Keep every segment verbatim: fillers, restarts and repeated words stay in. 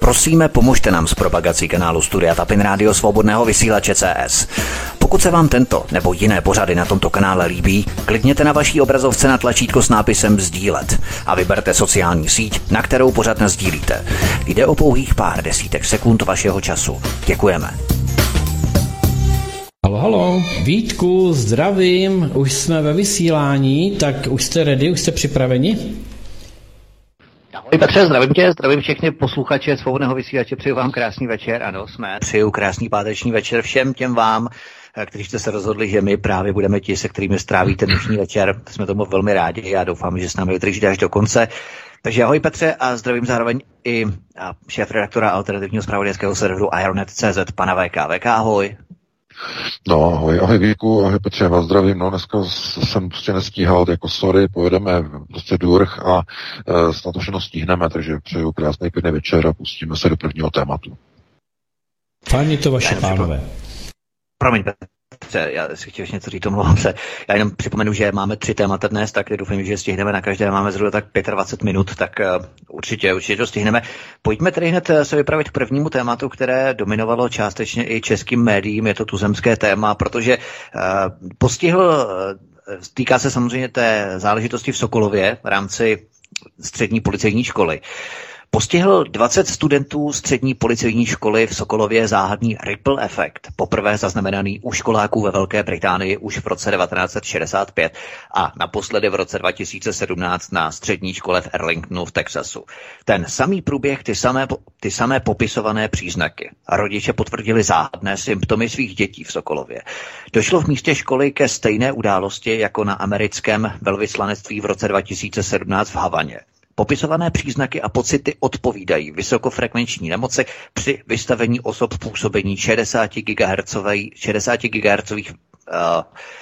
Prosíme, pomožte nám s propagací kanálu Studia Tapin Rádio Svobodného vysílače C S. Pokud se vám tento nebo jiné pořady na tomto kanále líbí, klikněte na vaší obrazovce na tlačítko s nápisem sdílet a vyberte sociální síť, na kterou pořad nasdílíte. Jde o pouhých pár desítek sekund vašeho času. Děkujeme. Halo, halo, Vítku, zdravím, už jsme ve vysílání, tak už jste ready, už jste připraveni? Ahoj Petře, zdravím tě, zdravím všechny posluchače Svobodného vysílače, přeju vám krásný večer, ano, jsme, přeju krásný páteční večer všem těm vám, kteří jste se rozhodli, že my právě budeme ti, se kterými strávíte dnešní večer, jsme tomu velmi rádi, já doufám, že s námi vydržíte až do konce. Takže ahoj Petře a zdravím zároveň i šéfredaktora alternativního zpravodajského serveru Ironet tečka cé zet, pana V K. V K, ahoj. No, ahoj, ahoj Víku, ahoj Petře, já vás zdravím, no dneska jsem prostě nestíhal, jako sorry, pojedeme prostě durch a e, snad to všechno stihneme, takže přeju krásný pěkný večer a pustíme se do prvního tématu. Fajn je to vaše pánové. Promiň Petře, já si chtěl něco říct, omlouvám se. Já jenom připomenu, že máme tři témata dnes, tak doufám, že stihneme na každé, máme zhruba tak dvacet pět minut, tak uh, určitě, určitě to stihneme. Pojďme tedy hned se vypravit k prvnímu tématu, které dominovalo částečně i českým médiím, je to tuzemské téma, protože uh, postihl, uh, týká se samozřejmě té záležitosti v Sokolově v rámci střední policejní školy. Postihl dvacet studentů střední policejní školy v Sokolově záhadný ripple efekt, poprvé zaznamenaný u školáků ve Velké Británii už v roce devatenáct set šedesát pět a naposledy v roce dva tisíce sedmnáct na střední škole v Arlingtonu v Texasu. Ten samý průběh, ty samé, ty samé popisované příznaky. A rodiče potvrdili záhadné symptomy svých dětí v Sokolově. Došlo v místě školy ke stejné události jako na americkém velvyslanectví v roce dva tisíce sedmnáct v Havaně. Popisované příznaky a pocity odpovídají vysokofrekvenční nemoci při vystavení osob působení šedesát gigahertzových uh, uh,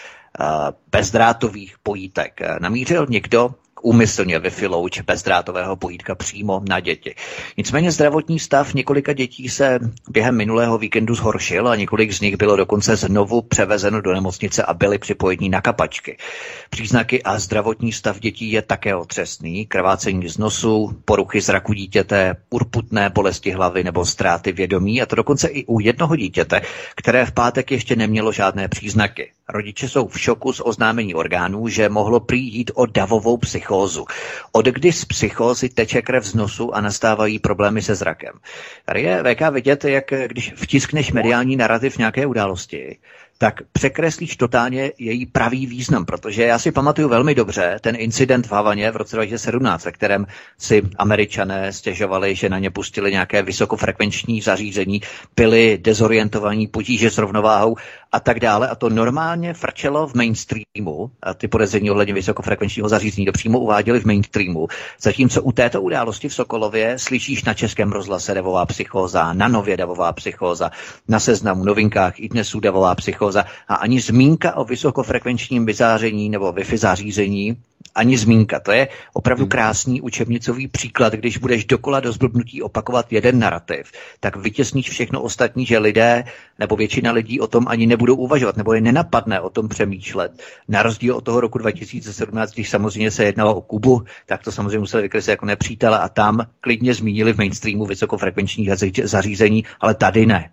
bezdrátových pojítek. Namířil někdo úmyslně Wi-Fi louč bezdrátového pojítka přímo na děti. Nicméně zdravotní stav několika dětí se během minulého víkendu zhoršil a několik z nich bylo dokonce znovu převezeno do nemocnice a byli připojeni na kapačky. Příznaky a zdravotní stav dětí je také otřesný. Krvácení z nosu, poruchy zraku dítěte, urputné bolesti hlavy nebo ztráty vědomí, a to dokonce i u jednoho dítěte, které v pátek ještě nemělo žádné příznaky. Rodiče jsou v šoku z oznámení orgánů, že mohlo prý jít o davovou psychózu. Od kdy z psychózy teče krev z nosu a nastávají problémy se zrakem. Tady je V K vidět, jak když vtiskneš mediální narrativ nějaké události, tak překreslíš totálně její pravý význam, protože já si pamatuju velmi dobře ten incident v Havaně v roce dva tisíce sedmnáct, ve kterém si Američané stěžovali, že na ně pustili nějaké vysokofrekvenční zařízení, byli dezorientovaní, potíže s rovnováhou a tak dále. A to normálně frčelo v mainstreamu, a ty podezření ohledně vysokofrekvenčního zařízení dopřímo uváděli v mainstreamu. Zatímco u této události v Sokolově slyšíš na Českém rozhlase davová psychóza, na Nově davová psychóza, na Seznamu, Novinkách, i dnesu davová psychóza a ani zmínka o vysokofrekvenčním vyzáření nebo Wi-Fi zařízení, ani zmínka. To je opravdu krásný učebnicový příklad, když budeš dokola do zblbnutí opakovat jeden narrativ, tak vytěsníš všechno ostatní, že lidé nebo většina lidí o tom ani nebudou uvažovat, nebo je nenapadne o tom přemýšlet. Na rozdíl od toho roku dva tisíce sedmnáct, když samozřejmě se jednalo o Kubu, tak to samozřejmě museli vykreslit jako nepřítele a tam klidně zmínili v mainstreamu vysokofrekvenčních zařízení, ale tady ne.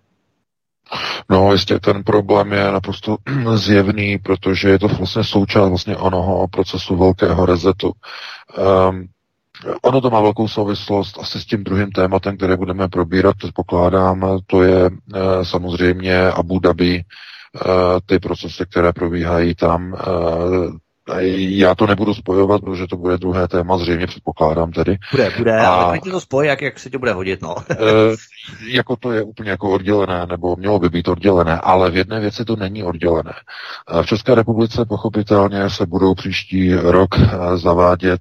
No, jistě ten problém je naprosto zjevný, protože je to vlastně součást vlastně onoho procesu velkého resetu. Um, ono to má velkou souvislost asi s tím druhým tématem, které budeme probírat, předpokládám, to je uh, samozřejmě Abu Dhabi, uh, ty procesy, které probíhají tam. Uh, Já to nebudu spojovat, protože to bude druhé téma, zřejmě předpokládám tedy. Bude, bude, a... ale to spoj, jak, jak se to bude hodit, no. e, jako to je úplně jako oddělené, nebo mělo by být oddělené, ale v jedné věci to není oddělené. V České republice pochopitelně se budou příští rok zavádět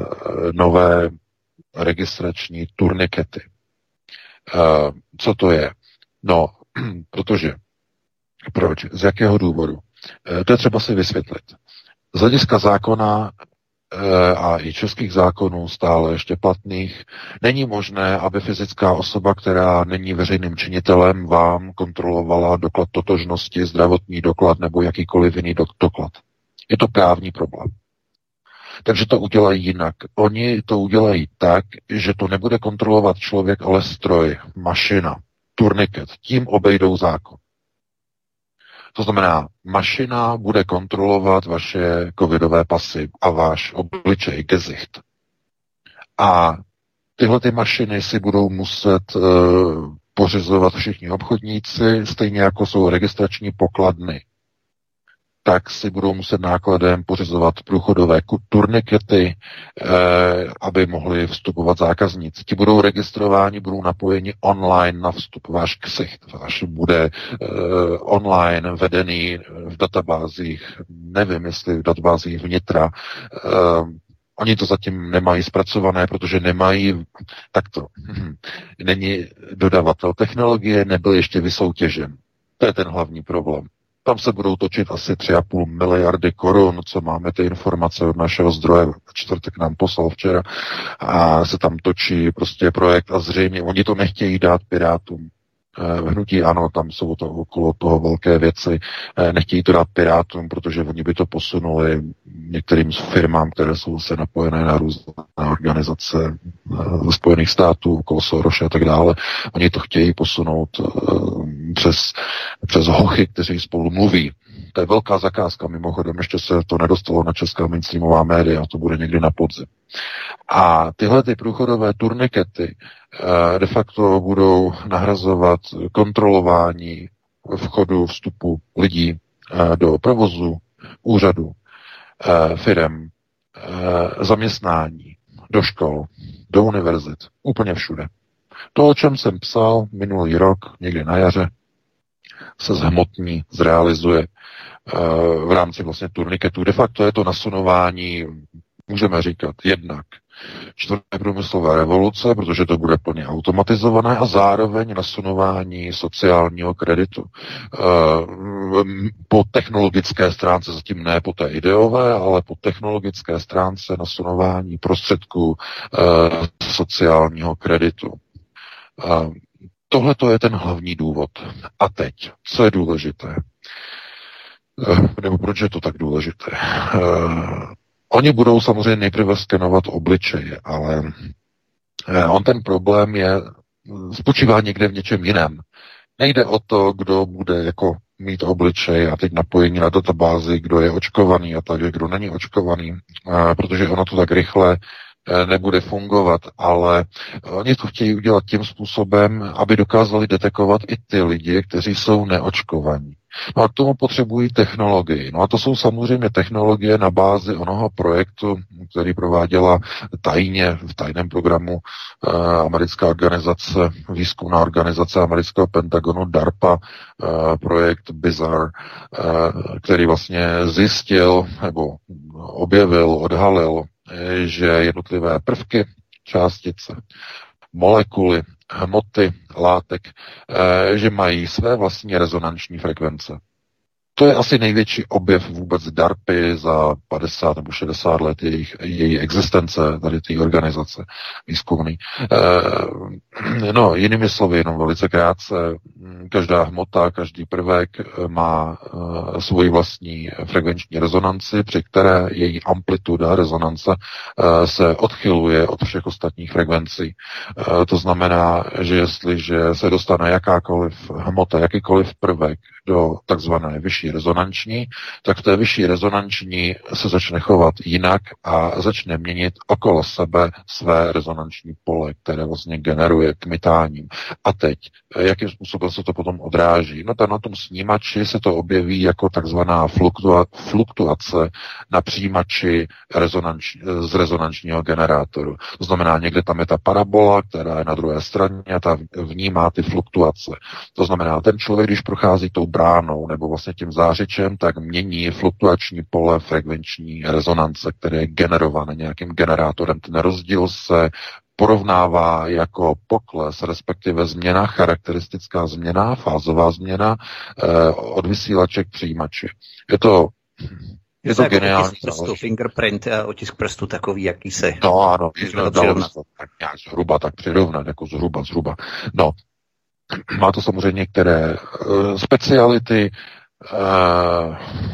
nové registrační turnikety. E, co to je? No, protože, proč? Z jakého důvodu? E, to je třeba si vysvětlit. Z hlediska zákona e, a i českých zákonů stále ještě platných není možné, aby fyzická osoba, která není veřejným činitelem, vám kontrolovala doklad totožnosti, zdravotní doklad nebo jakýkoliv jiný doklad. Je to právní problém. Takže to udělají jinak. Oni to udělají tak, že to nebude kontrolovat člověk, ale stroj, mašina, turniket. Tím obejdou zákon. To znamená, mašina bude kontrolovat vaše covidové pasy a váš obličej, Gesicht. A tyhle ty mašiny si budou muset uh, pořizovat všichni obchodníci, stejně jako jsou registrační pokladny. Tak si budou muset nákladem pořizovat průchodové turnikety, eh, aby mohli vstupovat zákazníci. Ti budou registrováni, budou napojeni online na vstup. Váš ksicht, váš bude eh, online vedený v databázích, nevím, jestli v databázích vnitra. Eh, oni to zatím nemají zpracované, protože nemají takto. Není dodavatel technologie, nebyl ještě vysoutěžen. To je ten hlavní problém. Tam se budou točit asi tři a půl miliardy korun, co máme ty informace od našeho zdroje. Čtvrtek nám poslal včera a se tam točí prostě projekt a zřejmě oni to nechtějí dát Pirátům. V hnutí ano, tam jsou to okolo toho velké věci. Nechtějí to dát Pirátům, protože oni by to posunuli některým firmám, které jsou se napojené na různé organizace ze Spojených států, okolo Soroše a tak dále. Oni to chtějí posunout přes, přes hochy, kteří spolu mluví. To je velká zakázka, mimochodem, ještě se to nedostalo na česká mainstreamová média, to bude někdy na podzim. A tyhle ty průchodové turnikety de facto budou nahrazovat kontrolování vchodu, vstupu lidí do provozu, úřadu, firem, zaměstnání, do škol, do univerzit, úplně všude. To, o čem jsem psal minulý rok, někdy na jaře, se zhmotní, zrealizuje v rámci vlastně turniketů. De facto je to nasunování, můžeme říkat, jednak čtvrté průmyslové revoluce, protože to bude plně automatizované a zároveň nasunování sociálního kreditu. Po technologické stránce, zatím ne po té ideové, ale po technologické stránce nasunování prostředků sociálního kreditu. Tohle to je ten hlavní důvod. A teď, co je důležité? Nebo proč je to tak důležité? Oni budou samozřejmě nejprve skenovat obličeje, ale on ten problém je, spočívá někde v něčem jiném. Nejde o to, kdo bude jako mít obličej a teď napojení na databázi, kdo je očkovaný a tak, kdo není očkovaný, protože ono to tak rychle nebude fungovat, ale oni to chtějí udělat tím způsobem, aby dokázali detekovat i ty lidi, kteří jsou neočkovaní. No a k tomu potřebují technologii. No a to jsou samozřejmě technologie na bázi onoho projektu, který prováděla tajně v tajném programu eh, americká organizace, výzkumná organizace amerického Pentagonu DARPA, eh, projekt Bizarre, eh, který vlastně zjistil nebo objevil, odhalil, eh, že jednotlivé prvky, částice, molekuly, hmoty, látek, e, že mají své vlastní rezonanční frekvence. To je asi největší objev vůbec DARPy za padesát nebo šedesát let jejich, její existence, tady té organizace výzkumný. E, no, jinými slovy, jenom velice krátce, každá hmota, každý prvek má e, svoji vlastní frekvenční rezonanci, při které její amplituda rezonance e, se odchyluje od všech ostatních frekvencí. E, to znamená, že jestliže se dostane jakákoliv hmota, jakýkoliv prvek do takzvané vyšší rezonanční, tak v té vyšší rezonanční se začne chovat jinak a začne měnit okolo sebe své rezonanční pole, které vlastně generuje kmitáním. A teď, jakým způsobem se to potom odráží? No tak na tom snímači se to objeví jako takzvaná fluktua- fluktuace na přijímači rezonanč- z rezonančního generátoru. To znamená, někde tam je ta parabola, která je na druhé straně a ta vnímá ty fluktuace. To znamená, ten člověk, když prochází tou bránou nebo vlastně tím zářičem, tak mění fluktuační pole frekvenční rezonance, které je generované nějakým generátorem. Ten rozdíl se porovnává jako pokles, respektive změna, charakteristická změna, fázová změna eh, od vysílače k přijímači. Je to Je to, to geniální. Otisk prstu, fingerprint, otisk prstu takový, jaký se... No ano, no, dalo by to tak nějak zhruba tak přirovnat, jako zhruba, zhruba. No, má to samozřejmě některé uh, speciality, uh,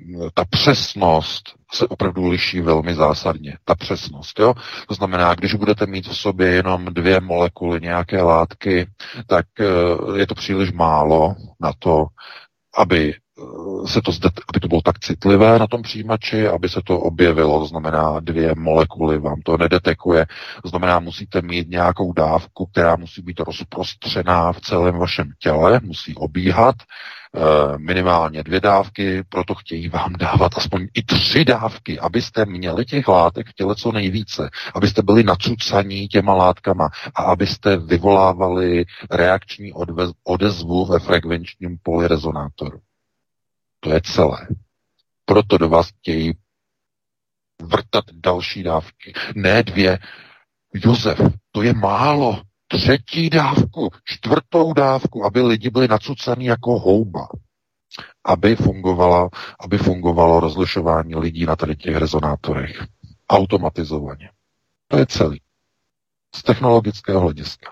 ta přesnost se opravdu liší velmi zásadně. Ta přesnost, jo? To znamená, když budete mít v sobě jenom dvě molekuly nějaké látky, tak je to příliš málo na to, aby se to, zde, aby to bylo tak citlivé na tom přijímači, aby se to objevilo, to znamená dvě molekuly vám to nedetekuje, to znamená musíte mít nějakou dávku, která musí být rozprostřená v celém vašem těle, musí obíhat, minimálně dvě dávky, proto chtějí vám dávat aspoň i tři dávky, abyste měli těch látek v těle co nejvíce, abyste byli nacucaní těma látkama a abyste vyvolávali reakční odvez, odezvu ve frekvenčním poli rezonátoru. To je celé. Proto do vás chtějí vrtat další dávky. Ne dvě. Josef, to je málo. Třetí dávku, čtvrtou dávku, aby lidi byli nacucaní jako houba. Aby, fungovala, aby fungovalo rozlišování lidí na tady těch rezonátorech. Automatizovaně. To je celý. Z technologického hlediska.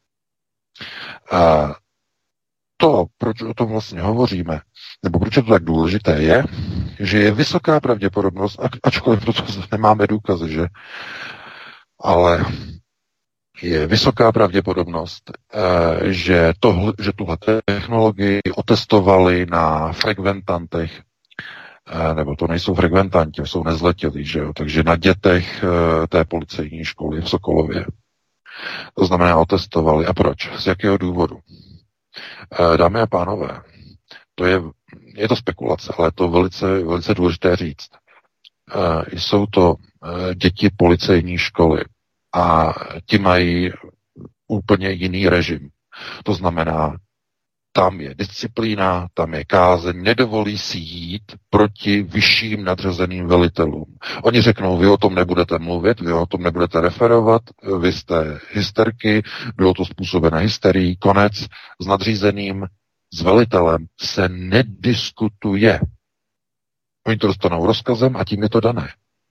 A to, proč o tom vlastně hovoříme, nebo proč je to tak důležité, je, že je vysoká pravděpodobnost, ačkoliv proto nemáme důkazy, že, ale je vysoká pravděpodobnost, že, tohle, že tuhle technologii otestovali na frekventantech, nebo to nejsou frekventanti, jsou nezletilí, že jo? Takže na dětech té policejní školy v Sokolově. To znamená otestovali. A proč? Z jakého důvodu? Dámy a pánové, to je, je to spekulace, ale je to velice, velice důležité říct. Jsou to děti policejní školy a ti mají úplně jiný režim. To znamená, tam je disciplína, tam je kázeň, nedovolí si jít proti vyšším nadřazeným velitelům. Oni řeknou, vy o tom nebudete mluvit, vy o tom nebudete referovat, vy jste hysterky, bylo to způsobené hysterií, konec, s nadřízeným, s velitelem se nediskutuje. Oni to dostanou rozkazem a tím je to dané.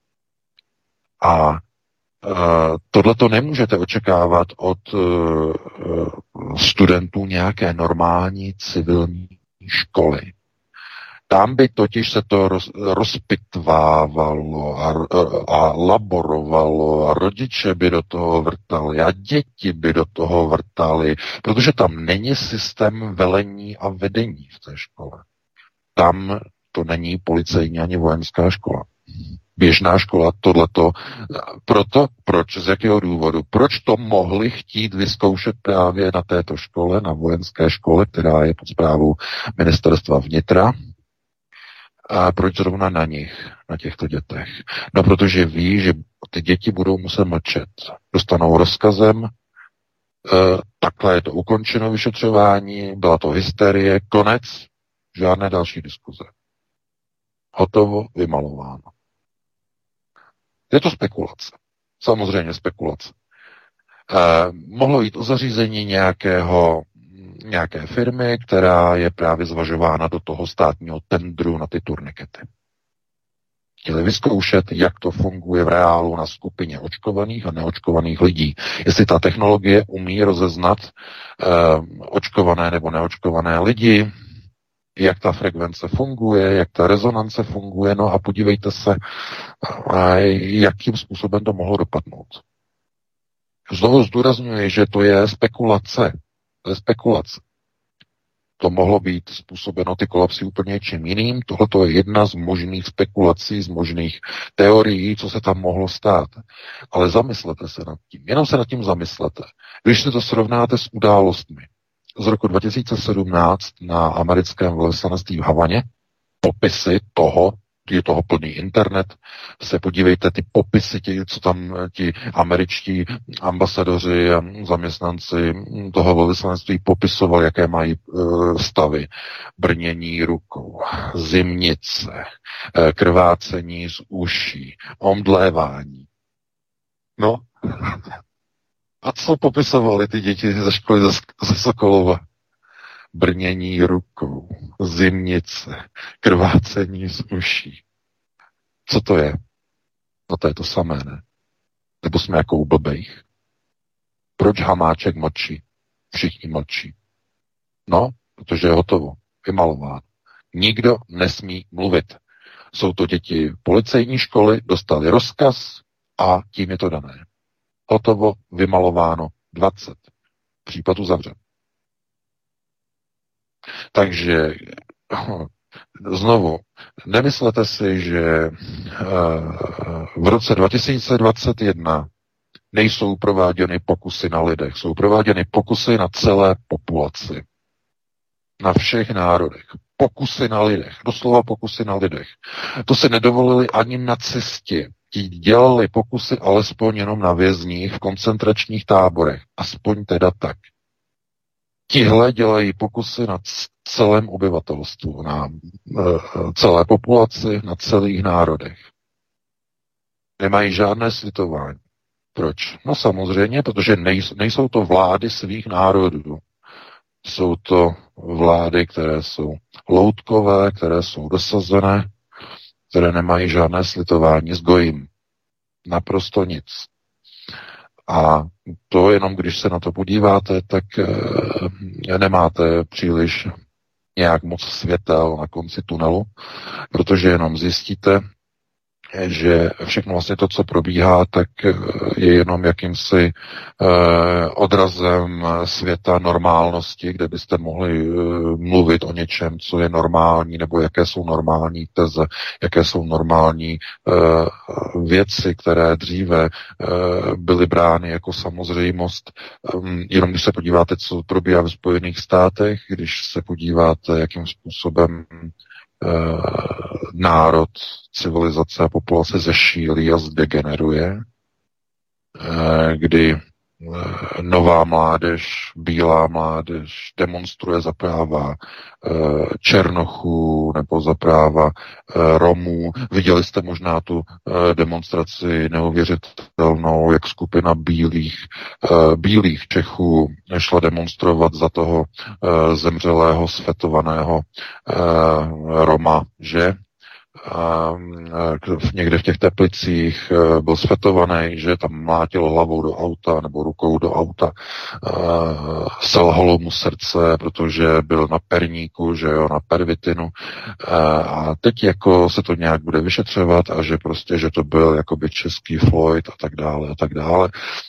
A Uh, tohle to nemůžete očekávat od uh, studentů nějaké normální civilní školy. Tam by totiž se to roz, rozpitvávalo a, a laborovalo a rodiče by do toho vrtali a děti by do toho vrtali, protože tam není systém velení a vedení v té škole. Tam to není policejní ani vojenská škola. Běžná škola, tohleto. Proto, proč, z jakého důvodu? Proč to mohli chtít vyzkoušet právě na této škole, na vojenské škole, která je pod správou ministerstva vnitra? A proč zrovna na nich, na těchto dětech? No, protože ví, že ty děti budou muset mlčet. Dostanou rozkazem, e, takhle je to ukončeno vyšetřování, byla to hysterie, konec, žádné další diskuze. Hotovo, vymalováno. Je to spekulace. Samozřejmě spekulace. Eh, mohlo jít o zařízení nějakého, nějaké firmy, která je právě zvažována do toho státního tendru na ty turnikety. Chtěli vyzkoušet, jak to funguje v reálu na skupině očkovaných a neočkovaných lidí. Jestli ta technologie umí rozeznat eh, očkované nebo neočkované lidi, jak ta frekvence funguje, jak ta rezonance funguje, no a podívejte se, jakým způsobem to mohlo dopadnout. Znovu zdůrazňuji, že to je spekulace. To je spekulace. To mohlo být způsobeno ty kolapsy úplně něčím jiným. Tohle to je jedna z možných spekulací, z možných teorií, co se tam mohlo stát. Ale zamyslete se nad tím. Jenom se nad tím zamyslete. Když se to srovnáte s událostmi z roku dva tisíce sedmnáct na americkém velvyslanectví v Havaně, popisy toho, je toho plný internet, se podívejte, ty popisy, tě, co tam ti američtí ambasadoři a zaměstnanci toho velvyslanectví popisovali, jaké mají e, stavy. Brnění rukou, zimnice, e, krvácení z uší, omdlévání. No, a co popisovali ty děti ze školy ze, ze Sokolova? Brnění rukou, zimnice, krvácení z uší. Co to je? No to je to samé, ne? Nebo jsme jako u blbejch? Proč Hamáček mlčí? Všichni mlčí. No, protože je hotovo, vymalováno. Nikdo nesmí mluvit. Jsou to děti policejní školy, dostali rozkaz a tím je to dané. Hotovo, vymalováno, dvacet. Případ uzavřen. Takže znovu, nemyslete si, že v roce dva tisíce dvacet jedna nejsou prováděny pokusy na lidech. Jsou prováděny pokusy na celé populaci. Na všech národech. Pokusy na lidech. Doslova pokusy na lidech. To si nedovolili ani nacisti. Ti dělali pokusy alespoň jenom na vězních v koncentračních táborech. Aspoň teda tak. Tihle dělají pokusy na celém obyvatelstvu, na uh, celé populaci, na celých národech. Nemají žádné slitování. Proč? No samozřejmě, protože nejsou, nejsou to vlády svých národů. Jsou to vlády, které jsou loutkové, které jsou dosazené, které nemají žádné slitování s gojím. Naprosto nic. A to jenom, když se na to podíváte, tak e, nemáte příliš nějak moc světel na konci tunelu, protože jenom zjistíte, že všechno vlastně to, co probíhá, tak je jenom jakýmsi eh, odrazem světa normálnosti, kde byste mohli eh, mluvit o něčem, co je normální, nebo jaké jsou normální teze, jaké jsou normální eh, věci, které dříve eh, byly brány jako samozřejmost. Um, jenom když se podíváte, co probíhá ve Spojených státech, když se podíváte, jakým způsobem národ, civilizace a populace zešílí a zdegeneruje, kdy nová mládež, bílá mládež demonstruje za práva černochů nebo za práva Romů. Viděli jste možná tu demonstraci neuvěřitelnou, jak skupina bílých, bílých Čechů šla demonstrovat za toho zemřelého, sfetovaného Roma, že? A někde v těch Teplicích byl sfetovaný, že tam mlátil hlavou do auta nebo rukou do auta, selhalo mu srdce, protože byl na perníku, že jo, na pervitinu, a teď jako se to nějak bude vyšetřovat a že prostě, že to byl jakoby český Floyd a tak dále a tak dále.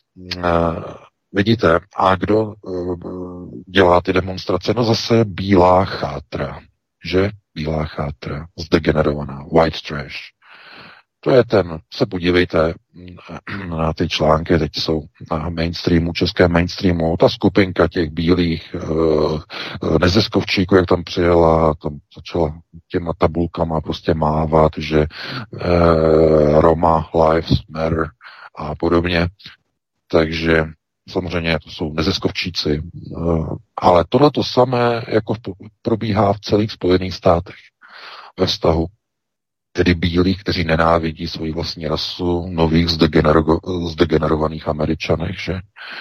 Vidíte, a kdo dělá ty demonstrace? No zase bílá chátra, že? Bílá chátra, zdegenerovaná, white trash. To je ten, se podívejte na ty články, teď jsou na mainstreamu, českém mainstreamu, ta skupinka těch bílých uh, neziskovčíků, jak tam přijela, tam začala těma tabulkama prostě mávat, že uh, Roma lives matter a podobně. Takže samozřejmě to jsou neziskovčíci, ale tohle to samé jako probíhá v celých Spojených státech ve vztahu tedy bílých, kteří nenávidí svoji vlastní rasu, nových zdegenero- zdegenerovaných Američanech, že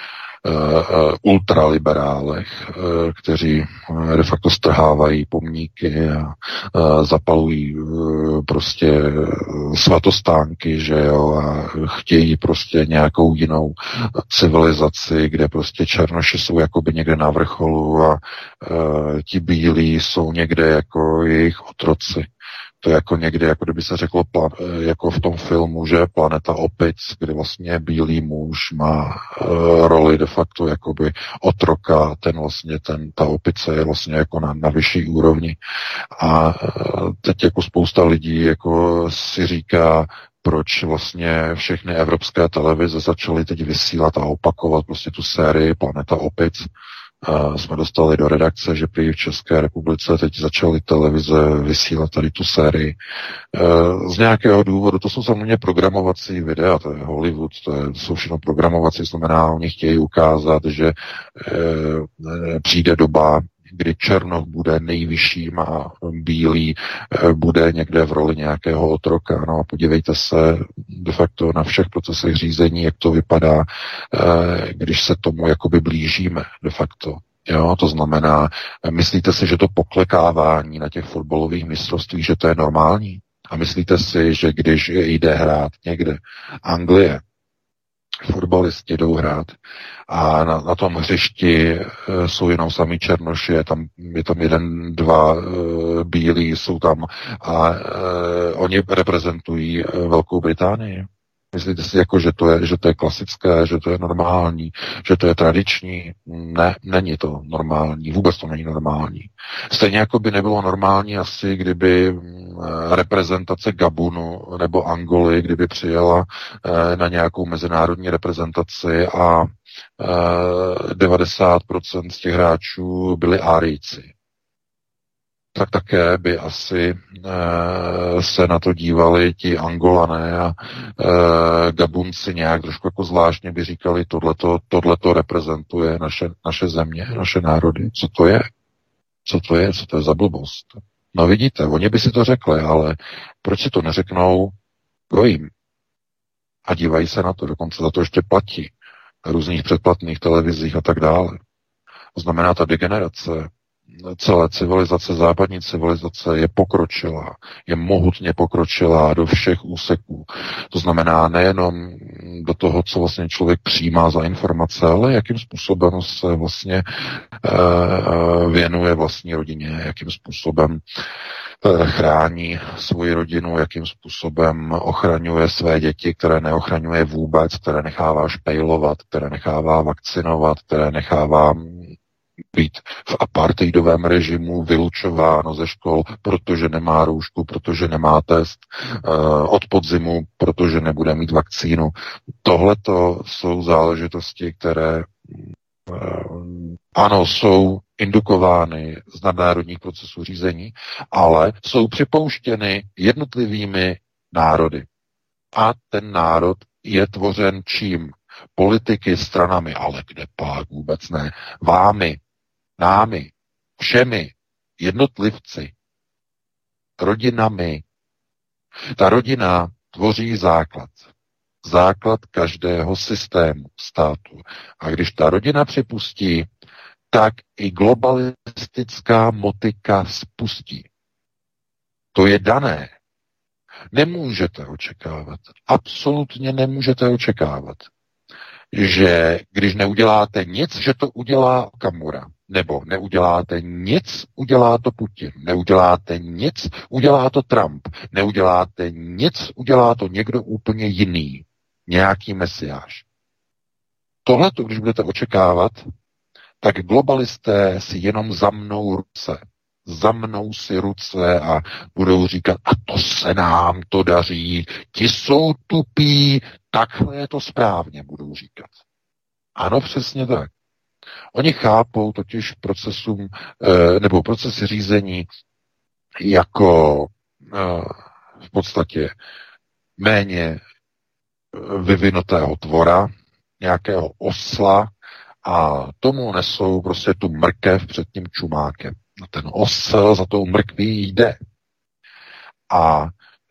Uh, ultraliberálech, uh, kteří uh, de facto strhávají pomníky a uh, zapalují uh, prostě svatostánky, že jo, a chtějí prostě nějakou jinou civilizaci, kde prostě černoši jsou jakoby někde na vrcholu a uh, ti bílí jsou někde jako jejich otroci. To je jako někdy, jako kdyby se řeklo, plan, jako v tom filmu, že Planeta opic, kdy vlastně bílý muž má uh, roli de facto jakoby otroka, ten vlastně, ten, ta opice je vlastně jako na, na vyšší úrovni. A uh, teď jako spousta lidí jako si říká, proč vlastně všechny evropské televize začaly teď vysílat a opakovat prostě tu sérii Planeta opic. Uh, jsme dostali do redakce, že prý v České republice teď začaly televize vysílat tady tu sérii. Uh, z nějakého důvodu, to jsou samozřejmě programovací videa, to je Hollywood, to, je, to jsou všechno programovací, znamená, oni chtějí ukázat, že uh, přijde doba, kdy černoch bude nejvyšším a bílý bude někde v roli nějakého otroka. No a podívejte se de facto na všech procesech řízení, jak to vypadá, když se tomu jakoby blížíme de facto. Jo, to znamená, myslíte si, že to poklekávání na těch fotbalových mistrovstvích, že to je normální? A myslíte si, že když jde hrát někde Anglie fotbalisti jdou hrát a na, na tom hřišti e, jsou jenom sami černoši, je tam, je tam jeden, dva e, bílí, jsou tam a e, oni reprezentují e, Velkou Británii. Myslíte si, jako, že, to je, že to je klasické, že to je normální, že to je tradiční? Ne, není to normální, vůbec to není normální. Stejně jako by nebylo normální asi, kdyby reprezentace Gabonu nebo Angoly, kdyby přijela na nějakou mezinárodní reprezentaci a devadesát procent z těch hráčů byli Árijci. Tak také by asi e, se na to dívali ti Angolané a e, Gabunci nějak trošku jako zvláštně by říkali, tohleto, tohleto reprezentuje naše, naše země, naše národy. Co to je? Co to je? Co to je za blbost? No vidíte, oni by si to řekli, ale proč si to neřeknou gojím? A dívají se na to, dokonce za to ještě platí na různých předplatných televizích a tak dále. To znamená, ta degenerace celé civilizace, západní civilizace je pokročilá, je mohutně pokročilá do všech úseků. To znamená nejenom do toho, co vlastně člověk přijímá za informace, ale jakým způsobem se vlastně e, věnuje vlastní rodině, jakým způsobem e, chrání svoji rodinu, jakým způsobem ochraňuje své děti, které neochraňuje vůbec, které nechává špejlovat, které nechává vakcinovat, které nechává být v apartheidovém režimu vylučováno ze škol, protože nemá roušku, protože nemá test od podzimu, protože nebude mít vakcínu. Tohleto jsou záležitosti, které ano, jsou indukovány z nadnárodních procesů řízení, ale jsou připouštěny jednotlivými národy. A ten národ je tvořen čím? Politiky, stranami, ale kde pak vůbec ne, vámi, námi, všemi, jednotlivci, rodinami. Ta rodina tvoří základ. Základ každého systému státu. A když ta rodina připustí, tak i globalistická motika spustí. To je dané. Nemůžete očekávat, absolutně nemůžete očekávat, že když neuděláte nic, že to udělá Okamura. Nebo neuděláte nic, udělá to Putin. Neuděláte nic, udělá to Trump. Neuděláte nic, udělá to někdo úplně jiný. Nějaký mesiáš. Tohleto, když budete očekávat, tak globalisté si jenom zamnou ruce. Zamnou si ruce a budou říkat, a to se nám to daří, ti jsou tupí, takhle je to správně, budou říkat. Ano, přesně tak. Oni chápou totiž procesům, nebo procesy řízení jako v podstatě méně vyvinutého tvora, nějakého osla a tomu nesou prostě tu mrkev před tím čumákem. A ten osel za tou mrkví jde. A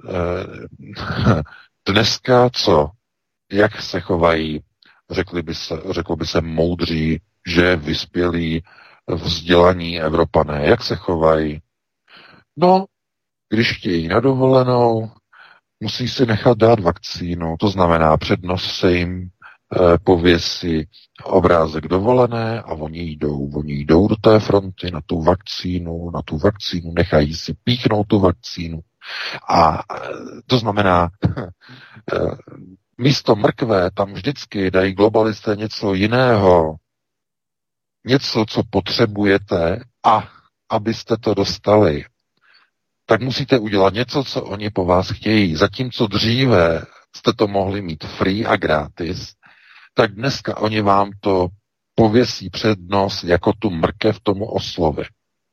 e, dneska co? Jak se chovají, řekli by se, řeklo by se moudří, že vyspělí vzdělaní Evropané. Jak se chovají? No, když chtějí na dovolenou, musí si nechat dát vakcínu. To znamená, před nos se jim e, pověsí obrázek dovolené a oni jdou. Oni jdou do té fronty na tu vakcínu, na tu vakcínu, nechají si píchnout tu vakcínu. A e, to znamená, e, místo mrkve tam vždycky dají globalisté něco jiného, něco, co potřebujete a abyste to dostali, tak musíte udělat něco, co oni po vás chtějí. Zatímco dříve jste to mohli mít free a gratis, tak dneska oni vám to pověsí před nos jako tu mrkev tomu oslovi.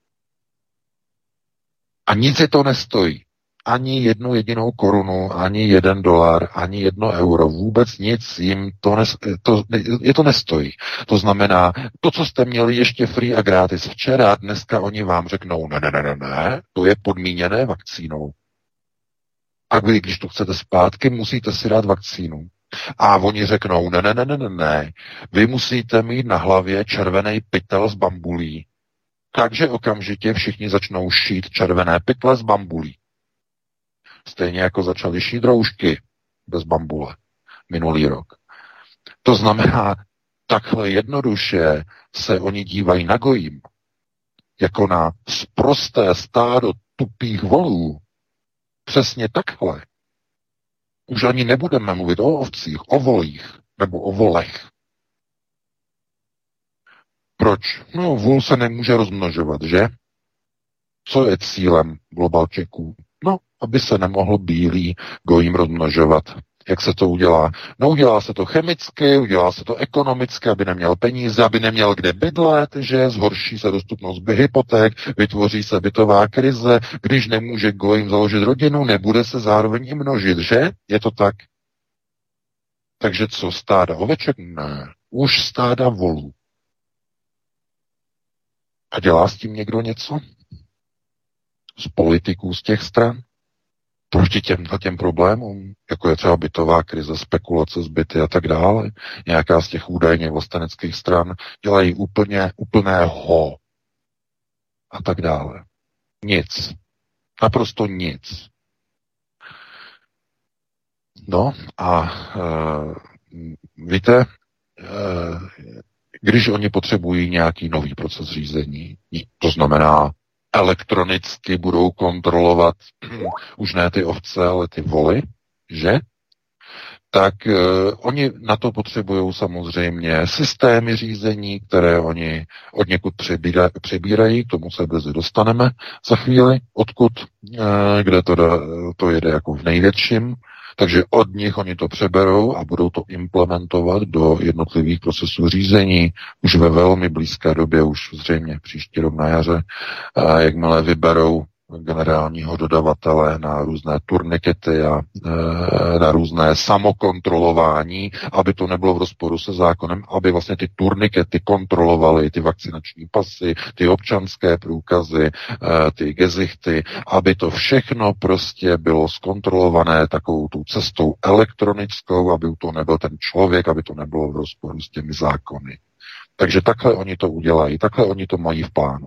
A nic je to nestojí. Ani jednu jedinou korunu, ani jeden dolar, ani jedno euro, vůbec nic jim to, nes, to, je to nestojí. To znamená, to, co jste měli ještě free a gratis včera, dneska oni vám řeknou, ne, ne, ne, ne, ne, to je podmíněné vakcínou. A vy, když to chcete zpátky, musíte si dát vakcínu. A oni řeknou, ne, ne, ne, ne, ne, ne, vy musíte mít na hlavě červený pytel z bambulí. Takže okamžitě všichni začnou šít červené pytle z bambulí. Stejně jako začaly šít roušky bez bambule minulý rok. To znamená, takhle jednoduše se oni dívají na Gojim, jako na sprosté stádo tupých volů. Přesně takhle. Už ani nebudeme mluvit o ovcích, o volích, nebo o volech. Proč? No, vůl se nemůže rozmnožovat, že? Co je cílem globalčeků? No, aby se nemohl bílý Gojim rozmnožovat. Jak se to udělá? No, udělá se to chemicky, udělá se to ekonomicky, aby neměl peníze, aby neměl kde bydlet, že zhorší se dostupnost by hypoték, vytvoří se bytová krize, když nemůže Gojim založit rodinu, nebude se zároveň i množit, že? Je to tak? Takže co, stáda oveček? Ne, už stáda volů. A dělá s tím někdo něco? Z politiků z těch stran? Proti těmhle těm problémům, jako je třeba bytová krize, spekulace z byty a tak dále. Nějaká z těch údajně vlasteneckých stran dělají úplně, úplné ho. A tak dále. Nic. Naprosto nic. No a e, víte, e, když oni potřebují nějaký nový proces řízení, to znamená elektronicky budou kontrolovat už ne ty ovce, ale ty voly, že? Tak uh, oni na to potřebují samozřejmě systémy řízení, které oni od někud přebíra, přebírají, k tomu se brzy dostaneme za chvíli, odkud, uh, kde to, da, to jede jako v největším. Takže od nich oni to přeberou a budou to implementovat do jednotlivých procesů řízení už ve velmi blízké době, už zřejmě příští rok na jaře, jakmile vyberou generálního dodavatele na různé turnikety a e, na různé samokontrolování, aby to nebylo v rozporu se zákonem, aby vlastně ty turnikety kontrolovaly ty vakcinační pasy, ty občanské průkazy, e, ty gezichty, aby to všechno prostě bylo zkontrolované takovou tou cestou elektronickou, aby to nebyl ten člověk, aby to nebylo v rozporu s těmi zákony. Takže takhle oni to udělají, takhle oni to mají v plánu.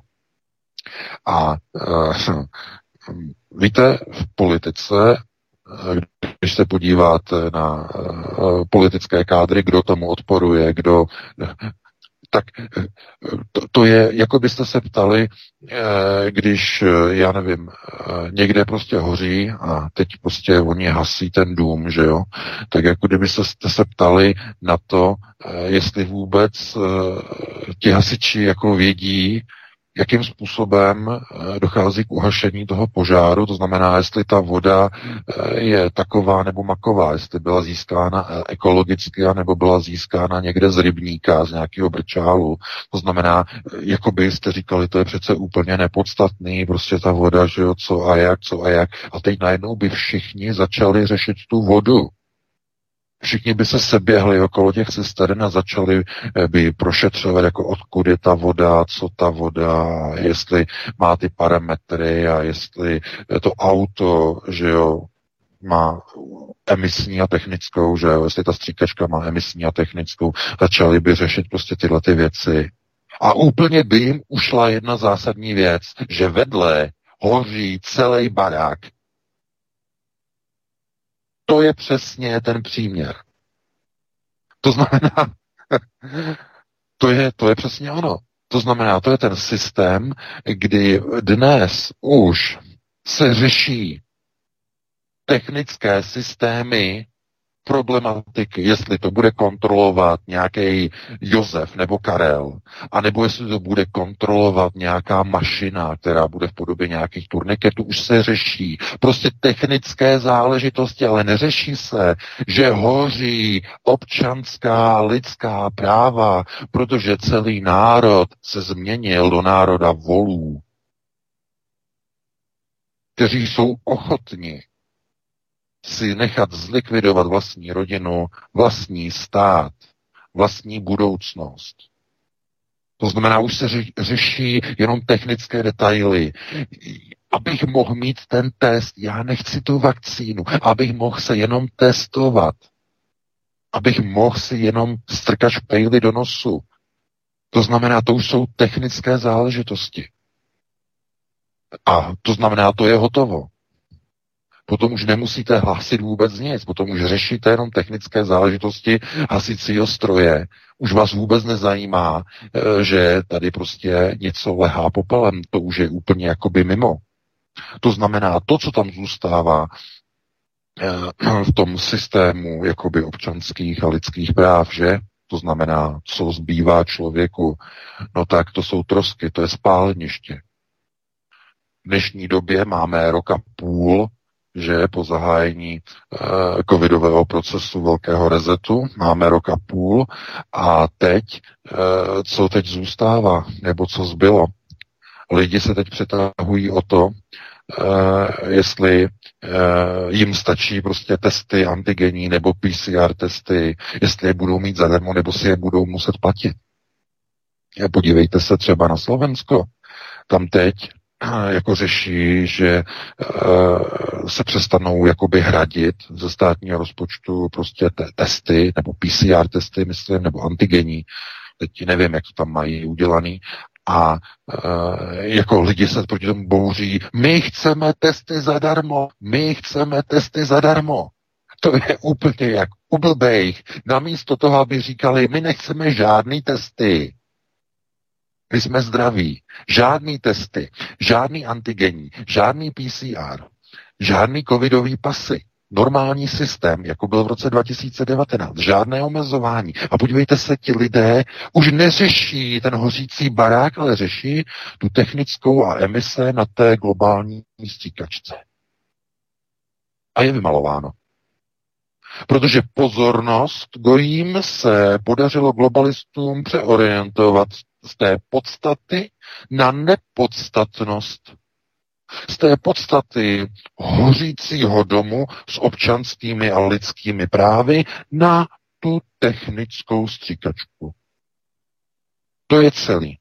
A uh, víte, v politice, když se podíváte na uh, politické kádry, kdo tomu odporuje, kdo, tak to, to je, jako byste se ptali, uh, když, já nevím, uh, někde prostě hoří a teď prostě oni hasí ten dům, že jo, tak jako kdybyste se ptali na to, uh, jestli vůbec uh, ti hasiči jako vědí, jakým způsobem dochází k uhašení toho požáru, to znamená, jestli ta voda je taková nebo maková, jestli byla získána ekologicky, nebo byla získána někde z rybníka, z nějakého brčálu. To znamená, jako byste říkali, to je přece úplně nepodstatný, prostě ta voda, že jo, co a jak, co a jak. A teď najednou by všichni začali řešit tu vodu. Všichni by se seběhli okolo těch cisteren a začali by prošetřovat, jako odkud je ta voda, co ta voda, jestli má ty parametry a jestli to auto, že jo, má emisní a technickou, že jo, jestli ta stříkačka má emisní a technickou, začali by řešit prostě tyhle ty věci. A úplně by jim ušla jedna zásadní věc, že vedle hoří celý barák. To je přesně ten příměr. To znamená, to je, to je přesně ono. To znamená, to je ten systém, kdy dnes už se řeší technické systémy problematiky, jestli to bude kontrolovat nějaký Josef nebo Karel, anebo jestli to bude kontrolovat nějaká mašina, která bude v podobě nějakých turniketů, už se řeší. Prostě technické záležitosti, ale neřeší se, že hoří občanská lidská práva, protože celý národ se změnil do národa volů, kteří jsou ochotni si nechat zlikvidovat vlastní rodinu, vlastní stát, vlastní budoucnost. To znamená, už se řeší jenom technické detaily. Abych mohl mít ten test, já nechci tu vakcínu, abych mohl se jenom testovat. Abych mohl si jenom strkat špejly do nosu. To znamená, to už jsou technické záležitosti. A to znamená, to je hotovo. Potom už nemusíte hasit vůbec nic, potom už řešíte jenom technické záležitosti hasicího stroje. Už vás vůbec nezajímá, že tady prostě něco lehá popelem. To už je úplně jakoby mimo. To znamená, to, co tam zůstává v tom systému jakoby občanských a lidských práv, že? To znamená, co zbývá člověku, no tak to jsou trosky, to je spáleniště. V dnešní době máme rok a půl, že po zahájení eh, covidového procesu velkého resetu máme rok a půl a teď, eh, co teď zůstává, nebo co zbylo. Lidi se teď přetahují o to, eh, jestli eh, jim stačí prostě testy antigenní nebo P C R testy, jestli je budou mít zadarmo, nebo si je budou muset platit. Podívejte se třeba na Slovensko. Tam teď jako řeší, že uh, se přestanou jakoby hradit ze státního rozpočtu prostě te- testy, nebo P C R testy, myslím, nebo antigenní. Teď nevím, jak to tam mají udělaný. A uh, jako lidi se proti tomu bouří. My chceme testy zadarmo. My chceme testy zadarmo. To je úplně jak u blbejch. Namísto toho, aby říkali, my nechceme žádný testy. My jsme zdraví. Žádný testy, žádný antigenní, žádný P C R, žádný covidový pasy. Normální systém, jako byl v roce dva tisíce devatenáct. Žádné omezování. A podívejte se, ti lidé už neřeší ten hořící barák, ale řeší tu technickou a emise na té globální stříkačce. A je vymalováno. Protože pozornost gojím se podařilo globalistům přeorientovat z té podstaty na nepodstatnost. Z té podstaty hořícího domu s občanskými a lidskými právy na tu technickou stříkačku. To je celý.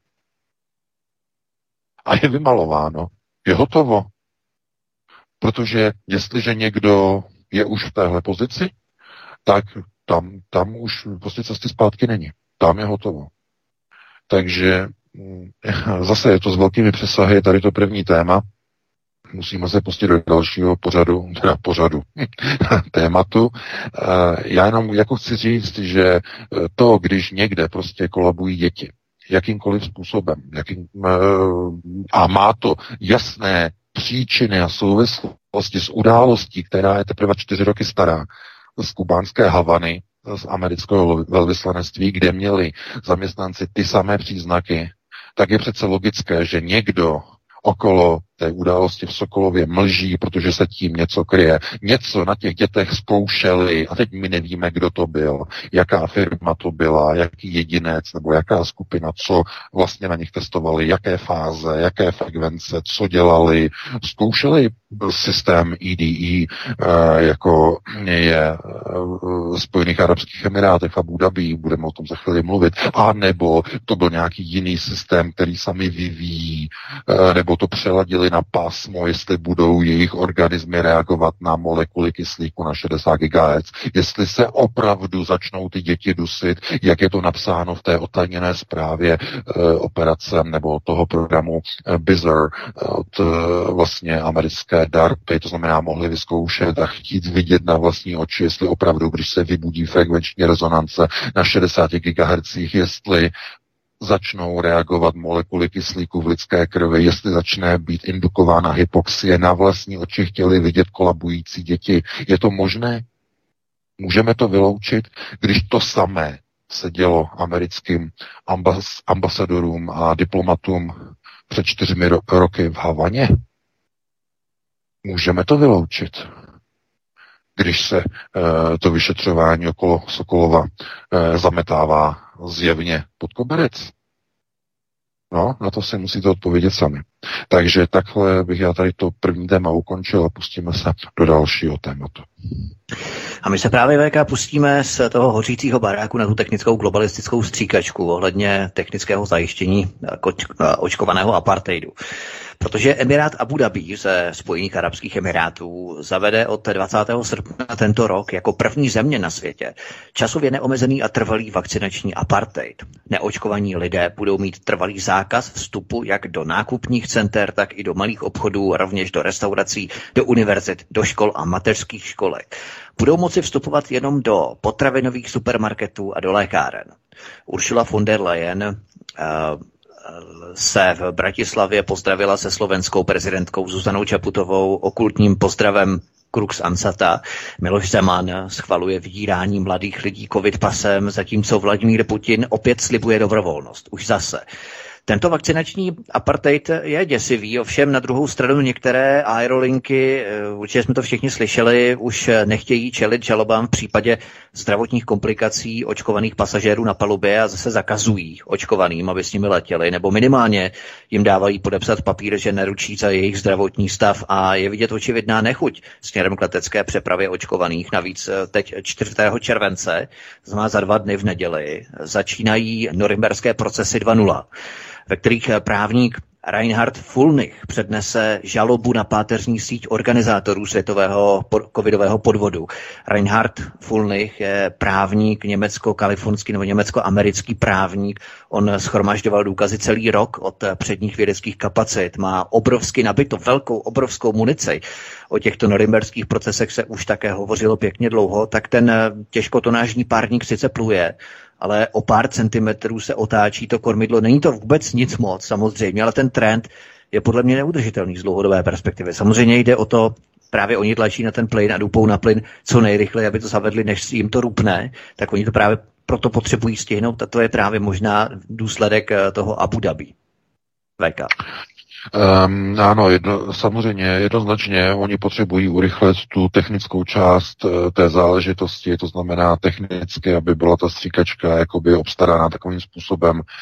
A je vymalováno. Je hotovo. Protože jestliže někdo je už v téhle pozici, tak tam, tam už prostě cesty zpátky není. Tam je hotovo. Takže zase je to s velkými přesahy, tady to první téma. Musíme se pustit do dalšího pořadu, teda pořadu, tématu. Já jenom jako chci říct, že to, když někde prostě kolabují děti, jakýmkoliv způsobem, jakým, a má to jasné příčiny a souvislosti s událostí, která je teprve čtyři roky stará, z kubánské Havany, z amerického velvyslanectví, kde měli zaměstnanci ty samé příznaky, tak je přece logické, že někdo okolo té události v Sokolově mlží, protože se tím něco kryje. Něco na těch dětech zkoušeli a teď my nevíme, kdo to byl, jaká firma to byla, jaký jedinec nebo jaká skupina, co vlastně na nich testovali, jaké fáze, jaké frekvence, co dělali. Zkoušeli systém E D E, jako je v Spojených arabských emirátech v Abu Dhabi, budeme o tom za chvíli mluvit, a nebo to byl nějaký jiný systém, který sami vyvíjí, nebo to přeladili na pásmo, jestli budou jejich organismy reagovat na molekuly kyslíku na šedesát gigahertzů, jestli se opravdu začnou ty děti dusit, jak je to napsáno v té otajněné zprávě e, operace nebo toho programu e, Bizarre od e, vlastně americké DARPy, to znamená mohli vyzkoušet a chtít vidět na vlastní oči, jestli opravdu, když se vybudí frekvenční rezonance na šedesát gigahertzů, jestli začnou reagovat molekuly kyslíku v lidské krvi, jestli začne být indukována hypoxie, na vlastní oči chtěli vidět kolabující děti. Je to možné? Můžeme to vyloučit, když to samé se dělo americkým ambas- ambasadorům a diplomatům před čtyřmi ro- roky v Havaně? Můžeme to vyloučit, když se e, to vyšetřování okolo Sokolova e, zametává zjevně pod koberec? No, na to si musíte odpovědět sami. Takže takhle bych já tady to první téma ukončil a pustíme se do dalšího tématu. A my se právě V K pustíme z toho hořícího baráku na tu technickou globalistickou stříkačku ohledně technického zajištění očkovaného apartheidu. Protože Emirát Abu Dhabi ze Spojených arabských emirátů zavede od dvacátého srpna tento rok jako první země na světě časově neomezený a trvalý vakcinační apartheid. Neočkovaní lidé budou mít trvalý zákaz vstupu jak do nákupních center, tak i do malých obchodů, rovněž do restaurací, do univerzit, do škol a mateřských školek. Budou moci vstupovat jenom do potravinových supermarketů a do lékáren. Ursula von der Leyen uh, se v Bratislavě pozdravila se slovenskou prezidentkou Zuzanou Čaputovou okultním pozdravem Crux Ansata. Miloš Zeman schvaluje vydírání mladých lidí covid pasem, zatímco Vladimír Putin opět slibuje dobrovolnost. Už zase. Tento vakcinační apartheid je děsivý, ovšem na druhou stranu některé aerolinky, určitě jsme to všichni slyšeli, už nechtějí čelit žalobám v případě zdravotních komplikací očkovaných pasažérů na palubě a zase zakazují očkovaným, aby s nimi letěli, nebo minimálně jim dávají podepsat papír, že neručí za jejich zdravotní stav a je vidět očividná nechuť směrem k letecké přepravě očkovaných. Navíc teď čtvrtého července, znamená za dva dny v neděli, začínají norimberské procesy dva nula, ve kterých právník Reinhard Fulnich přednese žalobu na páteřní síť organizátorů světového covidového podvodu. Reinhard Fulnich je právník německo-kalifornský nebo německo-americký právník. On shromažďoval důkazy celý rok od předních vědeckých kapacit. Má obrovsky nabito, velkou, obrovskou munici. O těchto norimberských procesech se už také hovořilo pěkně dlouho, tak ten těžkotonážní párník sice pluje, ale o pár centimetrů se otáčí to kormidlo. Není to vůbec nic moc, samozřejmě, ale ten trend je podle mě neudržitelný z dlouhodobé perspektivy. Samozřejmě jde o to, právě oni tlačí na ten plyn a dupou na plyn co nejrychleji, aby to zavedli, než jim to rupne, tak oni to právě proto potřebují stihnout a to je právě možná důsledek toho Abu Dhabi. V K. Um, ano, jedno, samozřejmě, jednoznačně oni potřebují urychlit tu technickou část uh, té záležitosti, to znamená technicky, aby byla ta stříkačka jakoby obstaraná takovým způsobem uh,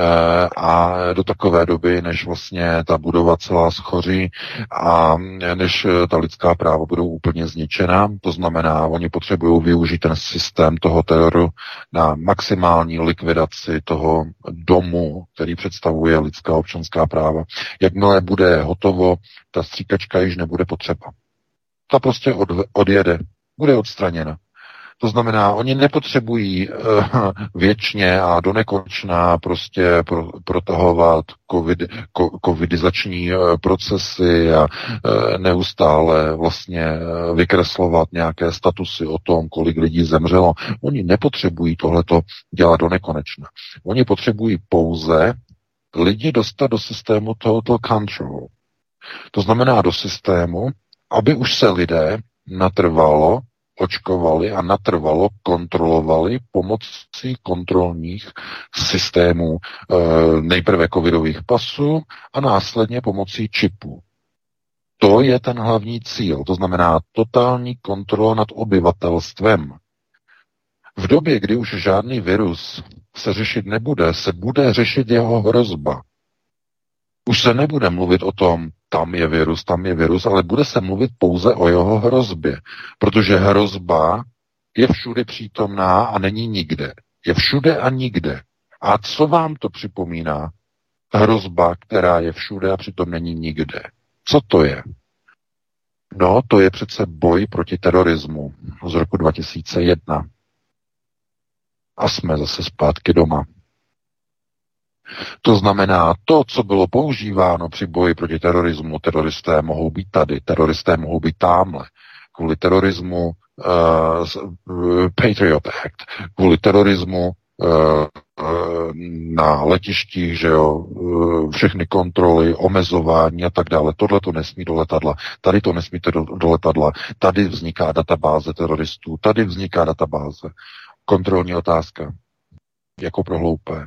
a do takové doby, než vlastně ta budova celá schoří a než ta lidská práva budou úplně zničena, to znamená, oni potřebují využít ten systém toho teroru na maximální likvidaci toho domu, který představuje lidská občanská práva. Jakmile bude hotovo, ta stříkačka již nebude potřeba. Ta prostě od, odjede, bude odstraněna. To znamená, oni nepotřebují uh, věčně a do nekonečna prostě pro, protahovat COVID, ko, covidizační uh, procesy a uh, neustále vlastně uh, vykreslovat nějaké statusy o tom, kolik lidí zemřelo. Oni nepotřebují tohleto dělat do nekonečna. Oni potřebují pouze lidi dostat do systému total control. To znamená do systému, aby už se lidé natrvalo očkovali a natrvalo kontrolovali pomocí kontrolních systémů e, nejprve covidových pasů a následně pomocí čipů. To je ten hlavní cíl, to znamená totální kontrola nad obyvatelstvem. V době, kdy už žádný virus se řešit nebude, se bude řešit jeho hrozba. Už se nebude mluvit o tom, tam je virus, tam je virus, ale bude se mluvit pouze o jeho hrozbě, protože hrozba je všude přítomná a není nikde. Je všude a nikde. A co vám to připomíná? Hrozba, která je všude a přitom není nikde. Co to je? No, to je přece boj proti terorismu z roku dva tisíce jedna. A jsme zase zpátky doma. To znamená, to, co bylo používáno při boji proti terorismu, teroristé mohou být tady, teroristé mohou být tamhle. Kvůli terorismu uh, Patriot Act, kvůli terorismu uh, uh, na letištích, že jo, uh, všechny kontroly, omezování a tak dále. Tohle to nesmí do letadla, tady to nesmíte do, do letadla, tady vzniká databáze teroristů, tady vzniká databáze. Kontrolní otázka. Jako pro hloupé.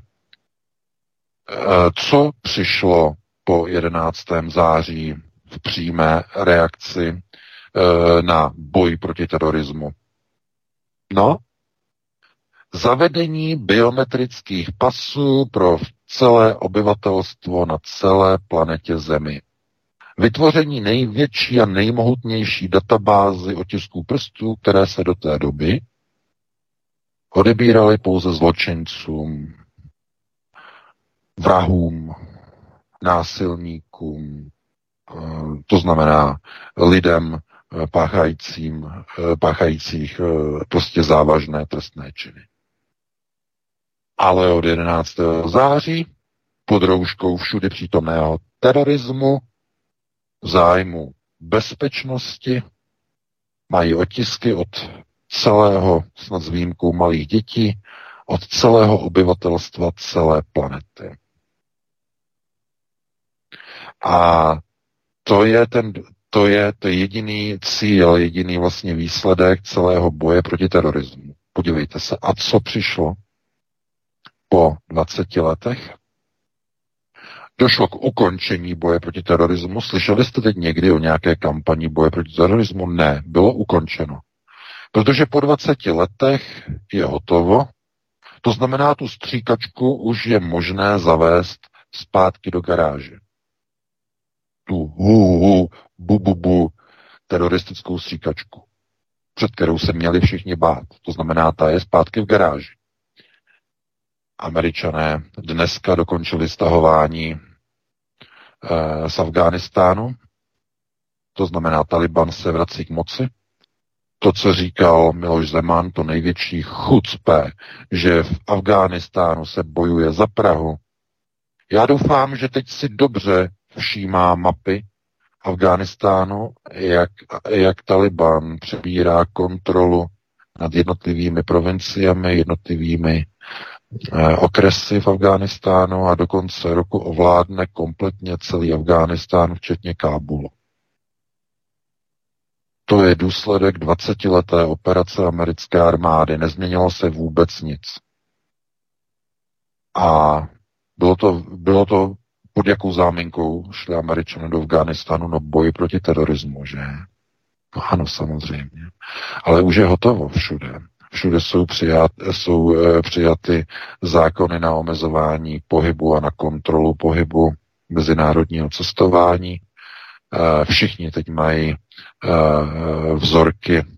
Co přišlo po jedenáctého září v přímé reakci na boj proti terorismu? No, zavedení biometrických pasů pro celé obyvatelstvo na celé planetě Zemi. Vytvoření největší a nejmohutnější databázy otisků prstů, které se do té doby odebírali pouze zločincům, vrahům, násilníkům, to znamená lidem páchajícím, páchajících prostě závažné trestné činy. Ale od jedenáctého září pod rouškou všudy přítomného terorismu, zájmu bezpečnosti, mají otisky od celého, snad s výjimkou malých dětí, od celého obyvatelstva celé planety. A to je ten, to je to jediný cíl, jediný vlastně výsledek celého boje proti terorismu. Podívejte se, a co přišlo po dvaceti letech? Došlo k ukončení boje proti terorismu. Slyšeli jste teď někdy o nějaké kampani boje proti terorismu? Ne, bylo ukončeno. Protože po dvaceti letech je hotovo, to znamená, tu stříkačku už je možné zavést zpátky do garáže. Tu hu, hu, bu, bu, bu, teroristickou stříkačku, před kterou se měli všichni bát. To znamená, ta je zpátky v garáži. Američané dneska dokončili stahování eh, z Afghánistánu. To znamená, Taliban se vrací k moci. To, co říkal Miloš Zeman, to největší chucpe, že v Afghánistánu se bojuje za Prahu. Já doufám, že teď si dobře všímá mapy Afghánistánu, jak, jak Taliban přebírá kontrolu nad jednotlivými provinciemi, jednotlivými eh, okresy v Afghánistánu a do konce roku ovládne kompletně celý Afghánistán, včetně Kábulu. To je důsledek dvacetileté operace americké armády. Nezměnilo se vůbec nic. A bylo to, bylo to pod jakou záminkou šli Američané do Afghánistánu? No boj proti terorismu, že? No ano, samozřejmě. Ale už je hotovo všude. Všude jsou, přijat, jsou e, přijaty zákony na omezování pohybu a na kontrolu pohybu, mezinárodního cestování. E, všichni teď mají e, vzorky e,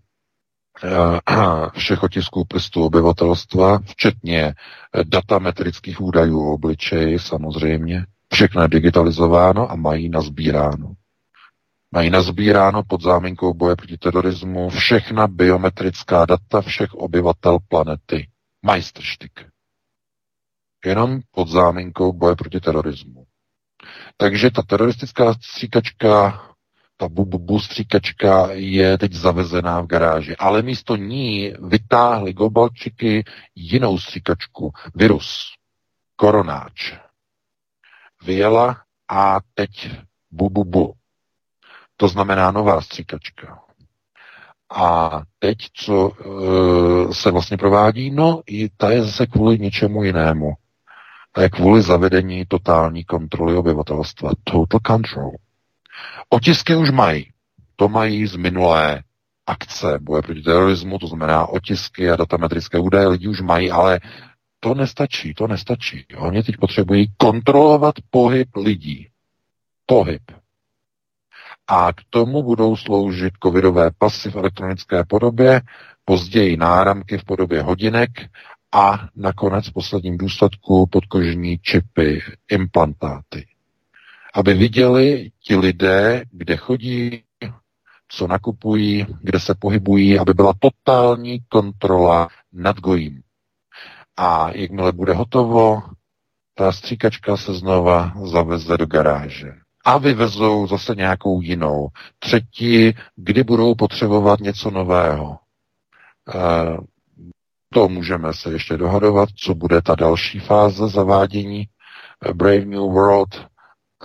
všech otisků prstů obyvatelstva, včetně data metrických údajů o obličeji samozřejmě. Všechno je digitalizováno a mají nazbíráno. Mají nazbíráno pod záminkou boje proti terorismu všechna biometrická data všech obyvatel planety. Majstrštyk. Jenom pod záminkou boje proti terorismu. Takže ta teroristická stříkačka, ta bububu stříkačka je teď zavezená v garáži. Ale místo ní vytáhli globalčiky jinou stříkačku. Virus. Koronáč. Vyjela a teď bububu. To znamená nová stříkačka. A teď, co e, se vlastně provádí? No, i ta je zase kvůli něčemu jinému. Ta je kvůli zavedení totální kontroly obyvatelstva. Total control. Otisky už mají. To mají z minulé akce boje proti terorismu, to znamená otisky a datametrické údaje lidi už mají, ale to nestačí, to nestačí. Oni teď potřebují kontrolovat pohyb lidí. Pohyb. A k tomu budou sloužit covidové pasy v elektronické podobě, později náramky v podobě hodinek a nakonec v posledním důsledku podkožní čipy, implantáty. Aby viděli ti lidé, kde chodí, co nakupují, kde se pohybují, aby byla totální kontrola nad gojím. A jakmile bude hotovo, ta stříkačka se znova zaveze do garáže. A vyvezou zase nějakou jinou. Třetí, kdy budou potřebovat něco nového. E, to můžeme se ještě dohadovat, co bude ta další fáze zavádění Brave New World. E,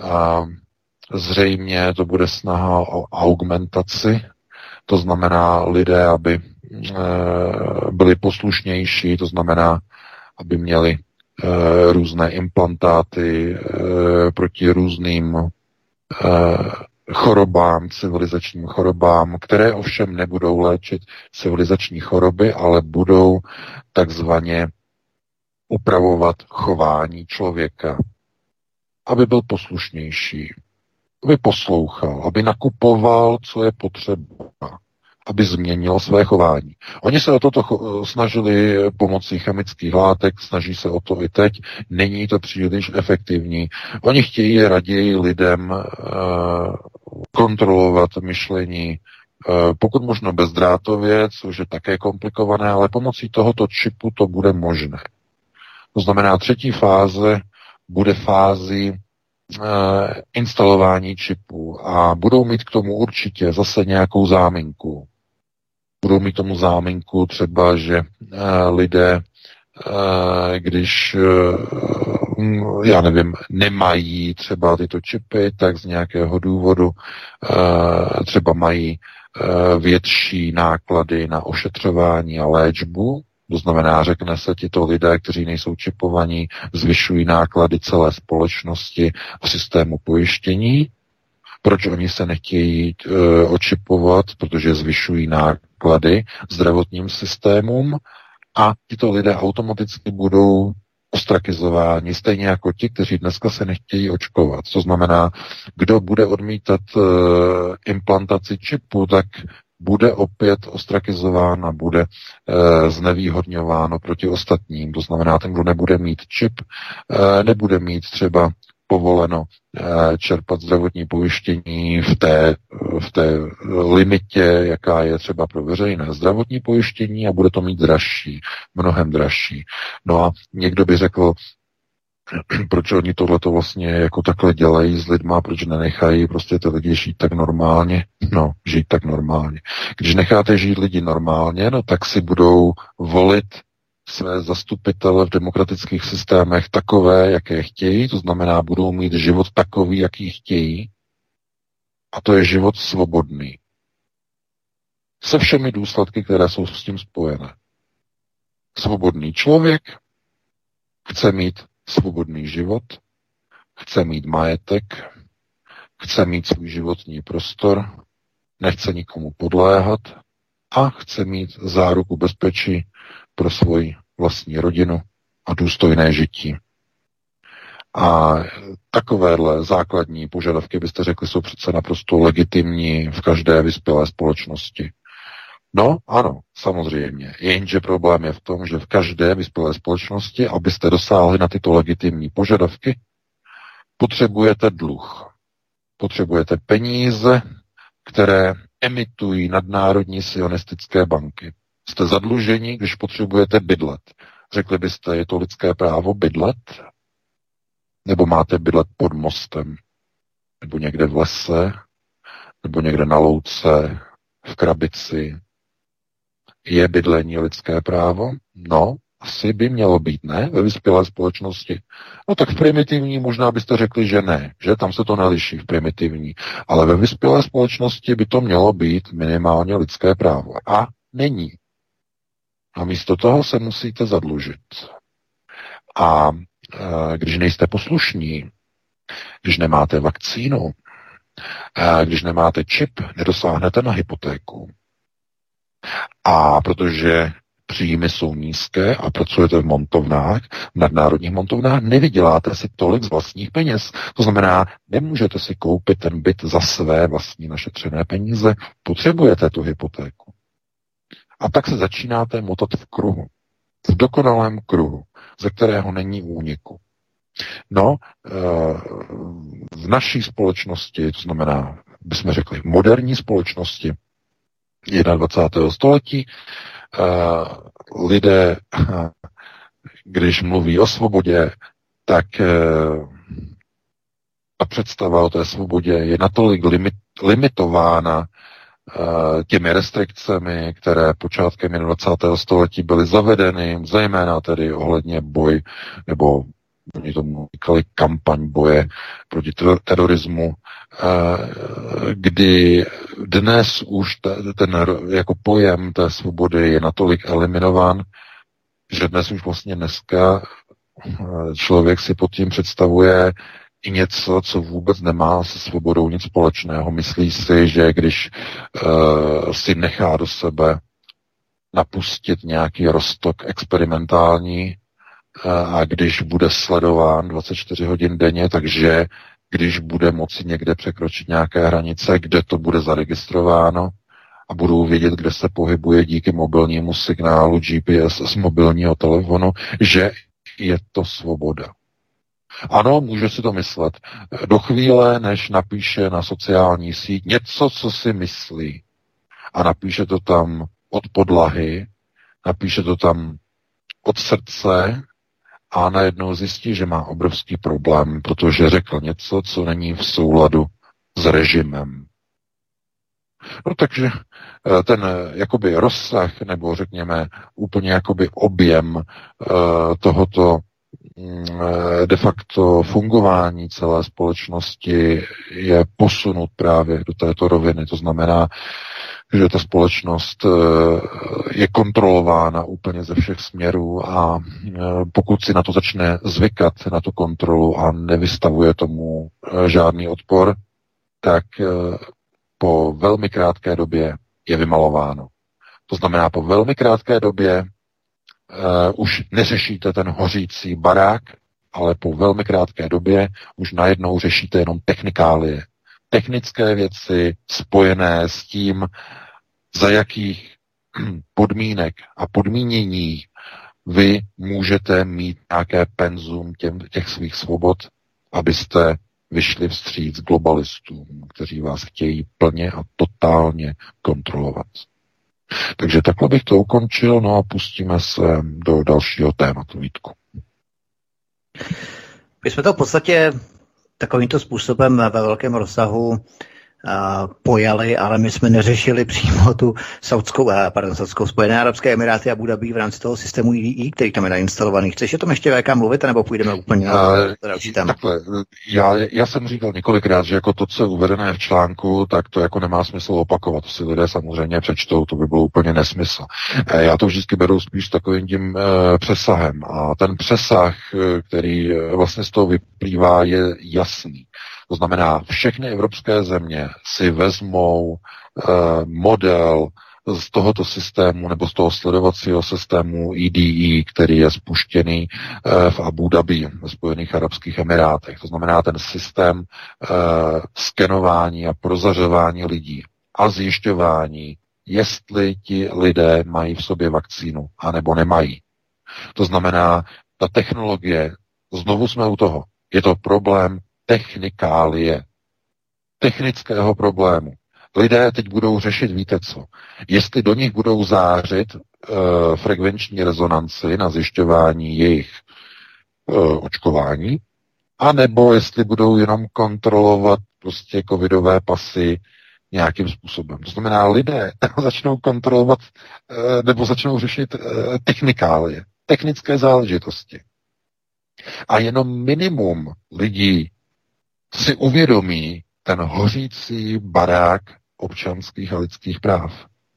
zřejmě to bude snaha o augmentaci, to znamená lidé, aby e, byli poslušnější, to znamená, aby měli e, různé implantáty e, proti různým chorobám, civilizačním chorobám, které ovšem nebudou léčit civilizační choroby, ale budou takzvaně upravovat chování člověka, aby byl poslušnější, aby poslouchal, aby nakupoval, co je potřeba, aby změnil své chování. Oni se o toto snažili pomocí chemických látek, snaží se o to i teď, není to příliš efektivní. Oni chtějí raději lidem uh, kontrolovat myšlení, pokud možno bezdrátově, což je také komplikované, ale pomocí tohoto čipu to bude možné. To znamená, třetí fáze bude fázi e, instalování čipů a budou mít k tomu určitě zase nějakou záminku. Budou mít tomu záminku třeba, že e, lidé, e, když, e, já nevím, nemají třeba tyto čipy, tak z nějakého důvodu e, třeba mají e, větší náklady na ošetřování a léčbu. To znamená, řekne se, tito lidé, kteří nejsou čipovaní, zvyšují náklady celé společnosti v systému pojištění. Proč oni se nechtějí e, očipovat? Protože zvyšují náklady zdravotním systémům a tito lidé automaticky budou ostrakizováni, stejně jako ti, kteří dneska se nechtějí očkovat. To znamená, kdo bude odmítat e, implantaci čipu, tak bude opět ostrakizován a bude e, znevýhodňováno proti ostatním. To znamená, ten, kdo nebude mít čip, e, nebude mít třeba povoleno e, čerpat zdravotní pojištění v té, v té limitě, jaká je třeba pro veřejné zdravotní pojištění a bude to mít dražší, mnohem dražší. No a někdo by řekl, proč oni tohleto vlastně jako takhle dělají s lidma, proč nenechají prostě ty lidi žít tak normálně? No, žít tak normálně. Když necháte žít lidi normálně, no tak si budou volit své zastupitele v demokratických systémech takové, jaké chtějí, to znamená, budou mít život takový, jaký chtějí, a to je život svobodný. Se všemi důsledky, které jsou s tím spojené. Svobodný člověk chce mít svobodný život, chce mít majetek, chce mít svůj životní prostor, nechce nikomu podléhat a chce mít záruku bezpečí pro svoji vlastní rodinu a důstojné žití. A takovéhle základní požadavky, byste řekli, jsou přece naprosto legitimní v každé vyspělé společnosti. No, ano, samozřejmě. Jenže problém je v tom, že v každé vyspělé společnosti, abyste dosáhli na tyto legitimní požadavky, potřebujete dluh. Potřebujete peníze, které emitují nadnárodní sionistické banky. Jste zadluženi, když potřebujete bydlet. Řekli byste, je to lidské právo bydlet? Nebo máte bydlet pod mostem? Nebo někde v lese? Nebo někde na louce? V krabici? Je bydlení lidské právo? No, asi by mělo být, ne? Ve vyspělé společnosti. No tak v primitivní možná byste řekli, že ne, že tam se to neliší v primitivní. Ale ve vyspělé společnosti by to mělo být minimálně lidské právo. A není. A místo toho se musíte zadlužit. A e, když nejste poslušní, když nemáte vakcínu, e, když nemáte čip, nedosáhnete na hypotéku. A protože příjmy jsou nízké a pracujete v montovnách, v nadnárodních montovnách, nevyděláte si tolik z vlastních peněz. To znamená, nemůžete si koupit ten byt za své vlastní našetřené peníze, potřebujete tu hypotéku. A tak se začínáte motat v kruhu. V dokonalém kruhu, ze kterého není úniku. No, v naší společnosti, to znamená, bychom řekli, v moderní společnosti dvacátého prvního století, lidé, když mluví o svobodě, tak ta představa o té svobodě je natolik limit, limitována těmi restrikcemi, které počátkem dvacátého století byly zavedeny, zejména tedy ohledně boj, nebo oni tomu říkali kampaň boje proti terorismu, kdy dnes už ten jako pojem té svobody je natolik eliminován, že dnes už vlastně dneska člověk si pod tím představuje i něco, co vůbec nemá se svobodou nic společného. Myslí si, že když uh, si nechá do sebe napustit nějaký roztok experimentální uh, a když bude sledován dvacet čtyři hodin denně, takže když bude moci někde překročit nějaké hranice, kde to bude zaregistrováno a budou vědět, kde se pohybuje díky mobilnímu signálu G P S z mobilního telefonu, že je to svoboda. Ano, může si to myslet. Do chvíle, než napíše na sociální síť něco, co si myslí, a napíše to tam od podlahy, napíše to tam od srdce a najednou zjistí, že má obrovský problém, protože řekl něco, co není v souladu s režimem. No takže ten jakoby rozsah, nebo řekněme úplně jakoby objem tohoto de facto fungování celé společnosti je posunut právě do této roviny. To znamená, že ta společnost je kontrolována úplně ze všech směrů a pokud si na to začne zvykat, na tu kontrolu a nevystavuje tomu žádný odpor, tak po velmi krátké době je vymalováno. To znamená, po velmi krátké době uh, už neřešíte ten hořící barák, ale po velmi krátké době už najednou řešíte jenom technikálie. Technické věci spojené s tím, za jakých podmínek a podmínění vy můžete mít nějaké penzum těm, těch svých svobod, abyste vyšli vstříc globalistům, kteří vás chtějí plně a totálně kontrolovat. Takže takhle bych to ukončil, no a pustíme se do dalšího tématu, Vítku. My jsme to v podstatě takovýmto způsobem ve velkém rozsahu pojali, ale my jsme neřešili přímo tu saudskou, pardon, saudskou Spojené arabské emiráty a Abu Dhabi v rámci toho systému I D I, který tam je nainstalovaný. Chceš o tom ještě V K mluvit, nebo půjdeme úplně na další téma? Takhle, já, já jsem říkal několikrát, že jako to, co je uvedené v článku, tak to jako nemá smysl opakovat. To si lidé samozřejmě přečtou, to by bylo úplně nesmysl. Já to vždycky beru spíš takovým tím e, přesahem. A ten přesah, který vlastně z toho vyplývá, je jasný. To znamená, všechny evropské země si vezmou eh, model z tohoto systému nebo z toho sledovacího systému I D I, který je spuštěný eh, v Abu Dhabi, ve Spojených arabských emirátech. To znamená ten systém eh, skenování a prozařování lidí a zjišťování, jestli ti lidé mají v sobě vakcínu, anebo nemají. To znamená, ta technologie, znovu jsme u toho, je to problém technikálie, technického problému. Lidé teď budou řešit, víte co, jestli do nich budou zářit e, frekvenční rezonanci na zjišťování jejich e, očkování, anebo jestli budou jenom kontrolovat prostě covidové pasy nějakým způsobem. To znamená, lidé začnou kontrolovat e, nebo začnou řešit e, technikálie, technické záležitosti. A jenom minimum lidí si uvědomí ten hořící barák občanských a lidských práv.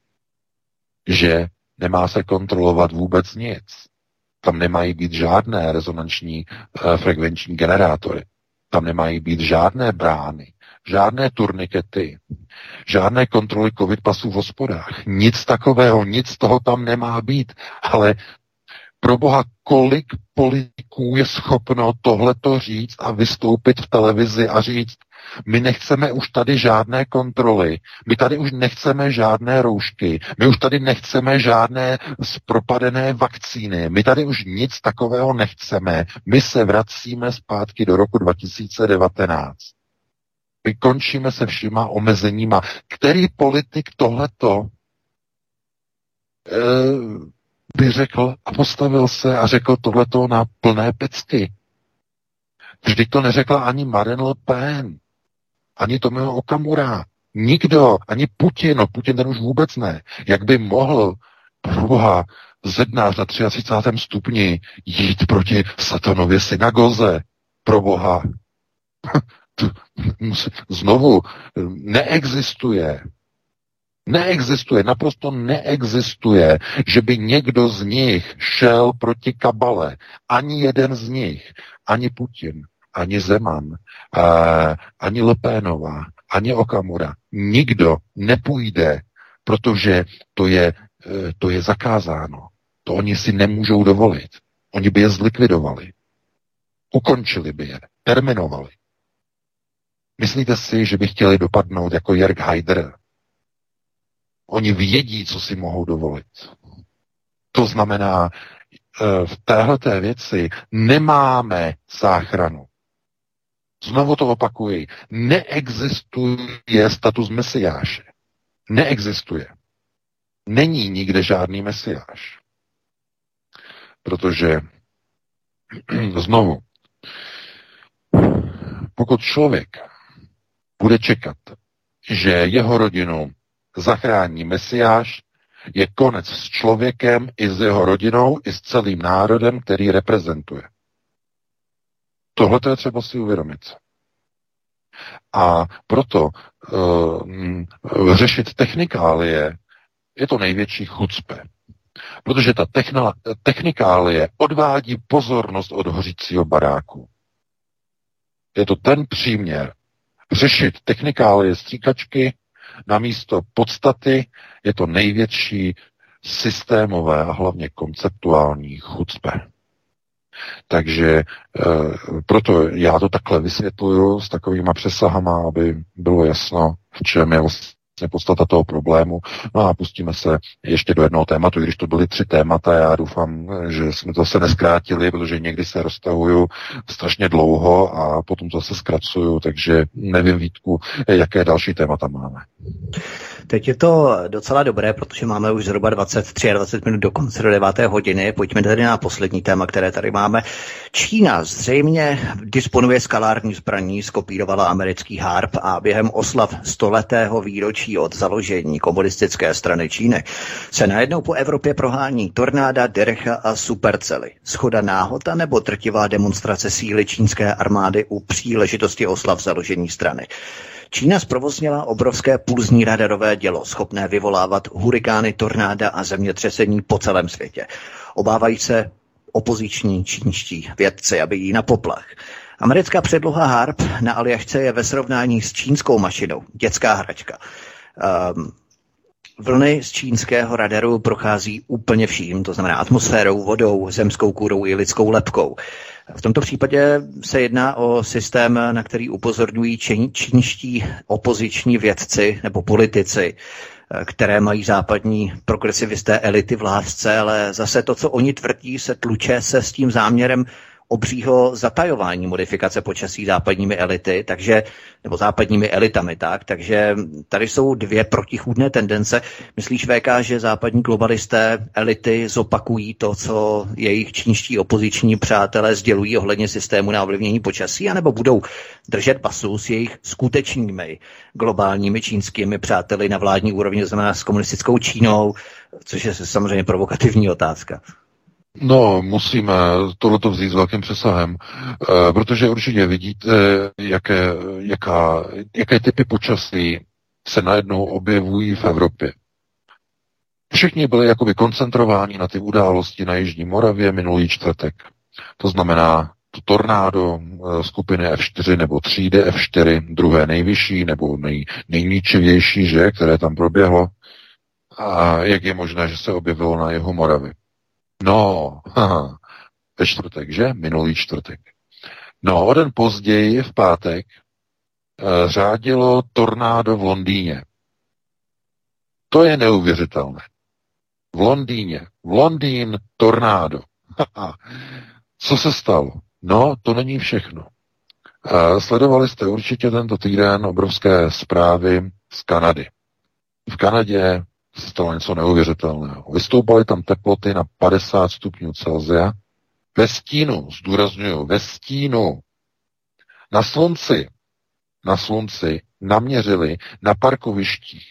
Že nemá se kontrolovat vůbec nic. Tam nemají být žádné rezonanční uh, frekvenční generátory. Tam nemají být žádné brány, žádné turnikety, žádné kontroly covid pasů v hospodách. Nic takového, nic toho tam nemá být. Ale pro boha, kolik politiků je schopno tohleto říct a vystoupit v televizi a říct, my nechceme už tady žádné kontroly, my tady už nechceme žádné roušky, my už tady nechceme žádné zpropadené vakcíny, my tady už nic takového nechceme, my se vracíme zpátky do roku dva tisíce devatenáct. My končíme se všima omezeníma. Který politik tohleto e, by řekl a postavil se a řekl tohleto na plné pecky? Vždyť to neřekla ani Marine Le Pen, ani Tomio Okamura, nikdo, ani Putin, no Putin ten už vůbec ne. Jak by mohl, proboha, zednář na třicátém třetím stupni jít proti Satanově synagoze, proboha. Znovu, neexistuje, neexistuje, naprosto neexistuje, že by někdo z nich šel proti kabale. Ani jeden z nich, ani Putin, ani Zeman, uh, ani Le Penová, ani Okamura. Nikdo nepůjde, protože to je, uh, to je zakázáno. To oni si nemůžou dovolit. Oni by je zlikvidovali. Ukončili by je. Terminovali. Myslíte si, že by chtěli dopadnout jako Jörg Haider? Oni vědí, co si mohou dovolit. To znamená, v téhleté věci nemáme záchranu. Znovu to opakuji. Neexistuje status mesiáše. Neexistuje. Není nikde žádný mesiáš. Protože znovu, pokud člověk bude čekat, že jeho rodinu zachrání mesiáš, je konec s člověkem i s jeho rodinou, i s celým národem, který reprezentuje. Tohle to je třeba si uvědomit. A proto uh, řešit technikálie je to největší chucpe. Protože ta technala, technikálie odvádí pozornost od hořícího baráku. Je to ten příměr. Řešit technikálie stříkačky namísto podstaty je to největší systémové a hlavně konceptuální chucpe. Takže e, proto já to takhle vysvětluju s takovýma přesahama, aby bylo jasno, v čem je vlastně podstata toho problému. No a pustíme se ještě do jednoho tématu, i když to byly tři témata, já doufám, že jsme to se neskrátili, protože někdy se roztahuju strašně dlouho a potom to se zkracuju, takže nevím, Vítku, jaké další témata máme. Teď je to docela dobré, protože máme už zhruba dvacet tři dvacet minut do konce do deváté hodiny. Pojďme tedy na poslední téma, které tady máme. Čína zřejmě disponuje skalární zbraní, skopírovala americký Harp a během oslav stoletého výročí od založení komunistické strany Číny se najednou po Evropě prohání tornáda, derecha a supercely. Shoda náhoda nebo drtivá demonstrace síly čínské armády u příležitosti oslav založení strany? Čína zprovoznila obrovské pulzní radarové dělo, schopné vyvolávat hurikány, tornáda a zemětřesení po celém světě. Obávají se opoziční čínští vědci, aby jí na poplach. Americká předloha Harp na Aljašce je ve srovnání s čínskou mašinou dětská hračka. Um, Vlny z čínského radaru prochází úplně vším, to znamená atmosférou, vodou, zemskou kůrou i lidskou lebkou. V tomto případě se jedná o systém, na který upozorňují čínští opoziční vědci nebo politici, které mají západní progresivisté elity v lásce, ale zase to, co oni tvrdí, se tluče se s tím záměrem obřího zatajování modifikace počasí západními elity, takže, nebo západními elitami, tak, takže tady jsou dvě protichůdné tendence. Myslíš, V K, že západní globalisté elity zopakují to, co jejich čínští opoziční přátelé sdělují ohledně systému na ovlivnění počasí, anebo budou držet pasu s jejich skutečnými globálními čínskými přáteli na vládní úrovni, to znamená s komunistickou Čínou, což je samozřejmě provokativní otázka. No, musíme tohleto vzít s velkým přesahem, e, protože určitě vidíte, jaké, jaká, jaké typy počasí se najednou objevují v Evropě. Všichni byli jakoby koncentrováni na ty události na Jižní Moravě minulý čtvrtek. To znamená to tornádo skupiny F čtyři nebo třídy F čtyři, druhé nejvyšší nebo nej, nejničivější, že, které tam proběhlo. A jak je možné, že se objevilo na jihu Moravy? No, haha, ve čtvrtek, že? Minulý čtvrtek. No, o den později, v pátek, e, řádilo tornádo v Londýně. To je neuvěřitelné. V Londýně. V Londýn tornádo. Co se stalo? No, to není všechno. E, sledovali jste určitě tento týden obrovské zprávy z Kanady. V Kanadě se stalo něco neuvěřitelného. Vystoupaly tam teploty na padesát stupňů Celsia. Ve stínu, zdůrazňuju, ve stínu. Na slunci, na slunci naměřili na parkovištích,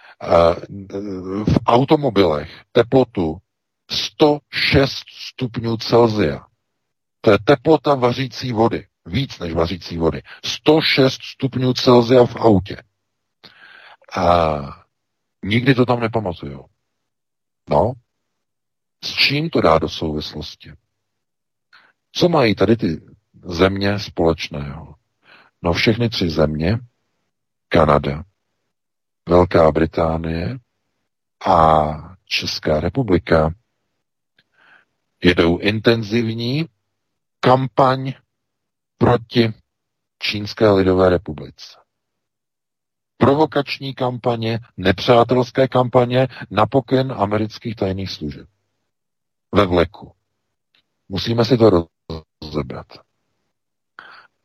v automobilech teplotu sto šest stupňů Celsia. To je teplota vařící vody. Víc než vařící vody. sto šest stupňů Celsia v autě. A nikdy to tam nepamatuju. No, s čím to dá do souvislosti? Co mají tady ty země společného? No, všechny tři země, Kanada, Velká Británie a Česká republika, jedou intenzivní kampaň proti Čínské lidové republice. Provokační kampaně, nepřátelské kampaně na pokyn amerických tajných služeb. Ve vleku. Musíme si to rozebrat.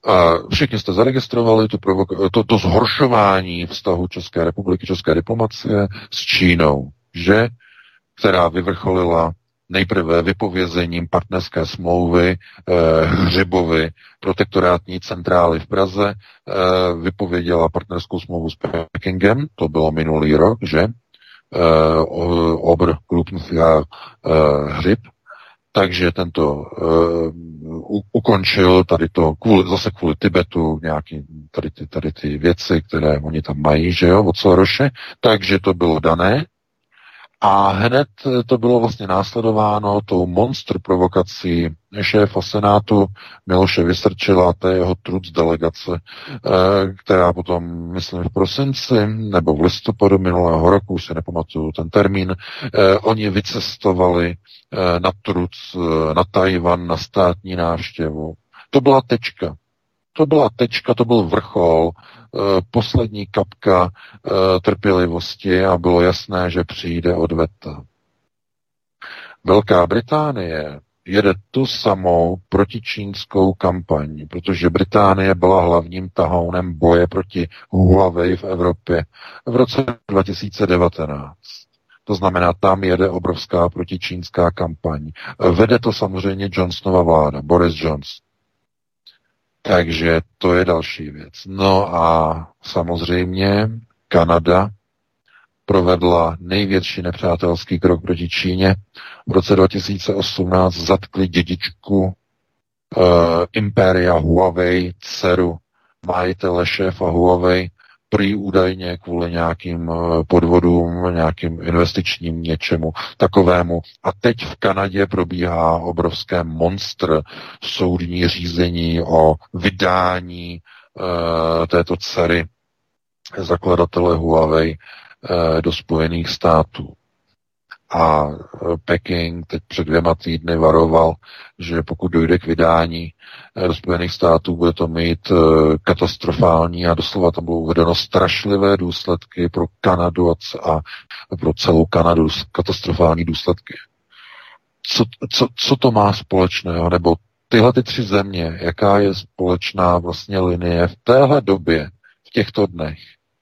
Všichni jste zaregistrovali tu provoka- to, to zhoršování vztahu České republiky, České diplomacie s Čínou, že? Která vyvrcholila nejprve vypovězením partnerské smlouvy eh, Hřibovi protektorátní centrály v Praze, eh, vypověděla partnerskou smlouvu s Pekingem, to bylo minulý rok, že? Eh, Obr Gruppenführer eh, Hřib, takže tento uh, ukončil tady to kvůli, zase kvůli Tibetu nějaký tady ty, tady ty věci, které oni tam mají, že jo, od Soroše, takže to bylo dané a hned to bylo vlastně následováno tou monster provokací šéfa Senátu Miloše Vystrčila, té jeho truc delegace, uh, která potom, myslím, v prosinci nebo v listopadu minulého roku, už si nepamatuju ten termín, uh, oni vycestovali na truc, na Tajvan, na státní návštěvu. To byla tečka. To byla tečka, to byl vrchol, poslední kapka trpělivosti a bylo jasné, že přijde odveta. Velká Británie jede tu samou protičínskou kampaň, protože Británie byla hlavním tahounem boje proti Huawei v Evropě v roce dva tisíce devatenáct. To znamená, tam jede obrovská protičínská kampaň. Vede to samozřejmě Johnsonova vláda, Boris Johnson. Takže to je další věc. No a samozřejmě Kanada provedla největší nepřátelský krok proti Číně. V roce dva tisíce osmnáct zatkli dědičku uh, impéria Huawei, dceru majitele šéfa Huawei, prý údajně kvůli nějakým podvodům, nějakým investičním něčemu takovému. A teď v Kanadě probíhá obrovské monstr soudní řízení o vydání e, této dcery zakladatele Huawei e, do Spojených států. A Peking teď před dvěma týdny varoval, že pokud dojde k vydání do Spojených států, bude to mít katastrofální a doslova tam budou uvedeno strašlivé důsledky pro Kanadu a pro celou Kanadu, katastrofální důsledky. Co, co, co to má společného? Nebo tyhle ty tři země, jaká je společná vlastně linie v téhle době, v těchto dnech?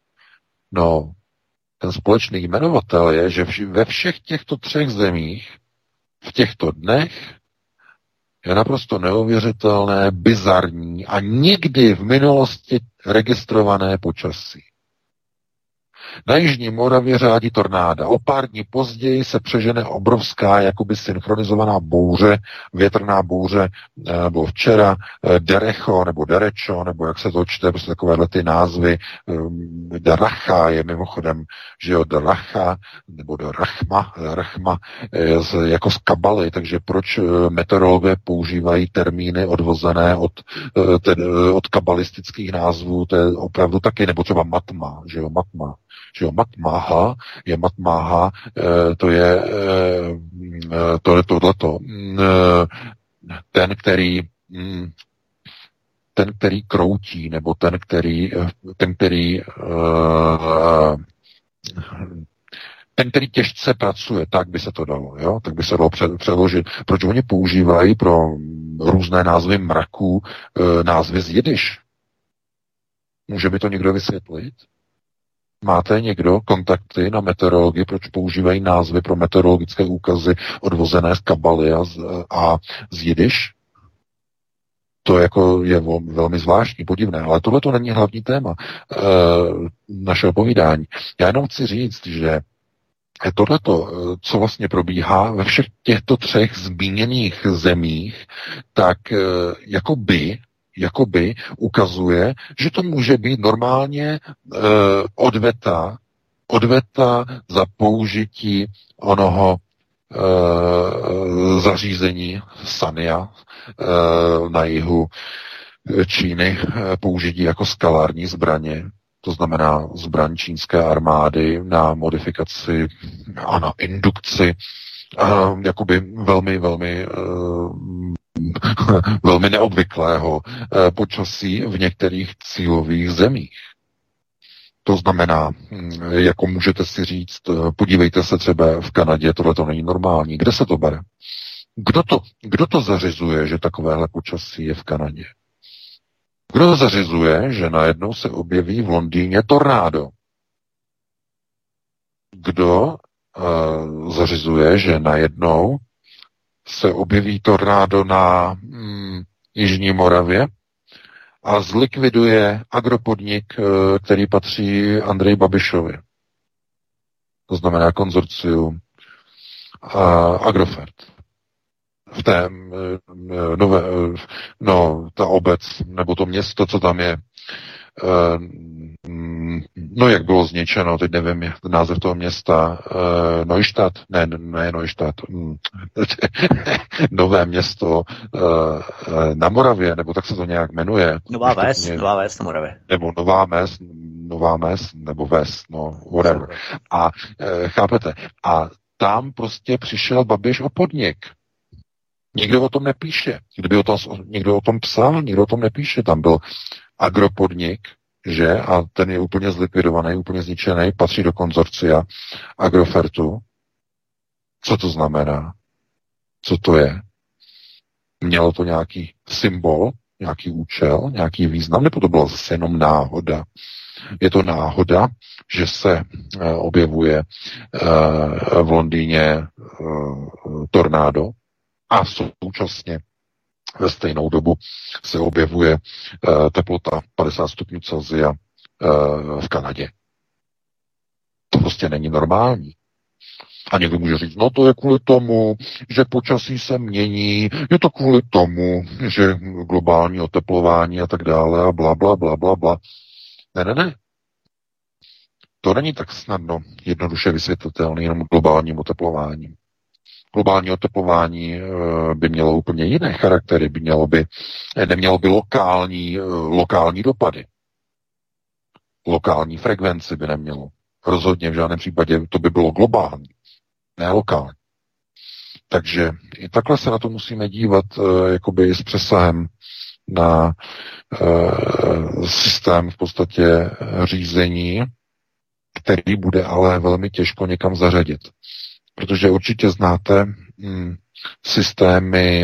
No, ten společný jmenovatel je, že ve všech těchto třech zemích v těchto dnech je naprosto neuvěřitelné, bizarní a nikdy v minulosti registrované počasí. Na Jižní Moravě řádí tornáda. O pár dní později se přežene obrovská, jakoby synchronizovaná bouře, větrná bouře, nebo včera Derecho, nebo Derečo, nebo jak se to čte, prostě takovéhle ty názvy. Daracha je mimochodem, že jo, Daracha, nebo Darachma, Darachma, jako z kabaly, takže proč meteorologové používají termíny odvozené od, od kabalistických názvů, to je opravdu taky, nebo třeba matma, že jo, matma. Že jo, matmáha je matmáha, to je to je tohleto. Ten, který ten, který kroutí, nebo ten, který ten, který ten, který těžce pracuje, tak by se to dalo, jo? Tak by se dalo přeložit. Proč oni používají pro různé názvy mraků názvy z jidiš? Může mi to někdo vysvětlit? Máte někdo kontakty na meteorologii, proč používají názvy pro meteorologické úkazy odvozené z kabaly a z, a z jidiš? To jako je velmi zvláštní, podivné, ale tohle to není hlavní téma e, našeho povídání. Já jenom chci říct, že tohleto, co vlastně probíhá ve všech těchto třech zmíněných zemích, tak e, jako by jakoby ukazuje, že to může být normálně e, odveta, odveta za použití onoho e, zařízení Sania e, na jihu Číny, e, použití jako skalární zbraně, to znamená zbraň čínské armády na modifikaci a na indukci e, jakoby velmi, velmi e, velmi neobvyklého eh, počasí v některých cílových zemích. To znamená, jako můžete si říct, podívejte se třeba v Kanadě, tohle to není normální. Kde se to bere? Kdo to, kdo to zařizuje, že takovéhle počasí je v Kanadě? Kdo zařizuje, že najednou se objeví v Londýně tornádo? Kdo uh, zařizuje, že najednou se objeví tornádo na mm, Jižní Moravě a zlikviduje agropodnik, uh, který patří Andreji Babišovi? To znamená konzorcium uh, Agrofert. V té uh, nové, uh, no, ta obec, nebo to město, co tam je, uh, no, jak bylo zničeno, teď nevím, jak název toho města, uh, Neustadt, ne, ne Neustadt, um, nové město uh, na Moravě, nebo tak se to nějak jmenuje. Nová Ves, mě, Nová Ves na Moravě. Nebo Nová Ves, Nová Ves, nebo Ves, no, whatever. A uh, chápete, a tam prostě přišel Babiš o podnik. Nikdo o tom nepíše. Kdyby o tom, někdo o tom psal, nikdo o tom nepíše. Tam byl agropodnik, že? A ten je úplně zlikvidovaný, úplně zničený, patří do konzorcia Agrofertu. Co to znamená? Co to je? Mělo to nějaký symbol, nějaký účel, nějaký význam, nebo to byla zase jenom náhoda? Je to náhoda, že se uh, objevuje uh, v Londýně uh, tornádo a současně ve stejnou dobu se objevuje uh, teplota padesát stupňů Celsia uh, v Kanadě. To prostě není normální. A někdo může říct, no to je kvůli tomu, že počasí se mění, je to kvůli tomu, že globální oteplování a tak dále a bla, bla, bla, bla, bla. Ne, ne, ne. To není tak snadno jednoduše vysvětlitelné jenom globálním oteplováním. Globální oteplování by mělo úplně jiné charaktery, by mělo by, nemělo by lokální, lokální dopady. Lokální frekvenci by nemělo. Rozhodně v žádném případě to by bylo globální, ne lokální. Takže i takhle se na to musíme dívat jakoby s přesahem na uh, systém v podstatě řízení, který bude ale velmi těžko někam zařadit. Protože určitě znáte hm, systémy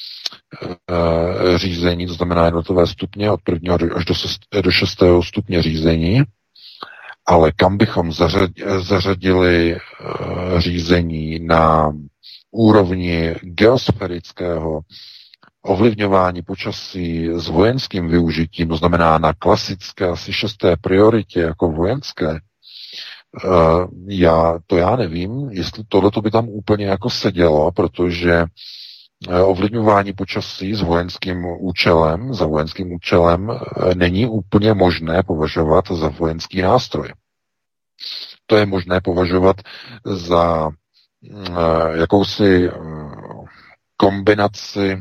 uh, řízení, to znamená jednotlivé stupně od prvního až do, do šestého stupně řízení, ale kam bychom zařadili uh, řízení na úrovni geosférického ovlivňování počasí s vojenským využitím, to znamená na klasické asi šesté prioritě jako vojenské, uh, já, to já nevím, jestli tohleto by tam úplně jako sedělo, protože uh, ovlivňování počasí s vojenským účelem, za vojenským účelem uh, není úplně možné považovat za vojenský nástroj. To je možné považovat za uh, jakousi uh, kombinaci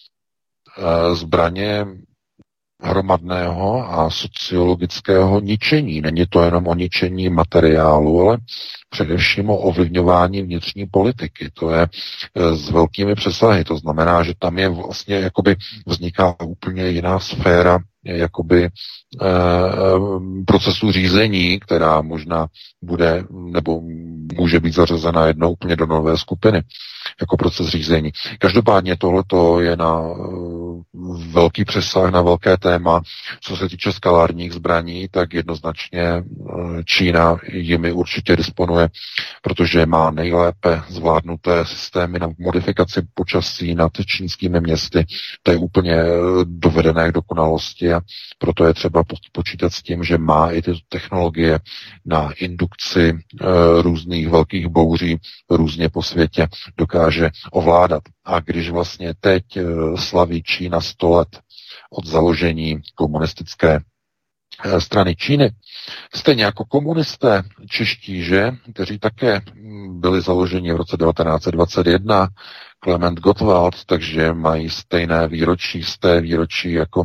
zbraně hromadného a sociologického ničení. Není to jenom o ničení materiálu, ale především o ovlivňování vnitřní politiky. To je s velkými přesahy. To znamená, že tam je vlastně jakoby vzniká úplně jiná sféra jakoby e, procesu řízení, která možná bude nebo může být zařazena jednou úplně do nové skupiny jako proces řízení. Každopádně tohleto je na uh, velký přesah, na velké téma. Co se týče skalárních zbraní, tak jednoznačně uh, Čína jimi určitě disponuje, protože má nejlépe zvládnuté systémy na modifikaci počasí nad čínskými městy. To je úplně uh, dovedené k dokonalosti a proto je třeba počítat s tím, že má i ty technologie na indukci uh, různých velkých bouří různě po světě dokáže ovládat. A když vlastně teď slaví Čína sto let od založení komunistické strany Číny, stejně jako komunisté čeští, že, kteří také byli založeni v roce devatenáct set dvacet jedna, Klement Gottwald, takže mají stejné výročí, sté výročí jako,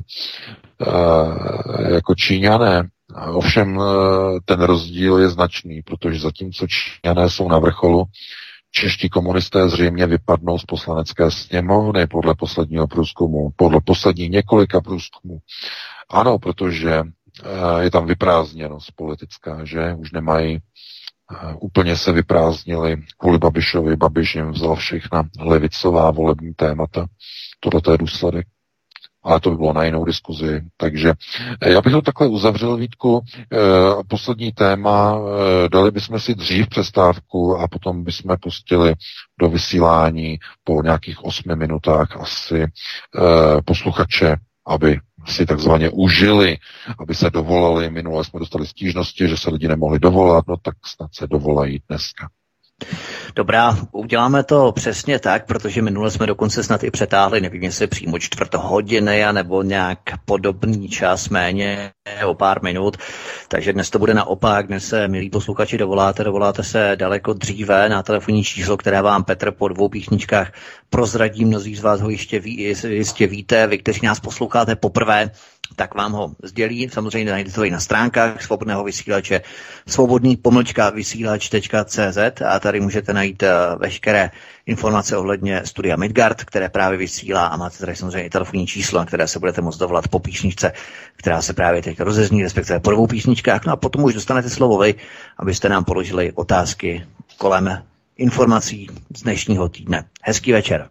jako Číňané. Ovšem ten rozdíl je značný, protože zatímco Číňané jsou na vrcholu, čeští komunisté zřejmě vypadnou z poslanecké sněmovny podle posledního průzkumu, podle posledních několika průzkumů. Ano, protože je tam vyprázdněnost politická, že už nemají, úplně se vyprázdnili kvůli Babišovi, Babiš jim vzal všechna levicová volební témata. Tohle je důsledek. ale to by bylo na jinou diskuzi. Takže já bych to takhle uzavřel, Vítku. Poslední téma, dali bychom si dřív přestávku a potom bychom pustili do vysílání po nějakých osmi minutách asi posluchače, aby si takzvaně užili, aby se dovolali. Minule jsme dostali stížnosti, že se lidi nemohli dovolat, no tak snad se dovolají dneska. Dobrá, uděláme to přesně tak, protože minule jsme dokonce snad i přetáhli, nevím, jestli přímo čtvrt hodiny, nebo nějak podobný čas, méně o pár minut, takže dnes to bude naopak, dnes se, milí posluchači, dovoláte, dovoláte se daleko dříve na telefonní číslo, které vám Petr po dvou písničkách prozradí, mnozí z vás ho ještě ví, jistě víte, vy, kteří nás posloucháte poprvé, tak vám ho sdělí. Samozřejmě najdete to i na stránkách svobodného vysílače svobodný pomlčka vysílač tečka cé zet a tady můžete najít uh, veškeré informace ohledně studia Midgard, které právě vysílá a máte tady samozřejmě i telefonní číslo, na které se budete moct dovolat po písničce, která se právě teď rozezní, respektive po dvou písničkách. No a potom už dostanete slovo vy, abyste nám položili otázky kolem informací z dnešního týdne. Hezký večer.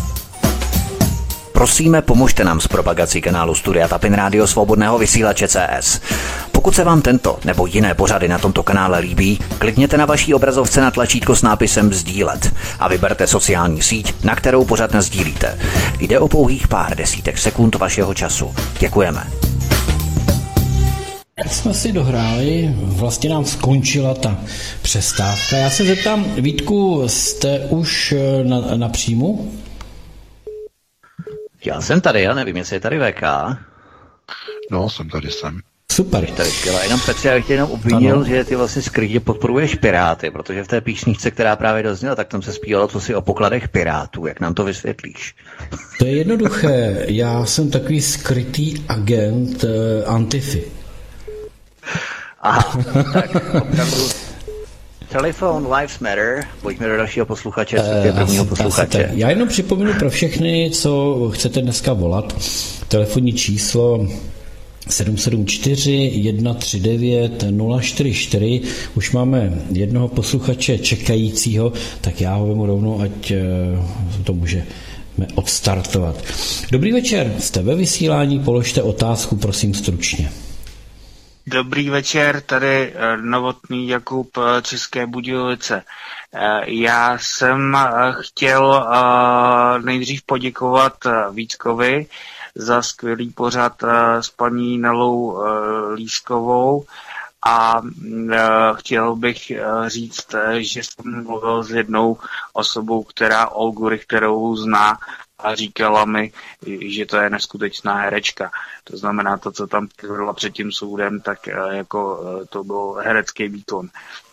Prosíme, pomožte nám s propagací kanálu Studia Tapin Rádio Svobodného vysílače C S. Pokud se vám tento nebo jiné pořady na tomto kanále líbí, klikněte na vaší obrazovce na tlačítko s nápisem sdílet a vyberte sociální síť, na kterou pořad nasdílíte. Jde o pouhých pár desítek sekund vašeho času. Děkujeme. Jak jsme si dohráli, vlastně nám skončila ta přestávka. Já se zeptám, Vítku, jste už na, na příjmu? Já jsem tady, já nevím, jestli je tady V K. No, jsem tady, jsem. Super. Tady skvěle. Jenom Petře, já bych tě jenom obvinil, ano. Že ty vlastně skrytě podporuješ Piráty, protože v té písničce, která právě dozněla, tak tam se zpívalo co si o pokladech Pirátů. Jak nám to vysvětlíš? To je jednoduché. Já jsem takový skrytý agent uh, Antify. Aha, tak opravdu. Telephone Lives Matter. Pojďme do dalšího posluchače, uh, prvního posluchače. Já jenom připomenu pro všechny, co chcete dneska volat. Telefonní číslo sedm sedm čtyři jedna tři devět nula čtyři čtyři. Už máme jednoho posluchače čekajícího, tak já ho vemu rovnou, ať to můžeme odstartovat. Dobrý večer, jste ve vysílání, položte otázku, prosím stručně. Dobrý večer, tady Novotný Jakub, České Budějovice. Já jsem chtěl nejdřív poděkovat Vítkovi za skvělý pořad s paní Nelou Lískovou a chtěl bych říct, že jsem mluvil s jednou osobou, která Olgu Richterovou zná a říkala mi, že to je neskutečná herečka. To znamená, to, co tam byla před tím soudem, tak jako to byl herecký výkon.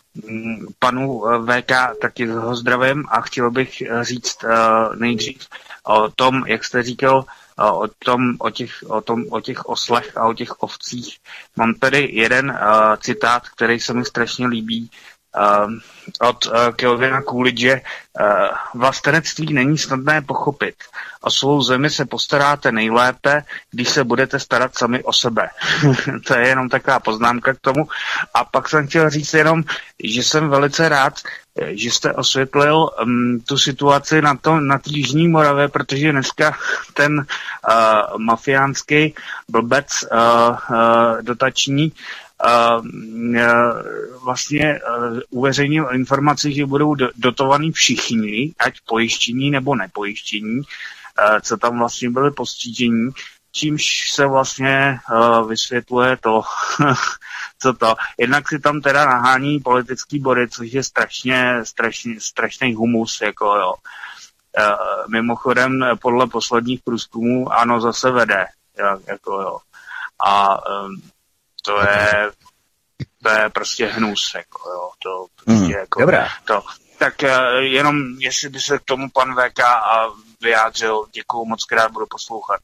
Panu V K taky ho zdravím a chtěl bych říct nejdřív o tom, jak jste říkal, o tom, o těch, o tom, o těch oslech a o těch ovcích. Mám tady jeden uh, citát, který se mi strašně líbí, uh, od uh, Kelvina Coolidge. Uh, vlastenectví není snadné pochopit. O svou zemi se postaráte nejlépe, když se budete starat sami o sebe. To je jenom taková poznámka k tomu. A pak jsem chtěl říct jenom, že jsem velice rád, že jste osvětlil um, tu situaci na to, na té Jižní Moravě, protože dneska ten uh, mafiánský blbec uh, uh, dotační Uh, uh, vlastně uh, uveřejnil informaci, že budou do, dotovaný všichni, ať pojištění nebo nepojištění, uh, co tam vlastně byly postižení, čímž se vlastně uh, vysvětluje to, co to. Jednak si tam teda nahání politický body, což je strašně, strašně, strašný humus, jako jo. Uh, mimochodem, podle posledních průzkumů, ANO zase vede, jako jo. A um, To je, to je prostě hnus, jako jo, to prostě mm, jako, dobrá. To. Tak uh, jenom, jestli by se k tomu pan V K vyjádřil, děkuju moc krát, budu poslouchat.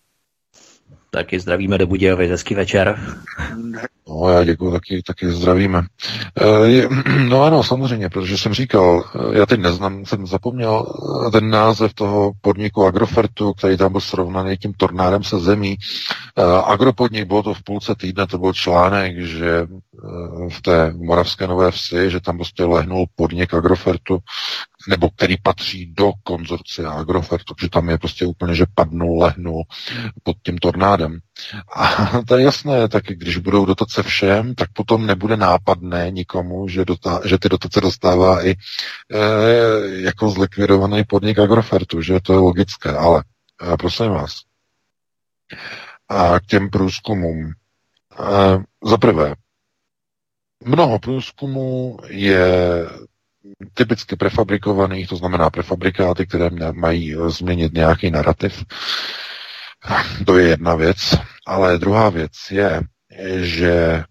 Taky zdravíme do Budějovic, hezký večer. No, já děkuju, taky, taky zdravíme. E, no ano, samozřejmě, protože jsem říkal, já teď neznám, jsem zapomněl ten název toho podniku Agrofertu, který tam byl srovnaný tím tornádem se zemí. E, Agropodnik, bylo to v půlce týdne, to byl článek, že e, v té Moravské Nové Vsi, že tam prostě lehnul podnik Agrofertu, nebo který patří do konzorcia Agrofertu, protože tam je prostě úplně, že padnou, lehnou pod tím tornádem. A to je jasné, tak když budou dotace všem, tak potom nebude nápadné nikomu, že, dota, že ty dotace dostává i e, jako zlikvidovaný podnik Agrofertu, že to je logické, ale e, prosím vás, a k těm průzkumům. E, za prvé, mnoho průzkumů je typicky prefabrikovaných, to znamená prefabrikáty, které mají změnit nějaký narrativ. To je jedna věc. Ale druhá věc je, že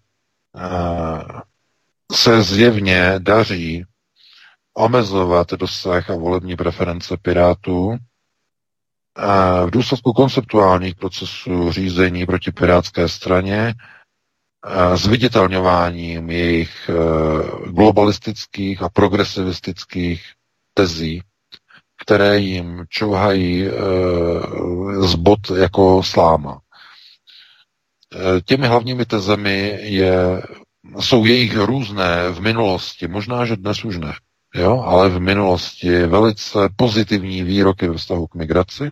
se zjevně daří omezovat dosah a volební preference Pirátů v důsledku konceptuálních procesů řízení proti pirátské straně, zviditelňováním jejich globalistických a progresivistických tezí, které jim čouhají z bod jako sláma. Těmi hlavními tezemi je, jsou jejich různé v minulosti, možná, že dnes už ne, jo, ale v minulosti velice pozitivní výroky ve vztahu k migraci,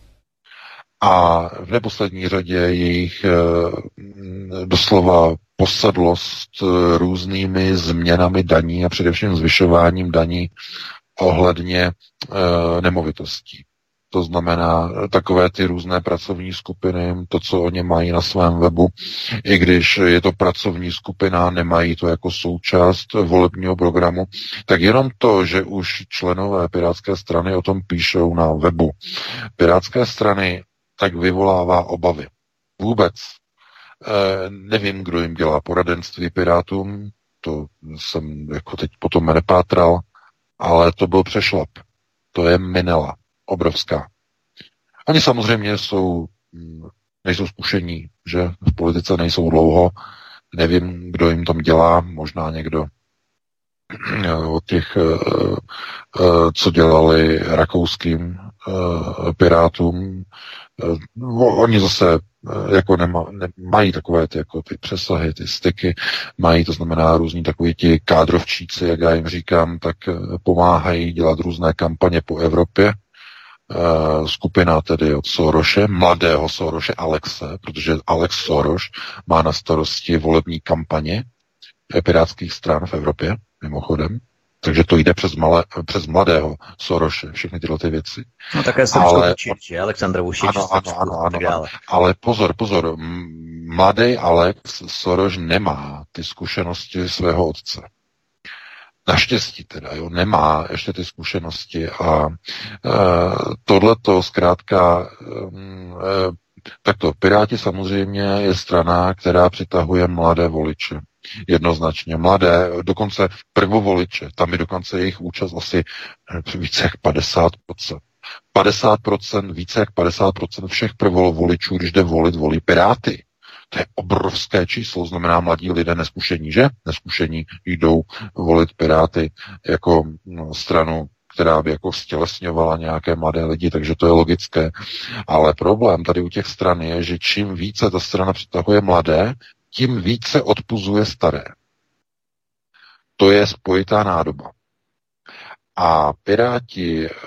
a v neposlední řadě jejich doslova posedlost různými změnami daní a především zvyšováním daní ohledně nemovitostí. To znamená takové ty různé pracovní skupiny, to, co oni mají na svém webu, i když je to pracovní skupina, nemají to jako součást volebního programu, tak jenom to, že už členové Pirátské strany o tom píšou na webu Pirátské strany, tak vyvolává obavy. Vůbec e, nevím, kdo jim dělá poradenství Pirátům, to jsem jako teď potom nepátral, ale to byl přešlap. To je minela obrovská. Oni samozřejmě jsou, nejsou zkušení, že v politice nejsou dlouho, nevím, kdo jim tam dělá, možná někdo od těch, co dělali rakouským Pirátům. Oni zase jako nema, ne, mají takové ty, jako ty přesahy, ty styky, mají, to znamená různí takoví ti kádrovčíci, jak já jim říkám, tak pomáhají dělat různé kampaně po Evropě. Skupina tedy od Soroše, mladého Soroše, Alexe, protože Alex Soros má na starosti volební kampaně pirátských stran v Evropě, mimochodem. Takže to jde přes, malé, přes mladého Soroše, všechny tyhle ty věci. No také jsem ale Vučič, že? Aleksandr Vučič. Ano, ano, ano, ano, ano. Ale pozor, pozor, mladý Alex Soros nemá ty zkušenosti svého otce. Naštěstí teda, jo, nemá ještě ty zkušenosti a e, tohleto zkrátka e, takto, Piráti samozřejmě je strana, která přitahuje mladé voliče. Jednoznačně mladé, dokonce prvovoliče, tam je dokonce jejich účast asi více jak padesát procent. padesát procent, více jak padesát procent všech prvovoličů, když jde volit, volí Piráty. To je obrovské číslo, znamená mladí lidé neskušení, že? Neskušení jdou volit Piráty jako no, stranu, která by jako stělesňovala nějaké mladé lidi, takže to je logické. Ale problém tady u těch stran je, že čím více ta strana přitahuje mladé, tím více odpuzuje staré. To je spojitá nádoba. A Piráti e,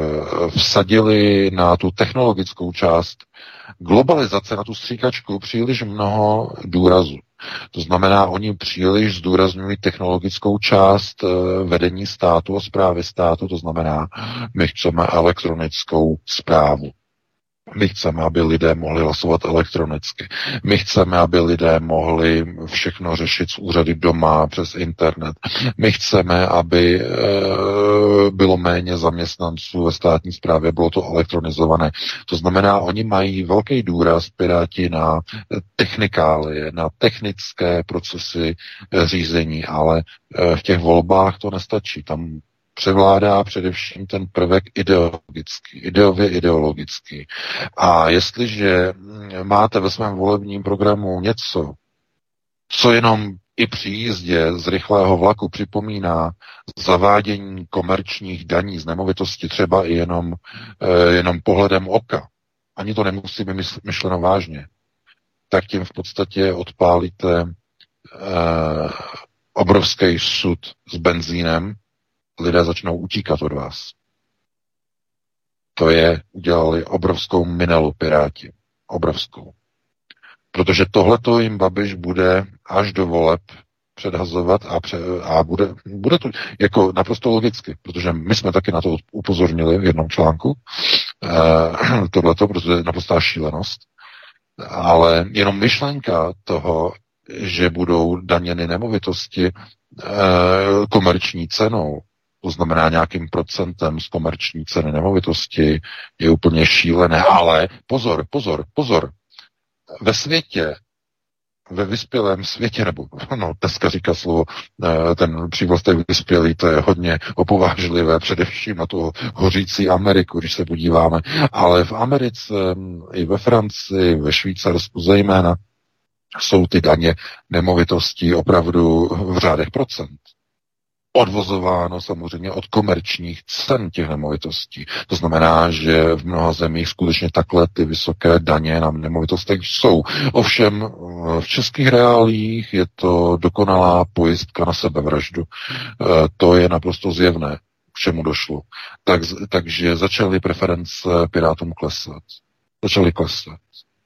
vsadili na tu technologickou část globalizace, na tu stříkačku příliš mnoho důrazu. To znamená, oni příliš zdůrazňují technologickou část e, vedení státu a správy státu, to znamená, my chceme elektronickou správu. My chceme, aby lidé mohli hlasovat elektronicky. My chceme, aby lidé mohli všechno řešit z úřady doma přes internet. My chceme, aby e, bylo méně zaměstnanců ve státní správě, bylo to elektronizované. To znamená, oni mají velký důraz, Piráti, na technikálie, na technické procesy řízení, ale e, v těch volbách to nestačí. Tam převládá především ten prvek ideologický, ideově ideologický. A jestliže máte ve svém volebním programu něco, co jenom i při jízdě z rychlého vlaku připomíná zavádění komerčních daní z nemovitosti, třeba i jenom, eh, jenom pohledem oka, ani to nemusí být myšleno vážně, tak tím v podstatě odpálíte eh, obrovský sud s benzínem, lidé začnou utíkat od vás. To je, udělali obrovskou minelu Piráti. Obrovskou. Protože tohleto jim Babiš bude až do voleb předhazovat a, pře- a bude, bude to jako naprosto logicky, protože my jsme taky na to upozornili v jednom článku, e, tohleto, protože je naprostá šílenost, ale jenom myšlenka toho, že budou daněny nemovitosti e, komerční cenou, to znamená nějakým procentem z komerční ceny nemovitosti, je úplně šílené, ale pozor, pozor, pozor, ve světě, ve vyspělém světě, nebo no, dneska říká slovo, ten přívlastek vyspělý, to je hodně opovážlivé, především na tu hořící Ameriku, když se podíváme, ale v Americe, i ve Francii, ve Švýcarsku zejména, jsou ty daně nemovitostí opravdu v řádech procent. Odvozováno samozřejmě od komerčních cen těch nemovitostí. To znamená, že v mnoha zemích skutečně takhle ty vysoké daně na nemovitostech jsou. Ovšem v českých reálích je to dokonalá pojistka na sebevraždu. To je naprosto zjevné, k čemu došlo. Tak, takže začaly preference Pirátům klesat. Začaly klesat.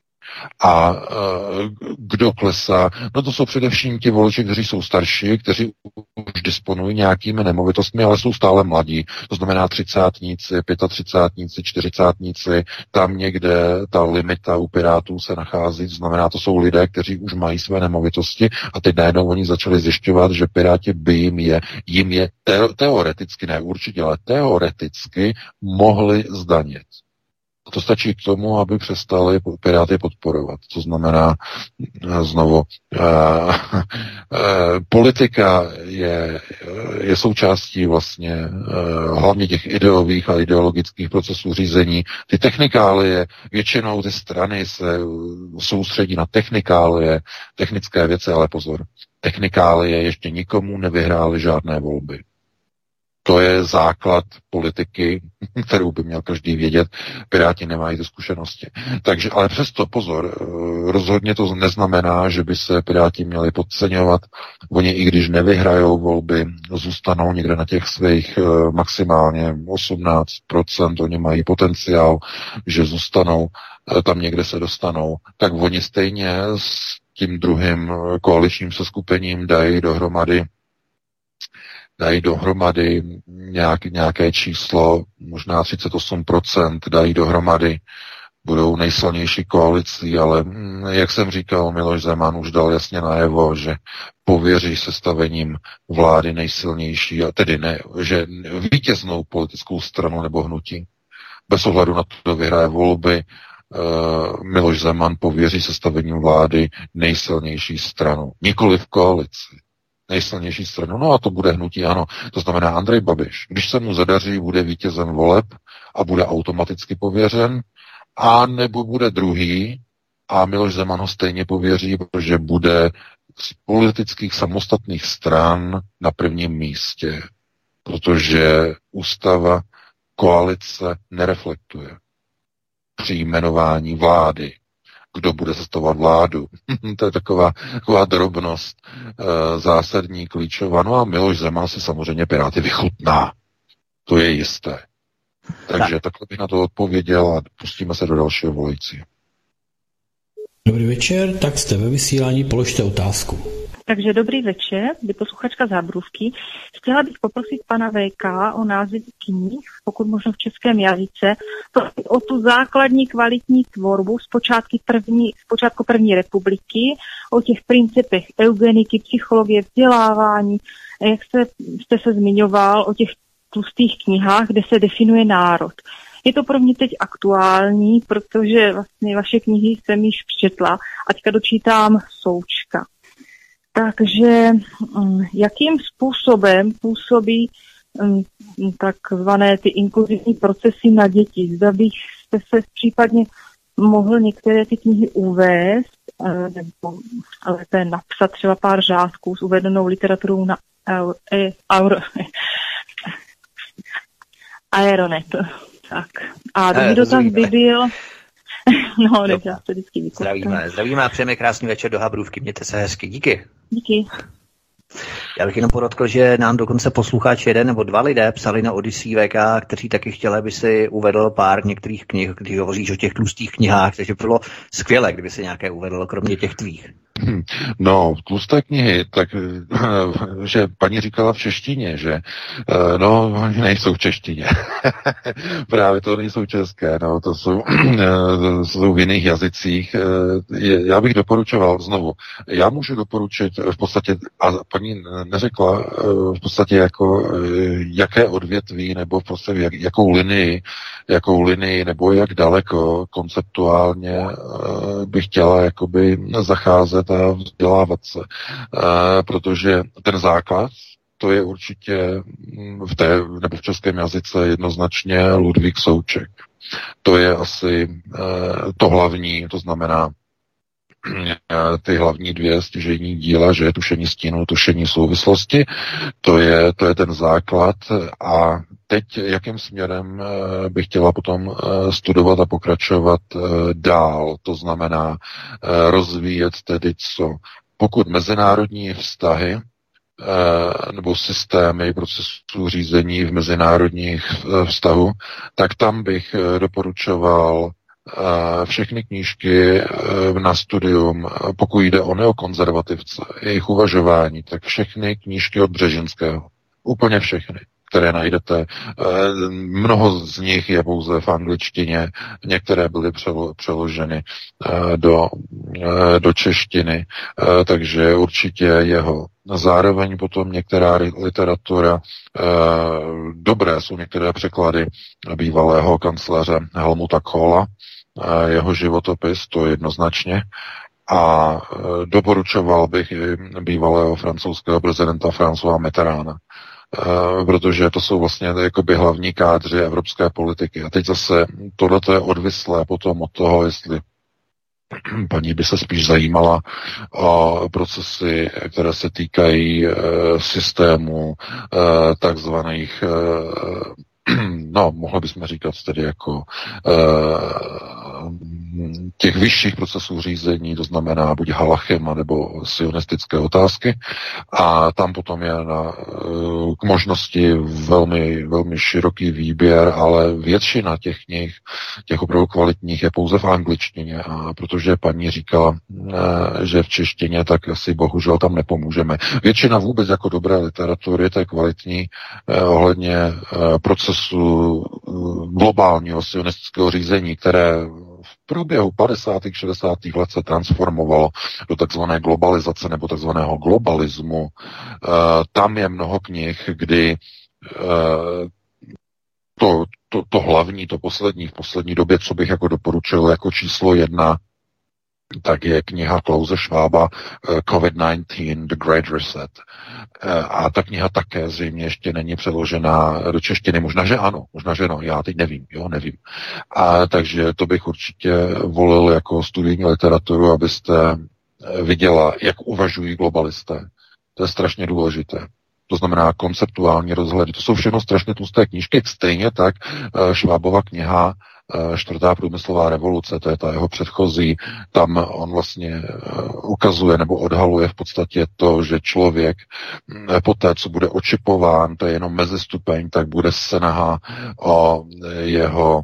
A e, kdo klesá? No to jsou především ti voliči, kteří jsou starší, kteří už disponují nějakými nemovitostmi, ale jsou stále mladí. To znamená třicátníci, pětatřicátníci, čtyřicátníci, tam někde ta limita u Pirátů se nachází. To znamená, to jsou lidé, kteří už mají své nemovitosti a teď najednou oni začali zjišťovat, že Piráti by jim je, jim je te- teoreticky, ne určitě, ale teoreticky mohli zdanit. To stačí k tomu, aby přestali Piráty podporovat. To znamená, znovu, eh, eh, politika je, je součástí vlastně eh, hlavně těch ideových a ideologických procesů řízení. Ty technikálie, většinou ty strany se soustředí na technikálie, technické věci, ale pozor, technikálie ještě nikomu nevyhrály žádné volby. To je základ politiky, kterou by měl každý vědět. Piráti nemají ty zkušenosti. Takže, ale přesto pozor, rozhodně to neznamená, že by se Piráti měli podceňovat. Oni, i když nevyhrajou volby, zůstanou někde na těch svých maximálně osmnáct procent, oni mají potenciál, že zůstanou, tam někde se dostanou, tak oni stejně s tím druhým koaličním seskupením dají dohromady dají dohromady nějak, nějaké číslo, možná třicet osm procent dají dohromady, budou nejsilnější koalicí, ale jak jsem říkal, Miloš Zeman už dal jasně najevo, že pověří sestavením vlády nejsilnější, a tedy ne, že vítěznou politickou stranu nebo hnutí. Bez ohledu na to, kdo vyhraje volby, uh, Miloš Zeman pověří sestavením vlády nejsilnější stranu, nikoli v koalici. Nejsilnější stranu, no a to bude hnutí ANO. To znamená Andrej Babiš. Když se mu zadaří, bude vítězem voleb a bude automaticky pověřen, a nebo bude druhý a Miloš Zeman ho stejně pověří, protože bude z politických samostatných stran na prvním místě, protože ústava koalice nereflektuje při jmenování vlády. Kdo bude sestavovat vládu. To je taková, taková drobnost e, zásadní, klíčová. No a Miloš Zeman si samozřejmě Piráty vychutná. To je jisté. Takže tak. Takhle bych na to odpověděl a pustíme se do dalšího volajícího. Dobrý večer, tak jste ve vysílání, položte otázku. Takže dobrý večer, kdy posluchačka Zábrůvky. Chtěla bych poprosit pana V K o název knih, pokud možno v českém jazyce, o tu základní kvalitní tvorbu z počátku první, z počátku první republiky, o těch principech eugeniky, psychologie, vzdělávání, jak jste, jste se zmiňoval o těch tlustých knihách, kde se definuje národ. Je to pro mě teď aktuální, protože vlastně vaše knihy jsem již přečetla a teďka dočítám Součka. Takže jakým způsobem působí takzvané ty inkluzivní procesy na děti? Zda byste se případně mohl některé ty knihy uvést, nebo lépe napsat třeba pár řádků s uvedenou literaturou na Aeronet. Tak. A druhý dotaz by byl... No, ne, já to vždycky Zdravíme, zdravíme a přejeme krásný večer do Habrůvky. Mějte se hezky. Díky. Díky. Já bych jenom podotkl, že nám dokonce posluchač jeden nebo dva lidé psali na Odyssey V K, kteří taky chtěli, aby si uvedl pár některých knih, když hovoříš o těch tlustých knihách, takže bylo skvělé, kdyby si nějaké uvedl, kromě těch tvých. No, tlusté knihy, tak, že paní říkala v češtině, že no, nejsou v češtině. Právě to nejsou české, no, to jsou, jsou v jiných jazycích. Já bych doporučoval znovu. Já můžu doporučit v podstatě, a paní neřekla v podstatě jako jaké odvětví, nebo v podstatě jak, jakou linii, jakou linii, nebo jak daleko konceptuálně bych chtěla jakoby zacházet a vzdělávat se. Protože ten základ, to je určitě v té, nebo v českém jazyce jednoznačně Ludvík Souček. To je asi to hlavní, to znamená ty hlavní dvě stěžejní díla, že je tušení stínu, tušení souvislosti, to je, to je ten základ. A teď jakým směrem bych chtěla potom studovat a pokračovat dál, to znamená rozvíjet tedy co? Pokud mezinárodní vztahy nebo systémy procesů řízení v mezinárodních vztahu, tak tam bych doporučoval všechny knížky na studium, pokud jde o neokonzervativce, jejich uvažování, tak všechny knížky od Břežinského. Úplně všechny, které najdete. Mnoho z nich je pouze v angličtině, některé byly přeloženy do, do češtiny, takže určitě jeho. Zároveň potom některá literatura, dobré jsou některé překlady bývalého kancléře Helmuta Kohla, jeho životopis, to jednoznačně. A doporučoval bych i bývalého francouzského prezidenta Françoise Mitterranda, protože to jsou vlastně jakoby hlavní kádři evropské politiky. A teď zase tohleto je odvislé potom od toho, jestli paní by se spíš zajímala o procesy, které se týkají e, systému e, takzvaných e, no, mohli bychom říkat tedy jako e, těch vyšších procesů řízení, to znamená buď halachema nebo sionistické otázky, a tam potom je na, k možnosti velmi, velmi široký výběr, ale většina těch knih, těch opravdu kvalitních, je pouze v angličtině, a protože paní říkala, že v češtině, tak asi bohužel tam nepomůžeme. Většina vůbec jako dobré literatury, to je kvalitní eh, ohledně eh, procesu eh, globálního sionistického řízení, které v průběhu padesátých šedesátých let se transformovalo do takzvané globalizace nebo takzvaného globalismu. E, tam je mnoho knih, kdy e, to, to, to hlavní, to poslední, v poslední době, co bych jako doporučil jako číslo jedna, tak je kniha Klause Schwaba COVID devatenáct, The Great Reset. A ta kniha také zřejmě ještě není přeložena do češtiny. Možná, že ano, možná, že no, já teď nevím, jo, nevím. A takže to bych určitě volil jako studijní literaturu, abyste viděla, jak uvažují globalisté. To je strašně důležité. To znamená konceptuální rozhledy. To jsou všechno strašně tlusté knížky. Stejně tak Schwabova kniha Čtvrtá průmyslová revoluce, to je ta jeho předchozí, tam on vlastně ukazuje nebo odhaluje v podstatě to, že člověk poté, co bude očipován, to je jenom mezistupeň, tak bude snaha o jeho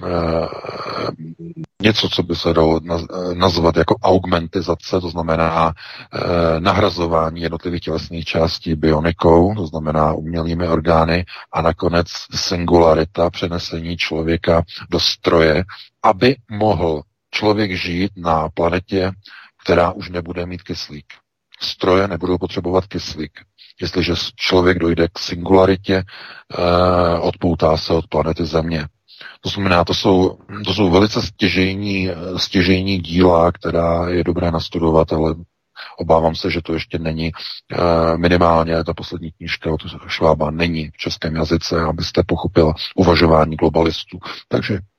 něco, co by se dalo nazvat jako augmentizace, to znamená nahrazování jednotlivých tělesných částí bionikou, to znamená umělými orgány, a nakonec singularita, přenesení člověka do stroje, aby mohl člověk žít na planetě, která už nebude mít kyslík. Stroje nebudou potřebovat kyslík. Jestliže člověk dojde k singularitě, eh, odpoutá se od planety Země. To znamená, to jsou, to jsou velice stěžejní, stěžejní díla, která je dobré nastudovat, ale obávám se, že to ještě není uh, minimálně, ta poslední knížka od Schwaba není v českém jazyce, abyste pochopila uvažování globalistů. Takže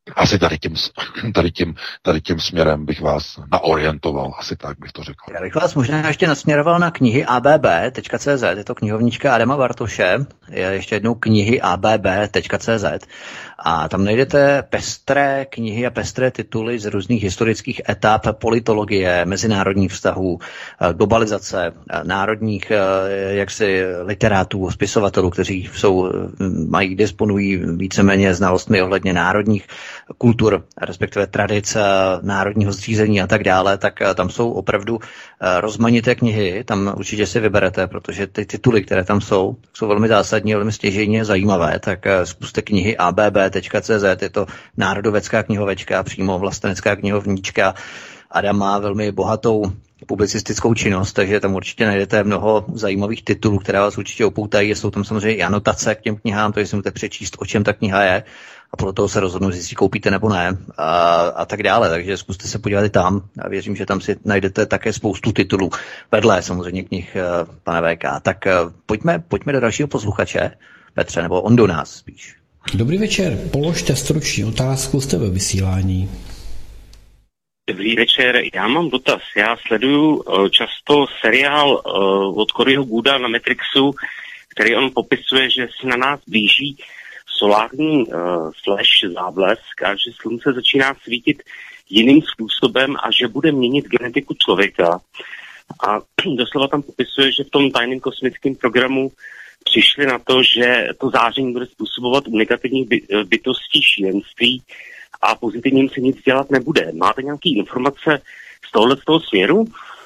Asi tady tím, tady, tím, tady tím směrem bych vás naorientoval, asi tak bych to řekl. Já bych vás možná ještě nasměroval na knihy a b b tečka c z, je to knihovnička Adama Bartoše, je ještě jednou knihy a b b tečka c z a tam najdete pestré knihy a pestré tituly z různých historických etap politologie, mezinárodních vztahů, globalizace, národních jaksi literátů, spisovatelů, kteří jsou, mají, disponují víceméně znalostmi ohledně národních kultur, respektive tradic národního zřízení a tak dále, tak tam jsou opravdu rozmanité knihy, tam určitě si vyberete, protože ty tituly, které tam jsou, jsou velmi zásadní, velmi stěžejně zajímavé, tak zkuste knihy a b b tečka c z, je to národovecká knihovečka, přímo vlastenecká knihovnička. Adam má velmi bohatou publicistickou činnost, takže tam určitě najdete mnoho zajímavých titulů, které vás určitě opoutají. Jsou tam samozřejmě i anotace k těm knihám, to si můžete přečíst, o čem ta kniha je a podle toho se rozhodnout, jestli koupíte nebo ne a, a tak dále. Takže zkuste se podívat i tam a věřím, že tam si najdete také spoustu titulů vedle samozřejmě knih pana V K. Tak pojďme, pojďme do dalšího posluchače, Petře, nebo on do nás spíš. Dobrý večer, položte stručně otázku, jste ve vysílání. Dobrý večer, já mám dotaz. Já sleduju často seriál od Coryho Gooda na Matrixu, který on popisuje, že se na nás blíží solární flash záblesk a že slunce začíná svítit jiným způsobem a že bude měnit genetiku člověka. A doslova tam popisuje, že v tom tajném kosmickém programu přišli na to, že to záření bude způsobovat u negativních by, bytostí šílenství a pozitivním se nic dělat nebude. Máte nějaké informace z tohohle z toho směru?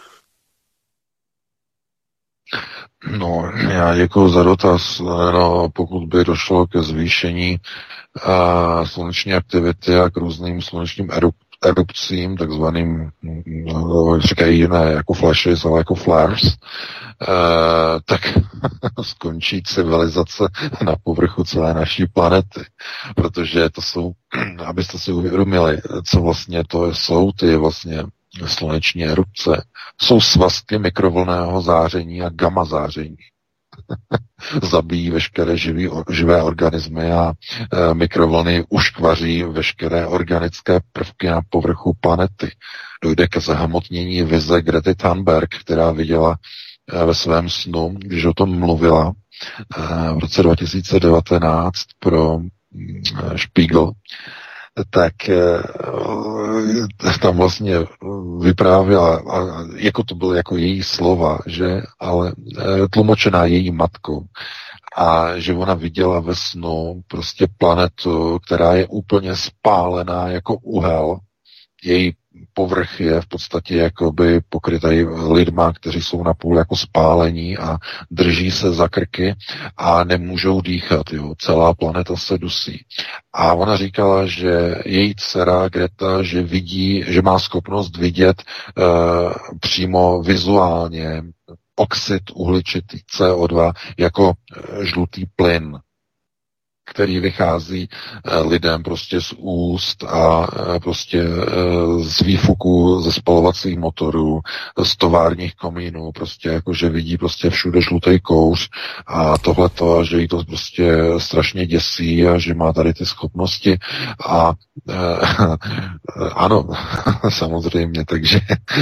No, já děkuji za dotaz. No, pokud by došlo ke zvýšení uh, sluneční aktivity a k různým slunečním erup- erupcím, takzvaným, no, říkají ne jako flashes, ale jako flares, uh, tak skončí civilizace na povrchu celé naší planety. Protože to jsou, abyste si uvědomili, co vlastně to jsou ty vlastně sluneční erupce, jsou svazky mikrovlnného záření a gamma záření. Zabíjí veškeré živý, živé organismy a e, mikrovlny uškvaří veškeré organické prvky na povrchu planety. Dojde ke zahmotnění vize Grety Thunberg, která viděla e, ve svém snu, když o tom mluvila e, v roce dva tisíce devatenáct pro e, Spiegel, tak e, tam vlastně vyprávěla, a jako to bylo jako její slova, že, ale e, tlumočená její matkou, a že ona viděla ve snu prostě planetu, která je úplně spálená jako uhel, její povrch je v podstatě jakoby pokrytý lidma, kteří jsou napůl jako spálení a drží se za krky a nemůžou dýchat. Jo. Celá planeta se dusí. A ona říkala, že její dcera Greta, že vidí, že má schopnost vidět uh, přímo vizuálně oxid uhličitý C O dva jako žlutý plyn, který vychází lidem prostě z úst a prostě z výfuku ze spalovacích motorů, z továrních komínů, prostě jako, že vidí prostě všude žlutý kouř a tohleto, že jí to prostě strašně děsí a že má tady ty schopnosti a eh, ano, samozřejmě, takže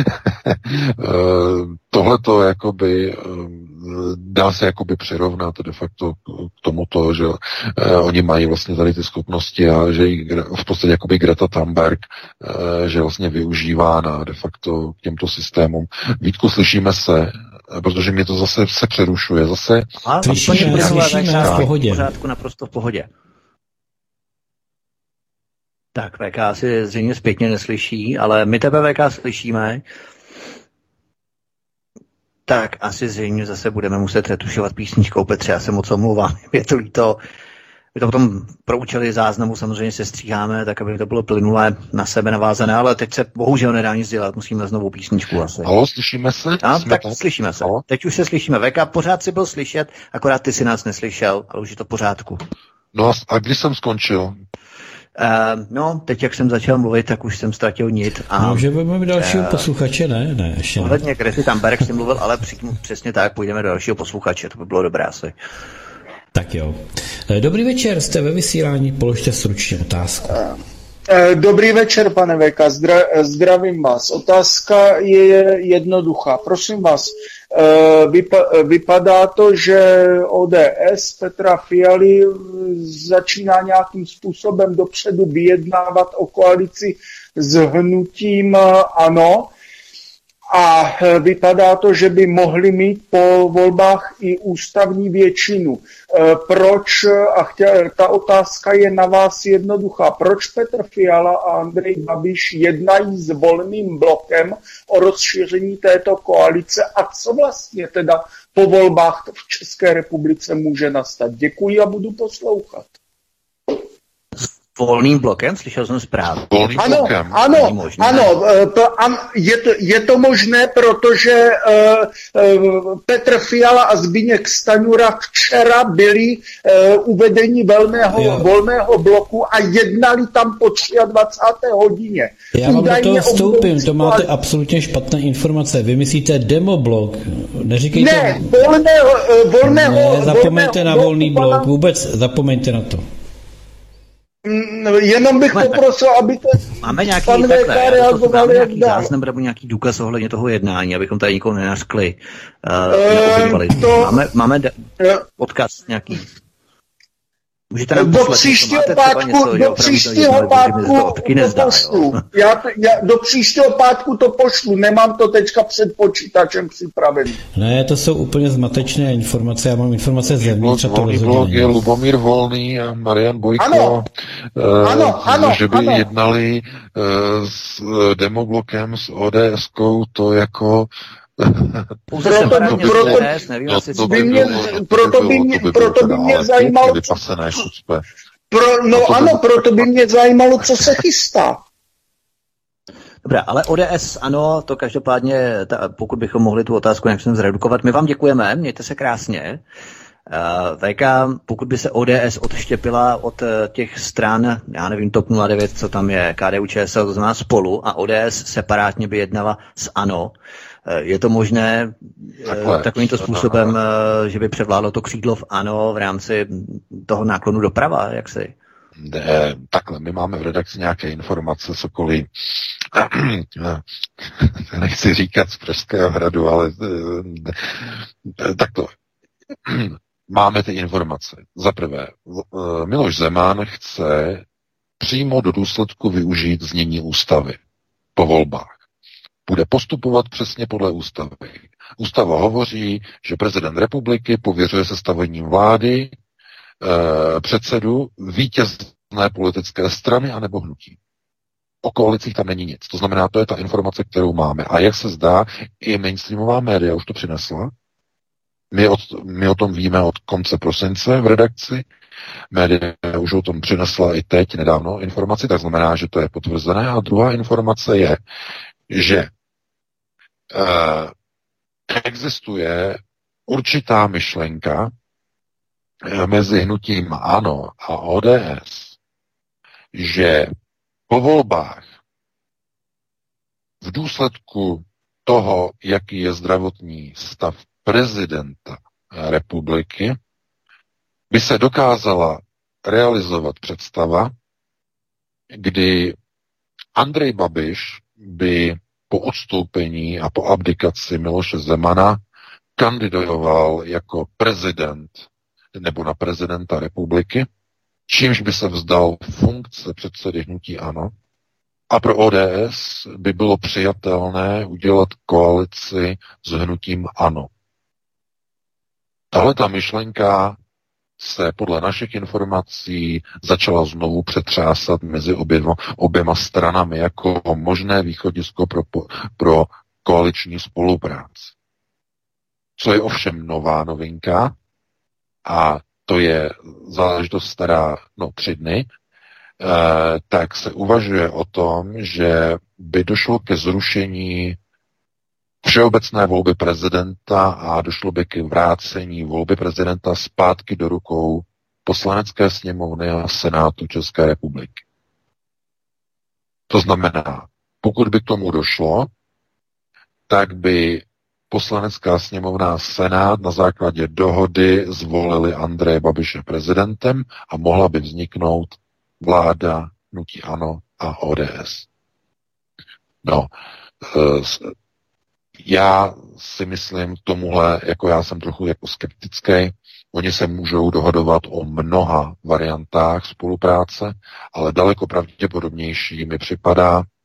tohleto jakoby dá se jakoby přirovnat de facto k tomuto, že eh, oni mají vlastně tady ty schopnosti a že jí v podstatě jakoby Greta Thunberg, eh, že vlastně využívána de facto k těmto systémům. Vítku, slyšíme se, protože mě to zase se přerušuje. Zase... A, slyšíme, slyšíme v pohodě. V pořádku, naprosto v pohodě. Tak, V K si zřejmě zpětně neslyší, ale my tebe, V K, slyšíme. Tak asi zřejmě zase budeme muset retušovat písničkou, Petře, já se moc omlouvám, je to líto. My to potom pro účely záznamu samozřejmě se stříháme, tak aby to bylo plynulé na sebe navázané, ale teď se bohužel nedá nic dělat, musíme znovu písničku asi. Halo, slyšíme se? A, tak to? Slyšíme se. Halo? Teď už se slyšíme. V K, pořád si byl slyšet, akorát ty si nás neslyšel, ale už je to v pořádku. No a kdy jsem skončil? Uh, no, teď jak jsem začal mluvit, tak už jsem ztratil nit. A, no, že budeme dalšího uh, posluchače, ne? Ne, ještě ne. Ohledně Grety Thunberg jsem mluvil, ale při, přesně tak, půjdeme do dalšího posluchače, to by bylo dobré asi. Tak jo. Dobrý večer, jste ve vysílání, položte stručně otázku. Uh, Dobrý večer, pane Veka, Zdra, zdravím vás. Otázka je jednoduchá. Prosím vás, vypa, vypadá to, že O D S Petra Fialy začíná nějakým způsobem dopředu vyjednávat o koalici s hnutím ANO a vypadá to, že by mohli mít po volbách i ústavní většinu. Proč, a chtěl, ta otázka je na vás jednoduchá, proč Petr Fiala a Andrej Babiš jednají s Volným blokem o rozšíření této koalice a co vlastně teda po volbách v České republice může nastat? Děkuji a budu poslouchat. Volným blokem? Slyšel jsem správně. Volným ano, blokem. Ano, ano, je to, je to možné, protože uh, Petr Fiala a Zbyněk Stanjura včera byli uh, uvedeni volného, volného bloku a jednali tam po dvacáté třetí hodině. Já vám do toho vstoupím, to máte absolutně špatné informace. Vy myslíte demoblok, neříkejte... Ne, volného, volného... Ne, zapomeňte na volný blok, vůbec zapomeňte na to. Jenom bych poprosil, aby to... Máme nějaký takhle, reagovali, máme nějaký záznam nebo nějaký důkaz ohledně toho jednání, abychom tady nikoho nenařkli. Uh, uh, to... Máme, máme de- odkaz nějaký. Můžete nám do příštího pátku, něco, do příštího pátku to, to nezdá, pošlu. Já, já do příštího pátku to pošlu, nemám to teďka před počítačem připravený. Ne, to jsou úplně zmatečné informace, já mám informace zevnitř a to rozhodně je Lubomír Volný a Marian Bojko, ano. Uh, ano, ano, že by ano. jednali uh, s uh, demoblokem, s ODSkou, to jako proto, proto, by mě, proto by mě, proto by mě zajímalo, pro, no ano, proto by mě zajímalo, co se chystá. Dobrá, ale O D S, ano, to každopádně, ta, pokud bychom mohli tu otázku nějak sem zredukovat, my vám děkujeme, mějte se krásně. Uh, V K, pokud by se O D S odštěpila od uh, těch stran, já nevím, TOP nula devět, co tam je, K D U Č S L, to znamená Spolu, a O D S separátně by jednala s ANO, je to možné takhle, takovýmto způsobem, takhle. Že by převládlo to křídlo v ANO v rámci toho náklonu doprava, jak si? Ne, takhle, my máme v redakci nějaké informace, Sokolí, nechci říkat z Pražského hradu, ale takto. Máme ty informace. Za prvé, Miloš Zeman chce přímo do důsledku využít znění ústavy po volbách. Bude postupovat přesně podle ústavy. Ústava hovoří, že prezident republiky pověřuje sestavením vlády e, předsedu vítězné politické strany anebo hnutí. O koalicích tam není nic. To znamená, to je ta informace, kterou máme. A jak se zdá, i mainstreamová média už to přinesla. My, od, my o tom víme od konce prosince v redakci. Média už o tom přinesla i teď nedávno informaci, tak znamená, že to je potvrzené. A druhá informace je, že eh, existuje určitá myšlenka eh, mezi hnutím ANO a O D S, že po volbách v důsledku toho, jaký je zdravotní stav prezidenta republiky, by se dokázala realizovat představa, kdy Andrej Babiš by po odstoupení a po abdikaci Miloše Zemana kandidoval jako prezident nebo na prezidenta republiky, čímž by se vzdal funkce předsedy hnutí ANO a pro O D S by bylo přijatelné udělat koalici s hnutím ANO. Tahle ta myšlenka se podle našich informací začala znovu přetřásat mezi oběma, oběma stranami jako možné východisko pro, pro koaliční spolupráci. Co je ovšem nová novinka, a to je záležitost stará no, tři dny, eh, tak se uvažuje o tom, že by došlo ke zrušení všeobecné volby prezidenta a došlo by k vrácení volby prezidenta zpátky do rukou Poslanecké sněmovny a Senátu České republiky. To znamená, pokud by k tomu došlo, tak by Poslanecká sněmovna a Senát na základě dohody zvolili Andreje Babiše prezidentem a mohla by vzniknout vláda hnutí ANO a O D S. No, já si myslím tomuhle, jako já jsem trochu jako skeptický. Oni se můžou dohadovat o mnoha variantách spolupráce, ale daleko pravděpodobnější mi připadá uh,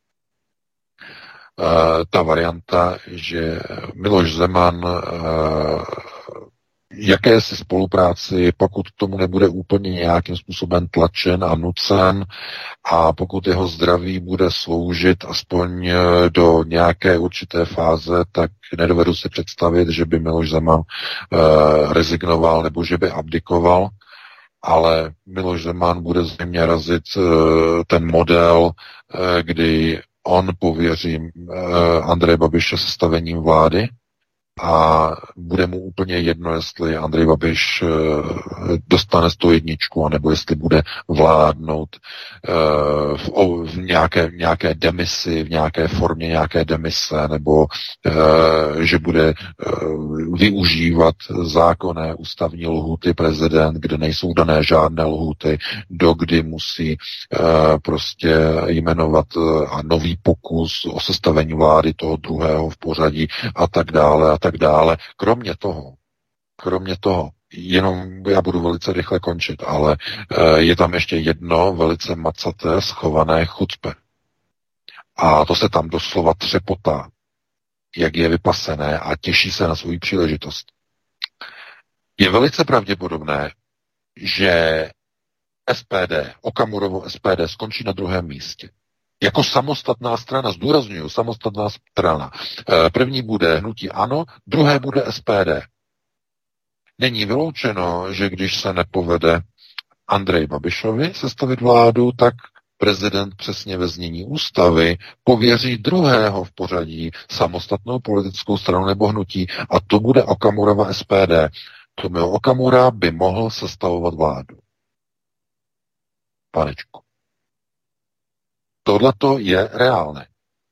ta varianta, že Miloš Zeman uh, jakési spolupráci, pokud k tomu nebude úplně nějakým způsobem tlačen a nucen a pokud jeho zdraví bude sloužit aspoň do nějaké určité fáze, tak nedovedu si představit, že by Miloš Zeman uh, rezignoval nebo že by abdikoval, ale Miloš Zeman bude zřejmě razit uh, ten model, uh, kdy on pověří uh, Andreje Babiše sestavením vlády, a bude mu úplně jedno, jestli Andrej Babiš dostane sto jedničku, anebo jestli bude vládnout v, v nějaké, nějaké demisi, v nějaké formě nějaké demise, nebo že bude využívat zákonné ústavní lhůty prezident, kde nejsou dané žádné lhůty, dokdy musí prostě jmenovat a nový pokus o sestavení vlády toho druhého v pořadí a tak dále a tak dále. Kromě toho, kromě toho, jenom já budu velice rychle končit, ale je tam ještě jedno velice macaté, schované chucpe. A to se tam doslova třepotá, jak je vypasené a těší se na svou příležitost. Je velice pravděpodobné, že S P D, Okamurovo S P D skončí na druhém místě. Jako samostatná strana, zdůrazňuju, samostatná strana. První bude hnutí ANO, druhé bude S P D. Není vyloučeno, že když se nepovede Andrej Babišovi sestavit vládu, tak prezident přesně ve znění ústavy pověří druhého v pořadí samostatnou politickou stranu nebo hnutí a to bude Okamurova S P D. Tomio Okamura by mohl sestavovat vládu. Panečku. Tohleto je reálné.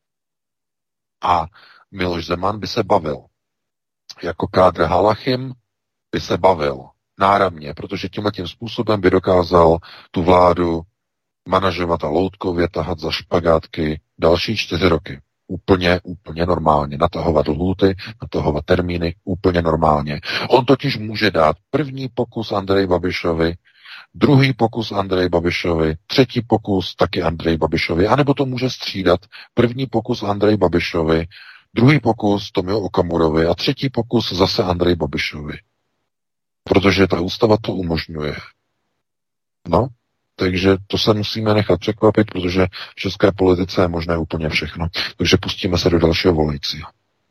A Miloš Zeman by se bavil. Jako kádr Halachim by se bavil náramně, protože tímhletím způsobem by dokázal tu vládu manažovat a loutkově tahat za špagátky další čtyři roky. Úplně, úplně normálně. Natahovat lhůty, natahovat termíny, úplně normálně. On totiž může dát první pokus Andreji Babišovi, druhý pokus Andreji Babišovi, třetí pokus taky Andreji Babišovi, anebo to může střídat první pokus Andreji Babišovi, druhý pokus Tomio Okamurovi a třetí pokus zase Andreji Babišovi. Protože ta ústava to umožňuje. No, takže to se musíme nechat překvapit, protože v české politice je možné úplně všechno. Takže pustíme se do dalšího volajícího.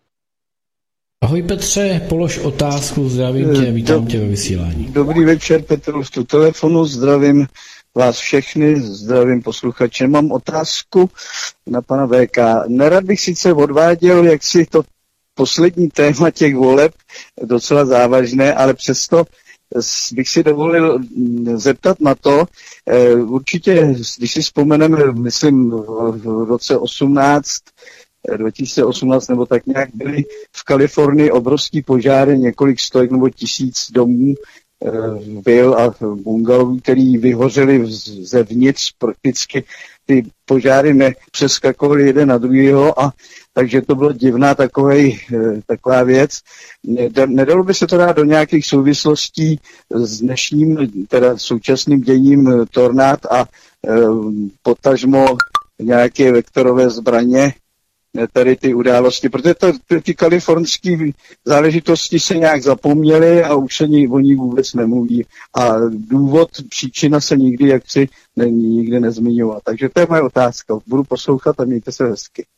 Ahoj Petře, polož otázku, zdravím tě, vítám Dob- tě ve vysílání. Dobrý večer, Petr, z tu telefonu, zdravím vás všechny, zdravím posluchače. Mám otázku na pana V K. Nerad bych sice odváděl, jak si to poslední téma těch voleb, docela závažné, ale přesto bych si dovolil zeptat na to, určitě, když si vzpomeneme, myslím, v roce osmnáct, dva tisíce osmnáct nebo tak nějak byly v Kalifornii obrovský požáry, několik stovek nebo tisíc domů byl a bungalovů, který vyhořely zevnitř, prakticky ty požáry nepřeskakovaly jeden na druhýho a takže to bylo divná takovej, taková věc. Nedalo by se to dát do nějakých souvislostí s dnešním, teda současným děním tornád a potažmo nějaké vektorové zbraně, tady ty události, protože to, ty kalifornské záležitosti se nějak zapomněly a už se o ní vůbec nemluví. A důvod, příčina se nikdy jaksi ne, nikdy nezmiňovala. Takže to je moje otázka. Budu poslouchat a mějte se hezky.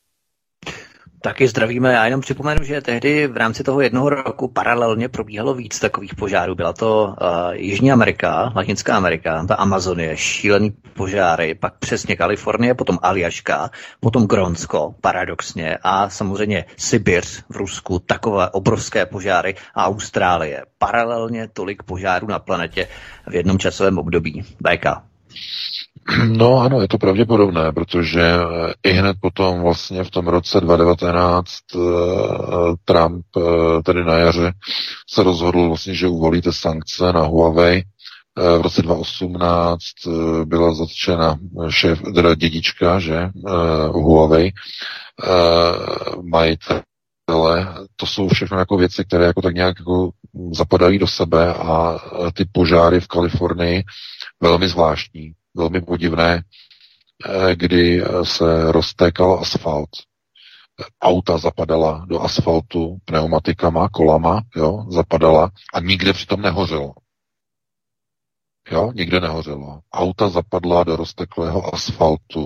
Taky zdravíme. Já jenom připomenu, že tehdy v rámci toho jednoho roku paralelně probíhalo víc takových požárů. Byla to uh, Jižní Amerika, Latinská Amerika, ta Amazonie, šílený požáry, pak přesně Kalifornie, potom Aljaška, potom Grónsko, paradoxně, a samozřejmě Sibiř v Rusku, takové obrovské požáry a Austrálie. Paralelně tolik požárů na planetě v jednom časovém období. B K. No ano, je to pravděpodobné, protože i hned potom vlastně v tom roce dva tisíce devatenáct Trump tedy na jaře se rozhodl vlastně, že uvalíte sankce na Huawei, v roce dva tisíce osmnáct byla zatčena šéf, teda dědička, že, Huawei, majitele. To jsou všechno jako věci, které jako tak nějak jako zapadají do sebe a ty požáry v Kalifornii velmi zvláštní, velmi podivné, kdy se roztékal asfalt. Auta zapadala do asfaltu pneumatikama, kolama, jo, zapadala a nikde přitom nehořelo. Jo, nikde nehořelo. Auta zapadla do rozteklého asfaltu.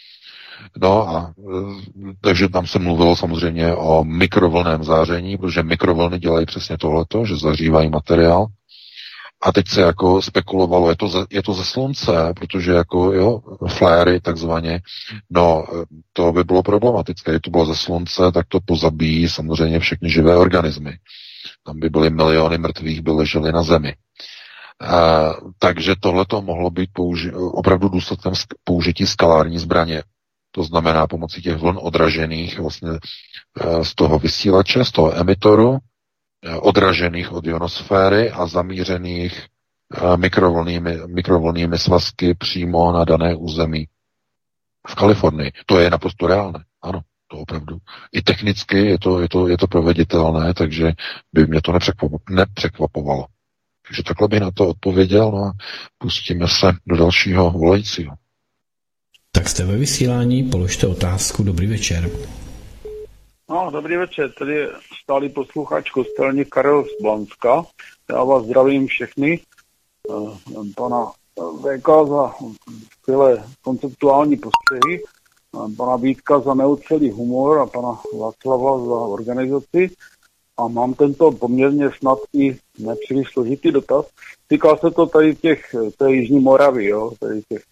No a takže tam se mluvilo samozřejmě o mikrovlnném záření, protože mikrovlny dělají přesně tohleto, že zahřívají materiál. A teď se jako spekulovalo, je to ze, je to ze slunce, protože jako, jo, fléry takzvaně, no, to by bylo problematické. Kdyby to bylo ze slunce, tak to pozabíjí samozřejmě všechny živé organismy. Tam by byly miliony mrtvých, by ležely na zemi. A, takže tohleto mohlo být použi- opravdu důsledkem sk- použití skalární zbraně. To znamená pomocí těch vln odražených vlastně z toho vysílače, z toho emitoru, odražených od ionosféry a zamířených mikrovlnnými, mikrovlnnými svazky přímo na dané území v Kalifornii. To je naprosto reálné, ano, to opravdu. I technicky je to, je to, je to proveditelné, takže by mě to nepřekvapovalo. Takže takhle bych na to odpověděl, no a pustíme se do dalšího volajícího. Tak jste ve vysílání, položte otázku, dobrý večer. No, dobrý večer, tady je stálý posluchač kostelník Karel z Blanska. Já vás zdravím všechny, pana vé ká za skvělé konceptuální postřehy, pana Vítka za neucelý humor a pana Václava za organizaci. A mám tento poměrně snad i nepříliš složitý dotaz. Týká se to tady těch, té Jižní Moravy, jo, tady těch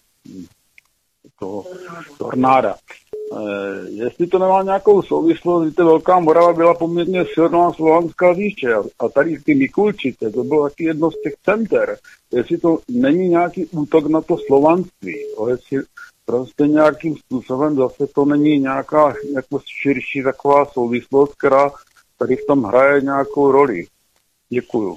toho tornáda. E, jestli to nemá nějakou souvislost, že Velká Morava byla poměrně silná slovanská říše a tady ty Mikulčice, to bylo taky jedno z těch center. Jestli to není nějaký útok na to slovanství, o jestli prostě nějakým způsobem zase to není nějaká jako širší taková souvislost, která tady v tom hraje nějakou roli. Děkuju.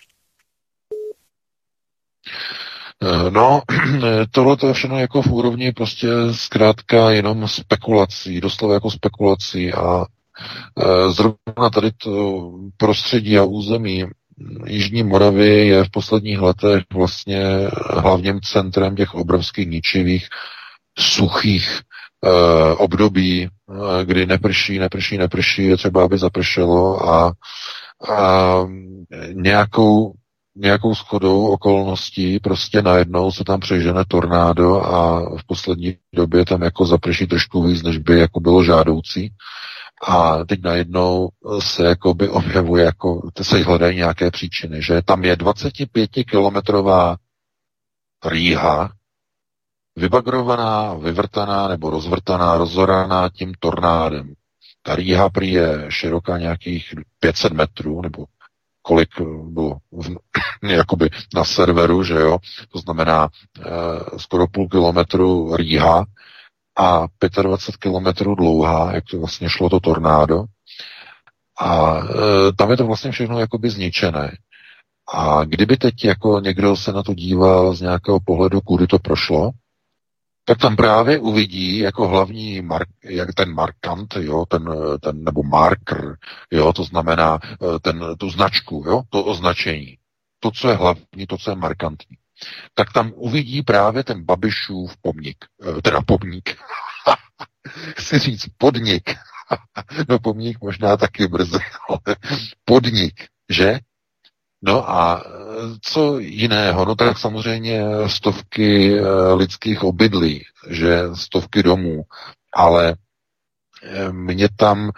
No, tohle to je všechno jako v úrovni prostě zkrátka jenom spekulací, doslova jako spekulací a e, zrovna tady to prostředí a území Jižní Moravy je v posledních letech vlastně hlavním centrem těch obrovských ničivých suchých e, období, e, kdy neprší, neprší, neprší, je třeba, aby zapršelo a, a nějakou nějakou shodou okolností prostě najednou se tam přežene tornádo a v poslední době tam jako zaprší trošku víc, než by jako bylo žádoucí. A teď najednou se jako by objevuje, jako se hledají nějaké příčiny, že tam je dvacetipětikilometrová rýha, vybagrovaná, vyvrtaná nebo rozvrtaná, rozhoraná tím tornádem. Ta rýha prý je široká nějakých pět set metrů, nebo kolik bylo v, jakoby na serveru, že jo, to znamená e, skoro půl kilometru rýha a dvacet pět kilometrů dlouhá, jak to vlastně šlo to tornádo. A e, tam je to vlastně všechno jakoby zničené. A kdyby teď jako někdo se na to díval z nějakého pohledu, kudy to prošlo, tak tam právě uvidí jako hlavní mark, jak ten markant, jo, ten, ten, nebo marker, jo, to znamená ten, tu značku, jo, to označení. To, co je hlavní, to, co je markantní. Tak tam uvidí právě ten Babišův pomník, teda pomník. Chci říct podnik. No pomník možná taky brzy, ale podnik, že? No a co jiného? No tak samozřejmě stovky lidských obydlí, že stovky domů, ale mě tam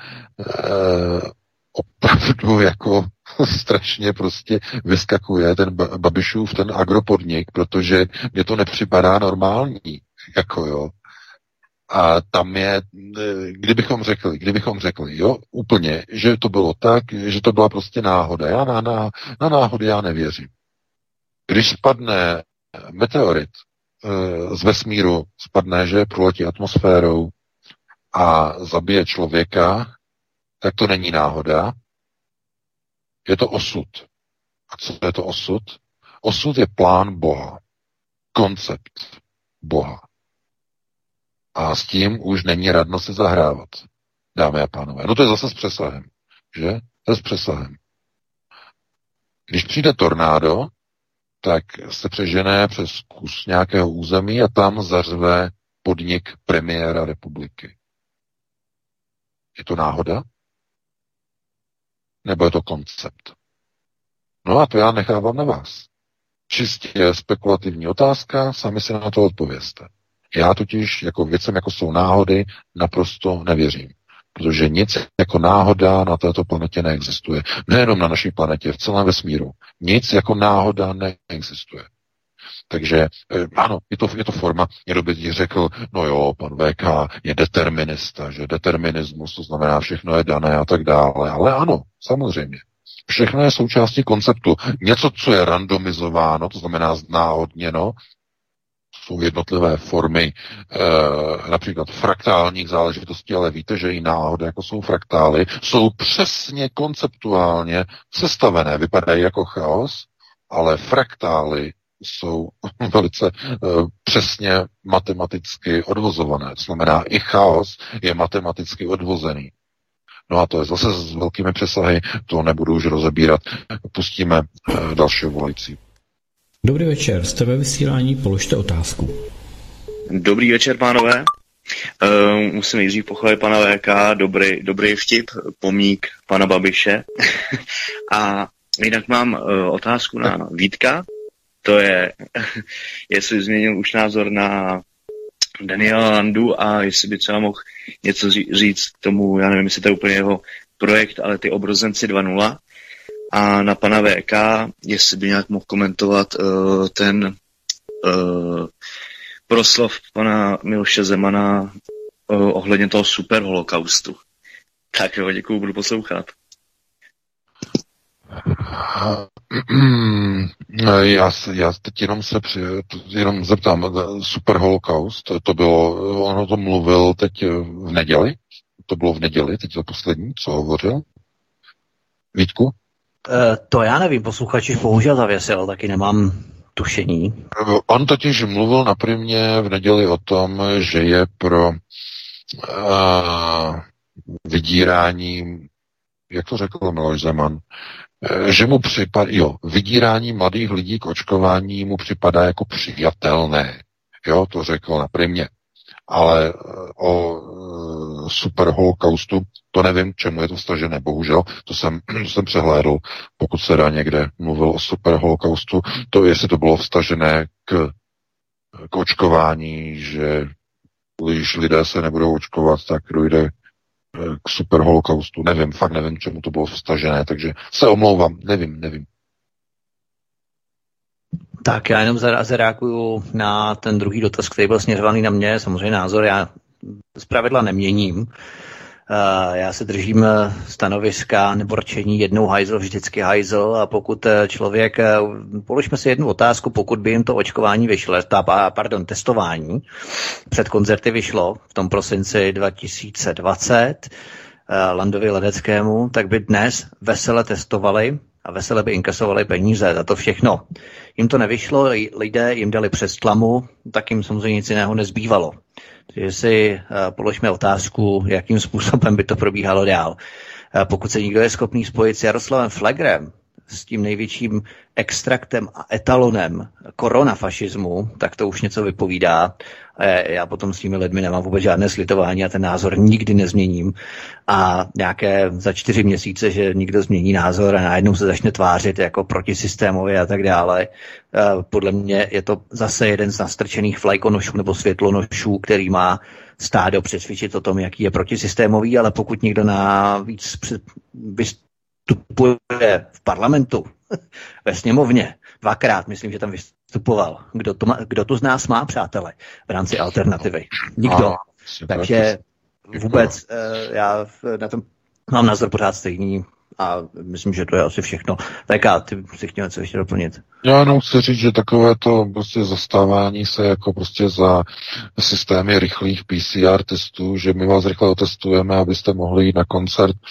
opravdu jako strašně prostě vyskakuje ten Babišův, ten agropodnik, protože mně to nepřipadá normální, jako jo. A tam je, kdybychom řekli, kdybychom řekli, jo, úplně, že to bylo tak, že to byla prostě náhoda. Já na, na, na náhody já nevěřím. Když spadne meteorit e, z vesmíru, spadne, že proletí atmosférou a zabije člověka, tak to není náhoda. Je to osud. A co je to osud? Osud je plán Boha. Koncept Boha. A s tím už není radno si zahrávat, dámy a pánové. No to je zase s přesahem, že? To je s přesahem. Když přijde tornádo, tak se přežené přes kus nějakého území a tam zařve podnik premiéra republiky. Je to náhoda? Nebo je to koncept? No a to já nechávám na vás. Čistě spekulativní otázka, sami si na to odpovězte. Já totiž jako věcem, jako jsou náhody, naprosto nevěřím. Protože nic jako náhoda na této planetě neexistuje. Nejenom na naší planetě, v celém vesmíru. Nic jako náhoda neexistuje. Takže ano, je to, je to forma, někdo by ti řekl, no jo, pan V K je determinista, že determinismus, to znamená všechno je dané a tak dále. Ale ano, samozřejmě. Všechno je součástí konceptu. Něco, co je randomizováno, to znamená znáhodněno, jsou jednotlivé formy, e, například fraktálních záležitostí, ale víte, že i náhody, jako jsou fraktály, jsou přesně konceptuálně sestavené. Vypadají jako chaos, ale fraktály jsou velice e, přesně matematicky odvozované. To znamená, i chaos je matematicky odvozený. No a to je zase s velkými přesahy, to nebudu už rozebírat. Pustíme e, dalšího volající. Dobrý večer, jste ve vysílání, položte otázku. Dobrý večer, pánové. Uh, musím nejdřív pochválit pana V K, dobrý, dobrý vtip, pomník pana Babiše. A jinak mám uh, otázku na Vítka, to je, jestli změnil už názor na Daniela Landu a jestli by třeba mohl něco říct k tomu, já nevím, jestli to je úplně jeho projekt, ale ty obrozenci dva nula. A na pana V K, jestli by nějak mohl komentovat uh, ten uh, proslov pana Miloše Zemana uh, ohledně toho superholokaustu. Tak jo, děkuju, budu poslouchat. Já, já teď jenom se při, jenom zeptám, superholokaust, to, to bylo, ono to mluvil teď v neděli, to bylo v neděli, teď to poslední, co hovořil? Vítku? To já nevím, posluchači bohužel zavěsil, taky nemám tušení. On totiž mluvil na Primě v neděli o tom, že je pro uh, vydírání, jak to řekl Miloš Zeman, že mu připadá, jo, vydírání mladých lidí k očkování mu připadá jako přijatelné. Jo, to řekl na Primě. Ale o superholokaustu, to nevím, čemu je to vztažené, bohužel, to jsem, to jsem přehlédl, pokud se dá někde mluvil o superholokaustu, to jestli to bylo vztažené k, k očkování, že když lidé se nebudou očkovat, tak dojde k superholokaustu, nevím, fakt nevím, čemu to bylo vztažené, takže se omlouvám, nevím, nevím. Tak já jenom zareaguju na ten druhý dotaz, který byl směřovaný na mě. Samozřejmě názor já zpravidla neměním. Já se držím stanoviska nebo rčení jednou hajzl, vždycky hajzl, a pokud člověk, položme si jednu otázku, pokud by jim to očkování vyšlo, ta, pardon, testování před koncerty vyšlo v tom prosinci dva tisíce dvacet Landovi Ledeckému, tak by dnes vesele testovali a vesele by inkasovali peníze za to všechno. Jim to nevyšlo, lidé jim dali přes tlamu, tak jim samozřejmě nic jiného nezbývalo. Takže si uh, položme otázku, jakým způsobem by to probíhalo dál. Uh, pokud se někdo je schopný spojit s Jaroslavem Flegrem, s tím největším extraktem a etalonem koronafašismu, tak to už něco vypovídá. Já potom s těmi lidmi nemám vůbec žádné slitování a ten názor nikdy nezměním. A nějaké za čtyři měsíce, že někdo změní názor a najednou se začne tvářit jako protisystémově a tak dále. Podle mě je to zase jeden z nastrčených vlajkonošů nebo světlonošů, který má stádo přesvědčit o tom, jaký je protisystémový, ale pokud někdo navíc vystupuje v parlamentu, ve sněmovně, dvakrát, myslím, že tam vystupoval. Kdo to, má, kdo to z nás má, přátelé, v rámci alternativy? Nikdo. A, Takže vůbec já na tom mám názor pořád stejný a myslím, že to je asi všechno. Tak a ty si chtěl něco ještě doplnit? Já jenom chci říct, že takové to prostě zastávání se jako prostě za systémy rychlých P C R testů, že my vás rychle otestujeme, abyste mohli jít na koncert,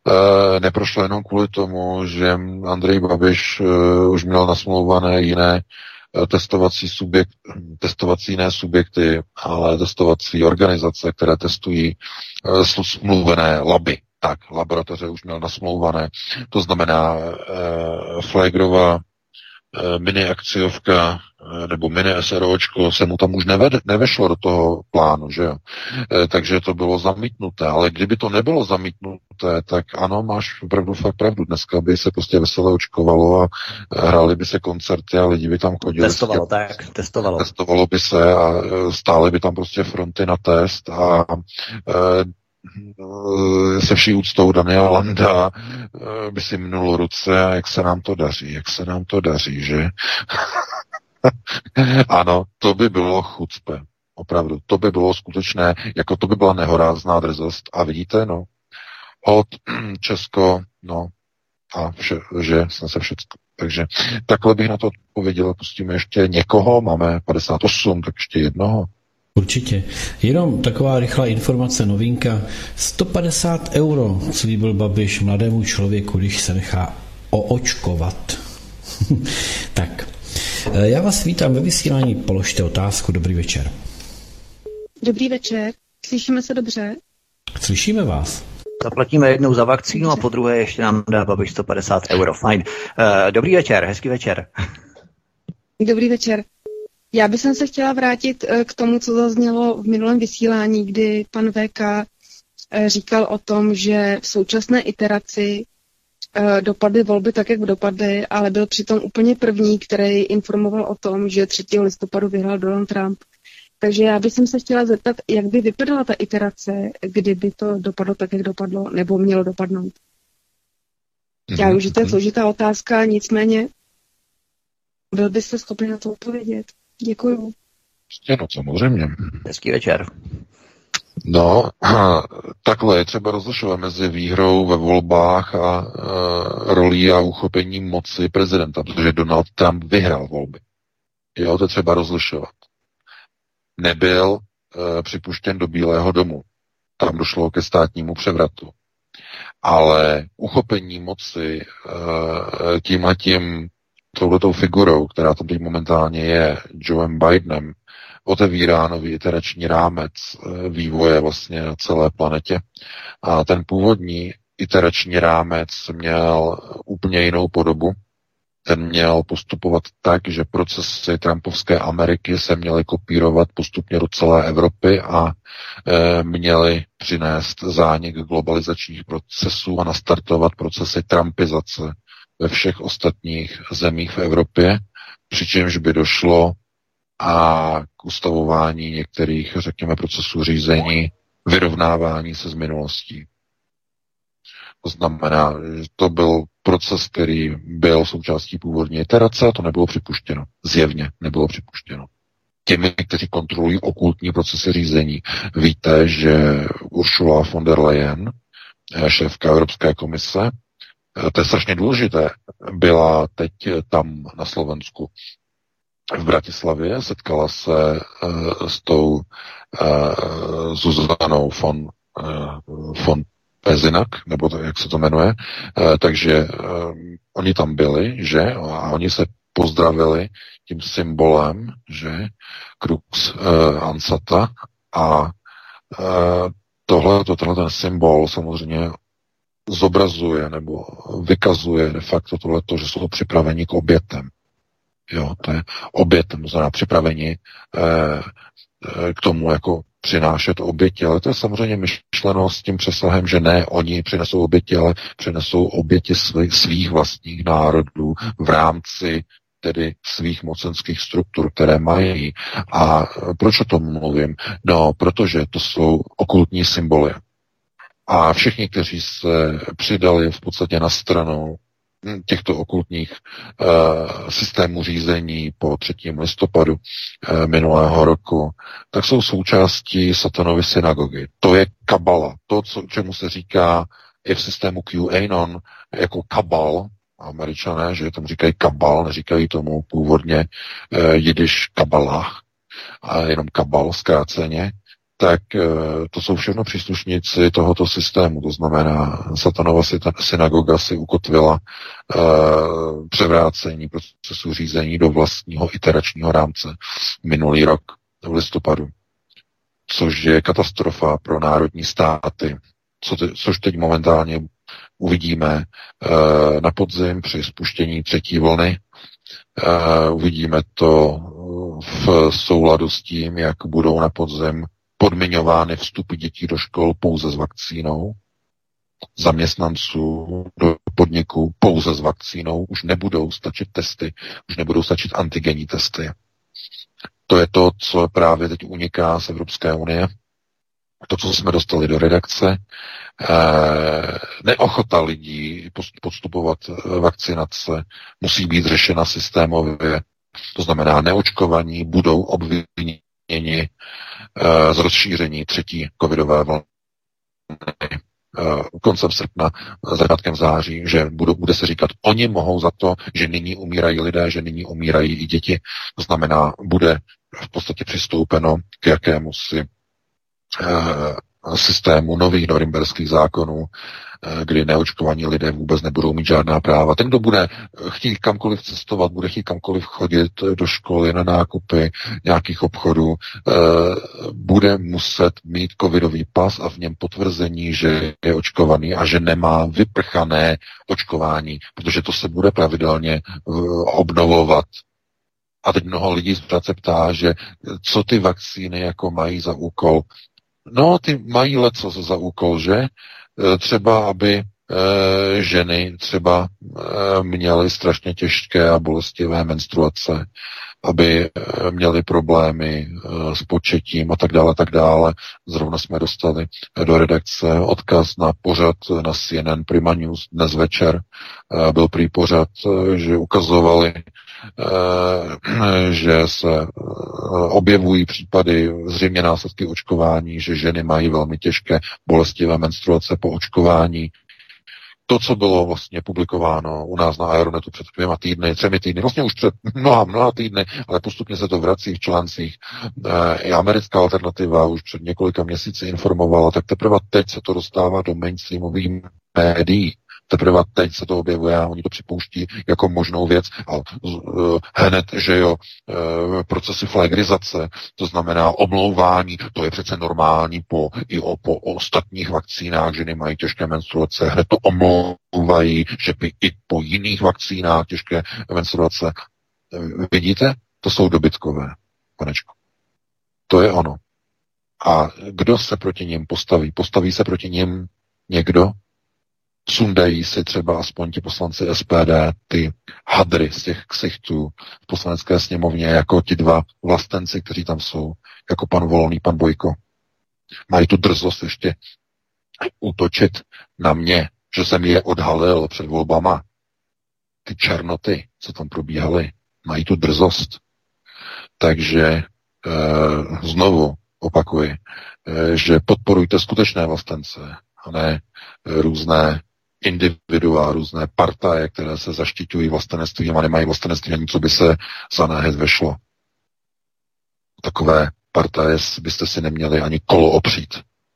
e, neprošlo jenom kvůli tomu, že Andrej Babiš e, už měl nasmlouvané jiné testovací subjekt, testovací ne subjekty, ale testovací organizace, které testují e, smluvené laby. Tak, laboratoře už měl nasmlouvané. To znamená e, Flagrova e, mini akciovka e, nebo mini SROčko se mu tam už neved, nevešlo do toho plánu, že jo. E, takže to bylo zamítnuté. Ale kdyby to nebylo zamítnuté, tak ano, máš opravdu fakt pravdu. Dneska by se prostě veselé očkovalo a hrály by se koncerty a lidi by tam chodili. Testovalo, tak, testovalo. Testovalo by se a stály by tam prostě fronty na test a e, se vší úctou Daniela Landa by si minul ruce a jak se nám to daří, jak se nám to daří, že? Ano, to by bylo chucpe. Opravdu, to by bylo skutečné, jako to by byla nehorázná drzost. A vidíte, no, od Česko, no, a vše, že se všecko. Takže takhle bych na to odpověděl, pustíme ještě někoho, máme padesát osm, tak ještě jednoho. Určitě. Jenom taková rychlá informace, novinka. sto padesát euro slíbil Babiš mladému člověku, když se nechá oočkovat. Tak, já vás vítám ve vysílání, položte otázku, dobrý večer. Dobrý večer, slyšíme se dobře? Slyšíme vás. Zaplatíme jednou za vakcínu a po druhé ještě nám dá Babiš sto padesát euro, fajn. Dobrý večer, hezký večer. Dobrý večer. Já bych se chtěla vrátit k tomu, co zaznělo v minulém vysílání, kdy pan V K říkal o tom, že v současné iteraci dopadly volby tak, jak dopadly, ale byl přitom úplně první, který informoval o tom, že třetího listopadu vyhrál Donald Trump. Takže já bych se chtěla zeptat, jak by vypadala ta iterace, kdyby to dopadlo tak, jak dopadlo, nebo mělo dopadnout. Mm-hmm. Já vím, že to je složitá otázka, nicméně byl byste schopni na to odpovědět. Děkuju. No, samozřejmě. Hezký večer. No, takhle je třeba rozlišovat mezi výhrou ve volbách a e, rolí a uchopením moci prezidenta, protože Donald Trump vyhrál volby. Jo, to je třeba rozlišovat. Nebyl e, připuštěn do Bílého domu. Tam došlo ke státnímu převratu. Ale uchopení moci e, tím a tím touhletou figurou, která tam teď momentálně je, Joem Bidenem, otevírá nový iterační rámec vývoje vlastně na celé planetě. A ten původní iterační rámec měl úplně jinou podobu. Ten měl postupovat tak, že procesy trumpovské Ameriky se měly kopírovat postupně do celé Evropy a e, měly přinést zánik globalizačních procesů a nastartovat procesy trumpizace ve všech ostatních zemích v Evropě, přičemž by došlo a k ustavování některých, řekněme, procesů řízení, vyrovnávání se s minulostí. To znamená, že to byl proces, který byl součástí původní iterace a to nebylo připuštěno. Zjevně nebylo připuštěno. Těmi, kteří kontrolují okultní procesy řízení, víte, že Ursula von der Leyen, šéfka Evropské komise, to je strašně důležité, byla teď tam na Slovensku v Bratislavě, setkala se uh, s tou uh, Zuzanou von, uh, von Pezinak, nebo to, jak se to jmenuje, uh, takže uh, oni tam byli, že, a oni se pozdravili tím symbolem, že, Crux uh, Ansata a uh, tohle, to, tohle ten symbol samozřejmě zobrazuje nebo vykazuje de facto tohleto, že jsou připraveni k obětem. Jo, to je obětem, to znamená připraveni eh, k tomu, jako přinášet oběti, ale to je samozřejmě myšleno s tím přesahem, že ne oni přinesou oběti, ale přinesou oběti svých, svých vlastních národů v rámci tedy svých mocenských struktur, které mají. A proč o tom mluvím? No, protože to jsou okultní symboly. A všichni, kteří se přidali v podstatě na stranu těchto okultních uh, systémů řízení po třetího listopadu uh, minulého roku, tak jsou součástí Satanovy synagogy. To je kabala. To, co, čemu se říká i v systému QAnon jako kabal, Američané, že tomu říkají kabal, neříkají tomu původně uh, jidiš kabalách, a jenom kabal zkráceně, tak to jsou všechno příslušníci tohoto systému. To znamená, Satanova synagoga si ukotvila převrácení procesu řízení do vlastního iteračního rámce minulý rok v listopadu, což je katastrofa pro národní státy, co te, což teď momentálně uvidíme na podzim při spuštění třetí vlny. Uvidíme to v souladu s tím, jak budou na podzim podmiňovány vstupy dětí do škol pouze s vakcínou, zaměstnanců do podniků pouze s vakcínou, už nebudou stačit testy, už nebudou stačit antigenní testy. To je to, co právě teď uniká z Evropské unie, to, co jsme dostali do redakce, eh, neochota lidí podstupovat vakcinace musí být řešena systémově. To znamená, neočkovaní budou obviněni eh, z rozšíření třetí covidové vlny eh, koncem srpna, začátkem září, že budou, bude se říkat, oni mohou za to, že nyní umírají lidé, že nyní umírají i děti. To znamená, bude v podstatě přistoupeno k jakému si systému nových norimberských zákonů, kdy neočkovaní lidé vůbec nebudou mít žádná práva. Ten, kdo bude chtít kamkoliv cestovat, bude chtít kamkoliv chodit do školy, na nákupy, nějakých obchodů, bude muset mít covidový pas a v něm potvrzení, že je očkovaný a že nemá vyprchané očkování, protože to se bude pravidelně obnovovat. A teď mnoho lidí se ptá, že co ty vakcíny jako mají za úkol. No, ty mají leco za úkol, že? Třeba, aby e, ženy třeba e, měly strašně těžké a bolestivé menstruace, aby e, měly problémy e, s početím a tak dále, tak dále. Zrovna jsme dostali do redakce odkaz na pořad na C N N Prima News dnes večer. E, byl prý pořad, e, že ukazovali, že se objevují případy zřejmě následky očkování, že ženy mají velmi těžké bolestivé menstruace po očkování. To, co bylo vlastně publikováno u nás na Aeronetu před dvěma týdny, třemi týdny, vlastně už před mnoha, mnoha týdny, ale postupně se to vrací v článcích. I americká alternativa už před několika měsíci informovala, tak teprve teď se to dostává do mainstreamových médií. Teprve teď se to objevuje a oni to připouští jako možnou věc a uh, hned, že jo, uh, procesy flagrizace, to znamená omlouvání, to je přece normální po, i o, po ostatních vakcínách, že nemají těžké menstruace, hned to omlouvají, že by i po jiných vakcínách těžké menstruace. Vidíte? To jsou dobytkové, panečko. To je ono. A kdo se proti nim postaví? Postaví se proti nim někdo? Sundají si třeba aspoň ti poslanci S P D, ty hadry z těch ksichtů v poslanecké sněmovně, jako ti dva vlastenci, kteří tam jsou, jako pan Volný, pan Bojko. Mají tu drzost ještě útočit na mě, že jsem je odhalil před volbama. Ty černoty, co tam probíhaly, mají tu drzost. Takže e, znovu opakuji, e, že podporujte skutečné vlastence, a ne e, různé individua, různé partaje, které se zaštiťují vlastenectvím a nemají vlastenectví ani co by se za náhez vešlo. Takové partaje byste si neměli ani kolo opřít.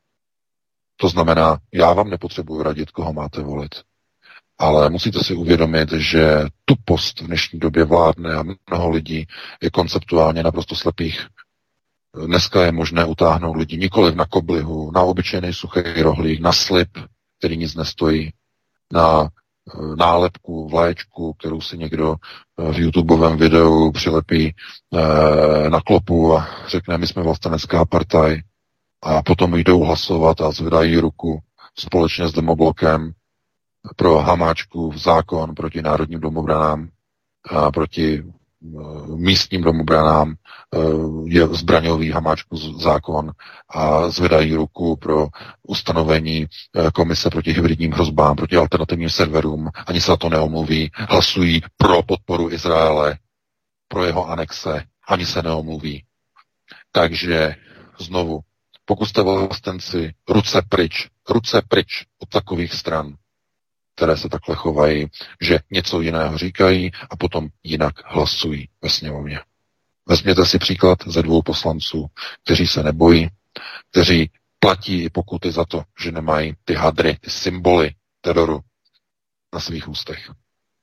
To znamená, já vám nepotřebuji radit, koho máte volit. Ale musíte si uvědomit, že tupost v dnešní době vládne a mnoho lidí je konceptuálně naprosto slepých. Dneska je možné utáhnout lidi nikoliv na koblihu, na obyčejný suchý rohlík, na slib, který nic nestojí, na nálepku, vlaječku, kterou si někdo v YouTubeovém videu přilepí na klopu a řekne, my jsme vlastenecká partaj, a potom jdou hlasovat a zvedají ruku společně s demoblokem pro Hamáčkův zákon proti národním domobranám a proti místním domobranám, je zbraňový Hamáčkův zákon a zvedají ruku pro ustanovení komise proti hybridním hrozbám, proti alternativním serverům, ani se to neomluví, hlasují pro podporu Izraele, pro jeho anexe, ani se neomluví. Takže znovu, pokud jste vlastenci, ruce pryč, ruce pryč od takových stran, které se takhle chovají, že něco jiného říkají a potom jinak hlasují ve sněmovně. Vezměte si příklad ze dvou poslanců, kteří se nebojí kteří platí i pokuty za to, že nemají ty hadry, ty symboly teroru na svých ústech.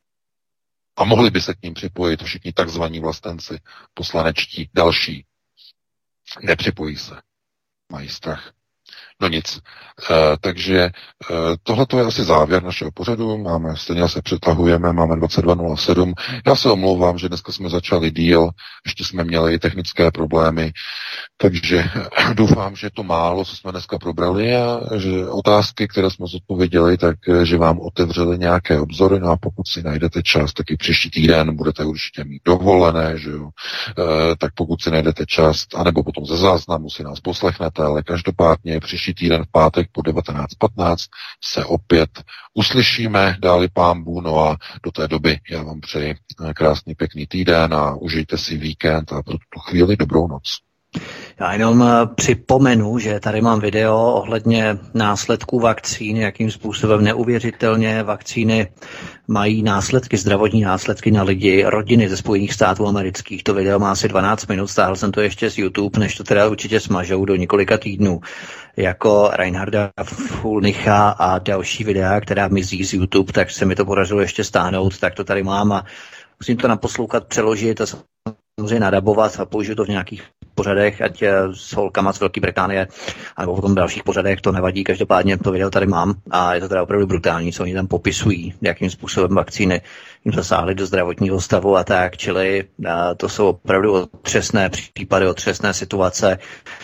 A mohli by se k ním připojit všichni takzvaní vlastenci, poslanečtí, další. Nepřipojí se. Mají strach. No nic. E, takže e, tohle je asi závěr našeho pořadu. Máme, stejně se přetahujeme, máme dvacet dva nula sedm. Já se omlouvám, že dneska jsme začali díl, ještě jsme měli technické problémy, takže doufám, že to málo, co jsme dneska probrali a že otázky, které jsme zodpověděli, tak že vám otevřely nějaké obzory. No a pokud si najdete čas, taky příští týden budete určitě mít dovolené, že jo. E, tak pokud si najdete čas, anebo potom ze záznamu si nás poslechnete, ale každopádně příští týden v pátek po devatenáct patnáct se opět uslyšíme, dáli pánbů, no a do té doby já vám přeji krásný pěkný týden a užijte si víkend a pro tuto chvíli dobrou noc. Já jenom připomenu, že tady mám video ohledně následků vakcín, jakým způsobem neuvěřitelně vakcíny mají následky, zdravotní následky na lidi, rodiny ze Spojených států amerických. To video má asi dvanáct minut, stáhl jsem to ještě z YouTube, než to teda určitě smažou do několika týdnů. Jako Reinharda Fulnicha a další videa, která mizí z YouTube, tak se mi to podařilo ještě stáhnout, tak to tady mám a musím to naposlouchat, přeložit a samozřejmě nadabovat a použiju to v nějakých pořadech, ať s holkama z Velké Británie, anebo v tom dalších pořadech, to nevadí, každopádně to video tady mám a je to teda opravdu brutální, co oni tam popisují, jakým způsobem vakcíny jim zasáhly do zdravotního stavu a tak, čili a to jsou opravdu otřesné případy, otřesné situace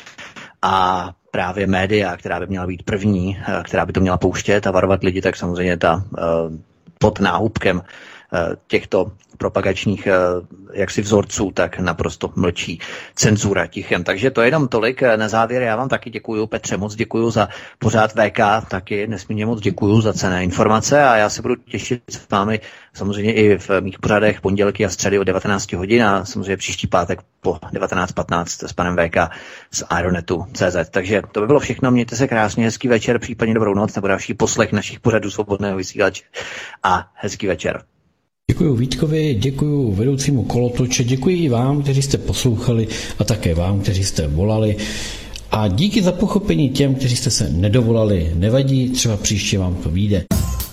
a právě média, která by měla být první, která by to měla pouštět a varovat lidi, tak samozřejmě ta pod náhubkem těchto propagačních jaksi vzorců, tak naprosto mlčí, cenzura tichem. Takže to je jenom tolik. Na závěr já vám taky děkuju, Petře, moc děkuju za pořád V K, taky nesmírně moc děkuju za cenné informace a já se budu těšit s vámi samozřejmě i v mých pořadech pondělky a středy o devatenáct hodin a samozřejmě příští pátek po devatenáct patnáct s panem V K z Aeronetu tečka cé zet. Takže to by bylo všechno. Mějte se krásně, hezký večer, případně dobrou noc nebo další poslech našich pořadů Svobodného vysílače a hezký večer. Děkuji Vítkovi, děkuji vedoucímu Kolotoče, děkuji i vám, kteří jste poslouchali a také vám, kteří jste volali. A díky za pochopení těm, kteří jste se nedovolali, nevadí, třeba příště vám to vyjde.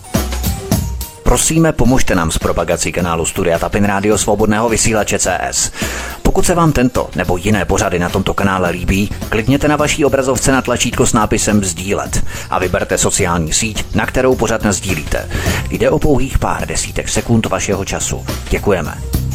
Prosíme, pomožte nám s propagací kanálu Studia Tapin Rádio Svobodného vysílače C S. Pokud se vám tento nebo jiné pořady na tomto kanále líbí, klikněte na vaší obrazovce na tlačítko s nápisem sdílet a vyberte sociální síť, na kterou pořad nasdílíte. Jde o pouhých pár desítek sekund vašeho času. Děkujeme.